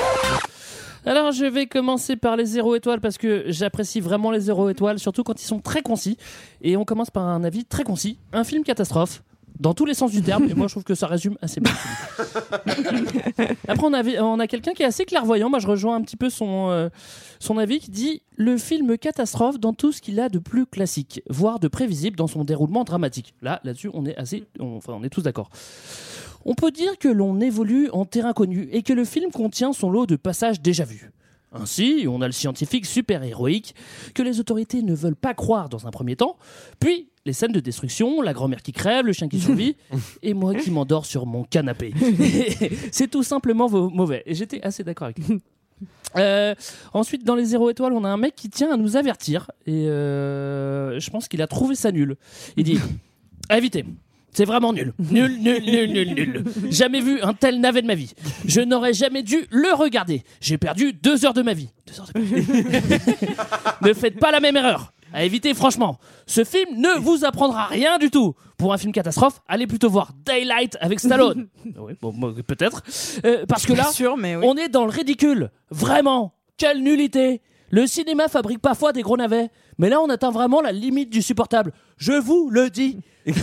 Alors je vais commencer par les zéro étoiles parce que j'apprécie vraiment les zéro étoiles, surtout quand ils sont très concis. Et on commence par un avis très concis. Un film catastrophe, dans tous les sens du terme, et moi je trouve que ça résume assez bien. Après on, avait, on a quelqu'un qui est assez clairvoyant, moi je rejoins un petit peu son, euh, son avis qui dit « Le film catastrophe dans tout ce qu'il a de plus classique, voire de prévisible dans son déroulement dramatique ». Là, là-dessus on est, assez, on, enfin, on est tous d'accord. On peut dire que l'on évolue en terrain connu et que le film contient son lot de passages déjà vus. Ainsi, on a le scientifique super-héroïque que les autorités ne veulent pas croire dans un premier temps, puis les scènes de destruction, la grand-mère qui crève, le chien qui survit, et moi qui m'endors sur mon canapé. C'est tout simplement vo- mauvais. Et j'étais assez d'accord avec lui. Euh, ensuite, dans les zéro étoiles, on a un mec qui tient à nous avertir, et euh, je pense qu'il a trouvé ça nul. Il dit « Évitez ». C'est vraiment nul. Nul, nul, nul, nul, nul. Jamais vu un tel navet de ma vie. Je n'aurais jamais dû le regarder. J'ai perdu deux heures de ma vie. Deux heures de ma vie. Ne faites pas la même erreur. À éviter, franchement. Ce film ne vous apprendra rien du tout. Pour un film catastrophe, allez plutôt voir Daylight avec Stallone. Oui, bon, bon, peut-être. Euh, parce que là, Pas sûr, mais oui. on est dans le ridicule. Vraiment. Quelle nullité. Le cinéma fabrique parfois des gros navets, mais là on atteint vraiment la limite du supportable. Je vous le dis.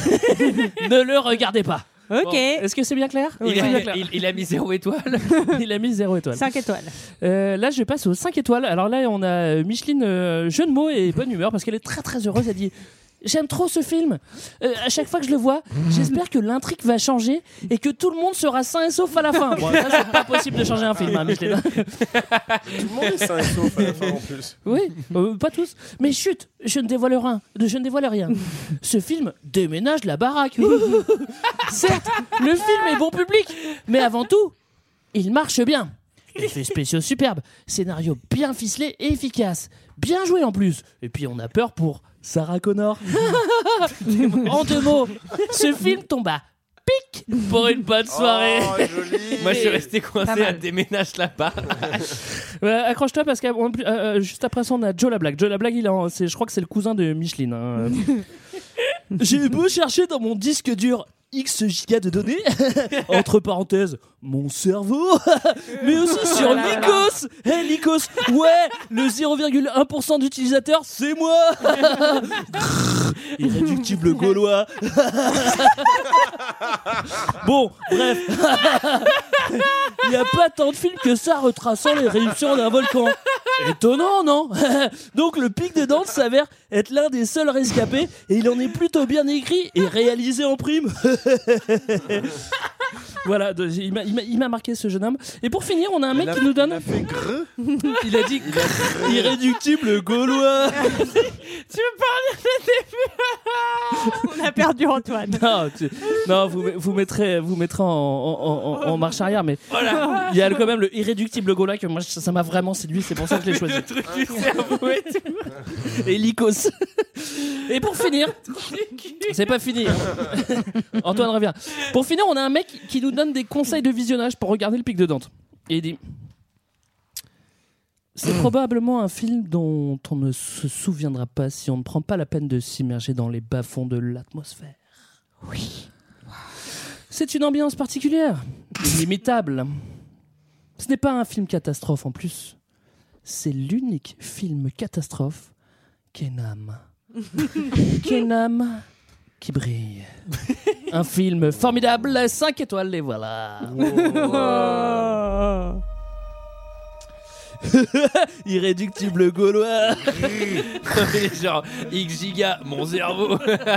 Ne le regardez pas. Ok. Bon, est-ce que c'est bien clair? Il, C'est a, bien clair. il- il a mis zéro étoile. Il a mis zéro étoile. cinq étoiles. Euh, là, je passe aux cinq étoiles. Alors là, on a Micheline, euh, jeu de mots et bonne humeur parce qu'elle est très très heureuse. Elle dit j'aime trop ce film. Euh, à chaque fois que je le vois, j'espère que l'intrigue va changer et que tout le monde sera sain et sauf à la fin. Bon, ça, c'est pas possible de changer un film, hein, Micheline. Tout le monde est sain et sauf à la fin en plus. Oui, euh, pas tous. Mais chut, je ne dévoile rien. Je ne dévoile rien. Ce film déménage la baraque. Certes, le film est bon public, mais avant tout, il marche bien. Effets spéciaux superbes, scénario bien ficelé et efficace, bien joué en plus. Et puis on a peur pour Sarah Connor. En deux mots, ce film tombe à pic pour une bonne soirée. Oh, joli. Moi, je suis resté coincé à déménage là-bas. Ouais, accroche-toi parce que euh, euh, juste après ça, on a Joe la blague. Joe la blague, il est en, c'est, je crois que c'est le cousin de Micheline. Hein. J'ai beau chercher dans mon disque dur X gigas de données, entre parenthèses, mon cerveau, mais aussi sur Lycos. Hey Lycos, ouais, le zéro virgule un pour cent d'utilisateurs, c'est moi. Irréductible gaulois. Bon, bref. Il n'y a pas tant de films que ça retraçant l'éruption d'un volcan. Étonnant, non? Donc le Pic de Dante s'avère être l'un des seuls rescapés et il en est plutôt bien écrit et réalisé en prime. Voilà, de, il, m'a, il, m'a, il m'a marqué ce jeune homme. Et pour finir, on a un mec il a, qui nous donne. Il a fait greu. Il a dit irréductible gaulois. Tu veux parler de début? On a perdu Antoine. Non, tu, non vous, vous mettrez, vous mettrez en, en, en, en marche arrière, mais Voilà. il y a quand même le irréductible gaulois que moi ça m'a vraiment séduit, c'est pour ça que je l'ai choisi. Le truc du cerveau et tout. Et Lycos. Et pour finir, c'est pas fini. Antoine revient. Pour finir, on a un mec qui nous donne des conseils de visionnage pour regarder le Pic de Dante. Et il dit: c'est probablement un film dont on ne se souviendra pas si on ne prend pas la peine de s'immerger dans les bas-fonds de l'atmosphère. Oui. C'est une ambiance particulière, inimitable. Ce n'est pas un film catastrophe en plus. C'est l'unique film catastrophe qui a une âme. Qui a une âme qui brille. Un film formidable, cinq étoiles, les voilà. Oh. Irréductible gaulois. Genre X giga, mon cerveau.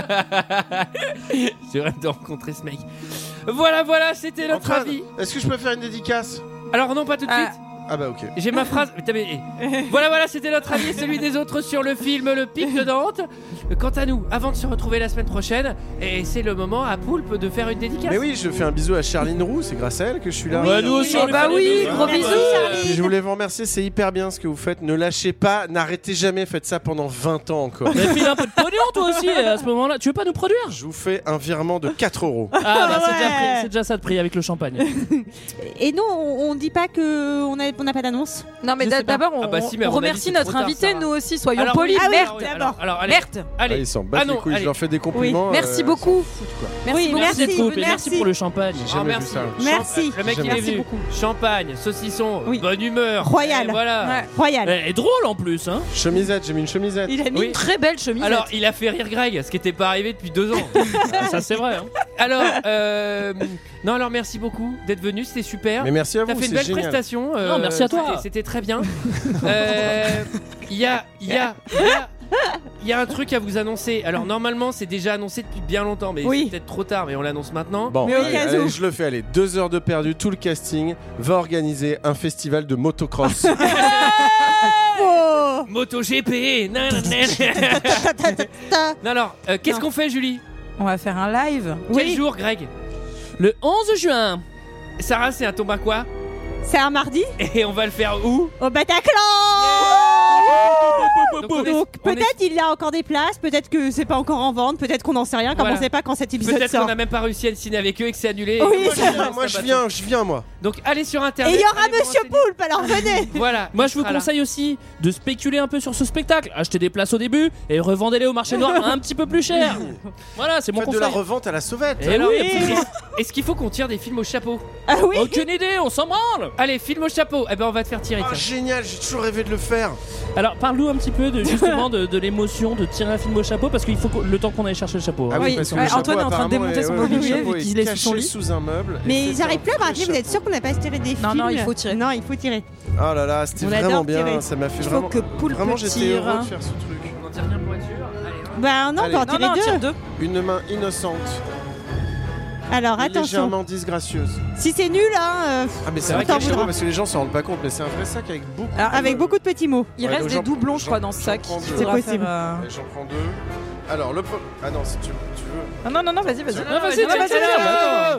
J'ai hâte de rencontrer ce mec. Voilà, voilà, c'était notre Antoine, avis. Est-ce que je peux faire une dédicace? Alors non, pas tout de Ah. suite. Ah bah ok. J'ai ma phrase. Putain, mais- Voilà, voilà, c'était notre avis et celui des autres sur le film Le Pic de Dante. Quant à nous, avant de se retrouver la semaine prochaine, et c'est le moment à Poulpe de faire une dédicace. Mais oui, je fais un bisou à Charline Roux, c'est grâce à elle que je suis là. Ouais, nous aussi, on lui bah fait des oui, bisous. gros bisous. Puis je voulais vous remercier, c'est hyper bien ce que vous faites. Ne lâchez pas, n'arrêtez jamais, faites ça pendant vingt ans encore. Mais file un peu de pognon toi aussi à ce moment-là. Tu veux pas nous produire? Je vous fais un virement de quatre euros. Ah bah c'est, Ouais. déjà pris- c'est déjà ça de prix avec le champagne. Et non, on, on dit pas que on a- on n'a pas d'annonce. Non, mais Je d'a- sais pas. d'abord, on, Ah bah si, mais à on mon avis, remercie c'est notre trop tard, invité, Sarah. nous aussi, soyons Alors, polis. ah oui, Merde. alors, oui, alors, d'abord. alors, allez, Merde. Ah, allez. ils s'en battent Ah non, les couilles, allez. je leur fais des compliments. Merci euh, beaucoup. Oui, Merci beaucoup. Merci Merci, Poulpe et merci merci. pour le champagne. J'ai jamais Ah, vu merci. ça. Merci. Le mec, il est Merci venu. Champagne, saucisson, Oui. bonne humeur. Royal. Et voilà. Ouais. Royal. Et drôle en plus, hein. Chemisette, j'ai mis une chemisette. Il a mis Oui. Une très belle chemise. Alors, il a fait rire Greg, ce qui n'était pas arrivé depuis deux ans. Ça c'est vrai. Hein. Alors, euh, non, alors merci beaucoup d'être venu, c'était super. Mais merci à T'as vous, fait une c'est belle génial. prestation. euh, Non, merci à toi. c'était- C'était très bien. Euh, Il y a, il y a, il y a, il y a un truc à vous annoncer. Alors normalement, c'est déjà annoncé depuis bien longtemps, mais Oui. c'est peut-être trop tard. Mais on l'annonce maintenant. Bon, Mais au allez, cas allez, où. je le fais. Allez, deux heures de perdu. Tout le casting va organiser un festival de motocross. Oh. MotoGP. nan, nan, nan. Non, alors, euh, qu'est-ce Non. qu'on fait, Julie? On va faire un live. Quel Oui. jour, Greg? Le onze juin. Sarah, c'est un tombe à quoi? C'est un mardi Et on va le faire où? au Bataclan. Donc, on est- Donc on est- peut-être il y a encore des places, peut-être que c'est pas encore en vente, peut-être qu'on n'en sait rien, comme Voilà. on sait pas quand cet épisode Peut-être sort. qu'on n'a même pas réussi à le signer avec eux et que c'est annulé. Oui, Moi, ça- je- Moi, je viens, je viens, moi. Donc allez sur Et internet. il y aura allez vous Monsieur renseigner. Poulpe, alors venez. Voilà. Moi il je vous sera là. conseille aussi de spéculer un peu sur ce spectacle. Achetez des places au début et revendez-les au marché noir un petit peu plus cher. Voilà, c'est mon Faites de conseil. la revente à la sauvette. Eh Alors, oui. est-ce- Est-ce qu'il faut qu'on tire des films au chapeau? Ah oui. Aucune idée, on s'en branle. Allez, film au chapeau. Eh ben on va te faire tirer. Oh, tiens. génial, j'ai toujours rêvé de le faire. Alors parle-nous un petit peu peu de, justement de, de l'émotion de tirer un film au chapeau parce qu'il faut que- le temps qu'on aille chercher le chapeau. Ah oui, Oui, parce que ouais, le chapeau, Antoine est en train de apparemment, démonter est- son ouais, mobilier, le chapeau vu est qu'il est sous son caché lit. sous un meuble. et Mais c'est j'arrive un plus à vrai partir, vous êtes chapeau. sûr qu'on n'a pas tiré des films? Non, non, il faut tirer. Non, il faut tirer. Oh là là, c'était On vraiment adore bien. tirer. Ça m'a fait Il faut vraiment. que Poulpe Vraiment, j'étais tire. heureux de faire ce truc. On en tire bien pour être sûr. Allez, hein. Bah non, Allez. on peut en Non, tirer non, deux. tire deux. Une main innocente, Alors et attention. légèrement disgracieuse. Si c'est nul, hein, euh, Ah mais c'est on vrai t'en que le chapeau, voudra. parce que les gens s'en rendent pas compte, mais c'est un vrai sac avec beaucoup. Alors, Avec beaucoup de petits mots. Il Ouais, reste donc des j'en- doublons, je j'en- crois, dans ce j'en sac. prends deux. Il C'est faudra possible. faire, euh, Et j'en prends deux. Alors le pro... Ah non, si tu, tu veux. Ah non, non, non, vas-y, vas-y. Non, Non, vas-y, Non, tiens, vas-y, tiens, vas-y. tiens, attends.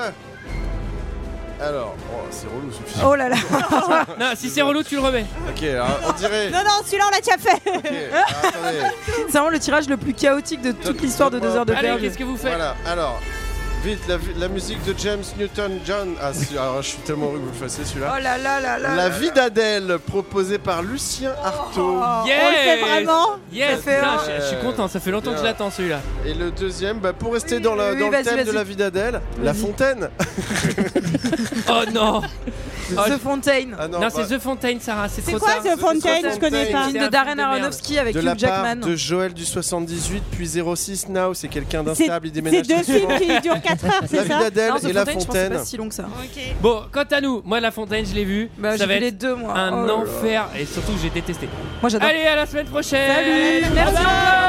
Ah. Alors, oh, c'est relou ce film. Oh là là. Non, si c'est relou, tu le remets. Ok, alors, on dirait. Non, non, celui-là, on l'a déjà fait. Ok, alors, attendez. C'est vraiment le tirage le plus chaotique de toute l'histoire de deux heures de Allez, perdu. qu'est-ce que vous faites? Voilà, alors. Vite, la, la musique de James Newton-John. Ah, celui- alors, je suis tellement heureux que vous le fassiez celui-là. Oh là là là là. La là vie d'Adèle, proposée par Lucien Artaud. Yes. On le fait vraiment. Yes, Ça fait putain, un. je, je suis content, ça fait longtemps que je Bien. l'attends celui-là. Et le deuxième, bah, pour rester dans, la, oui, dans le vas-y, thème de vas-y. la vie d'Adèle, La Fontaine. Oh non. Oh, The Fontaine. Ah Non, bah, c'est The Fontaine, Sarah, c'est C'est trop quoi tard. The Fontaine? Je connais pas. Film C'est de un Darren film de merde. Aronofsky avec de Hugh la part Jackman. de Joël du soixante-dix-huit, puis zéro six Now, c'est quelqu'un C'est d'instable, il c'est déménage deux très souvent. films qui durent quatre heures, La c'est vie ça? d'Adèle Non, The et La Fontaine, je pense que c'est Fontaine. pas si long que ça. Ok. Bon, quant à nous, moi La Fontaine, je l'ai vu. Bah, Ça j'ai va vu les être deux, moi. un Oh là là. enfer et surtout j'ai détesté. Moi, j'adore. Allez, à la semaine prochaine. Salut. Merci Bye bye. encore.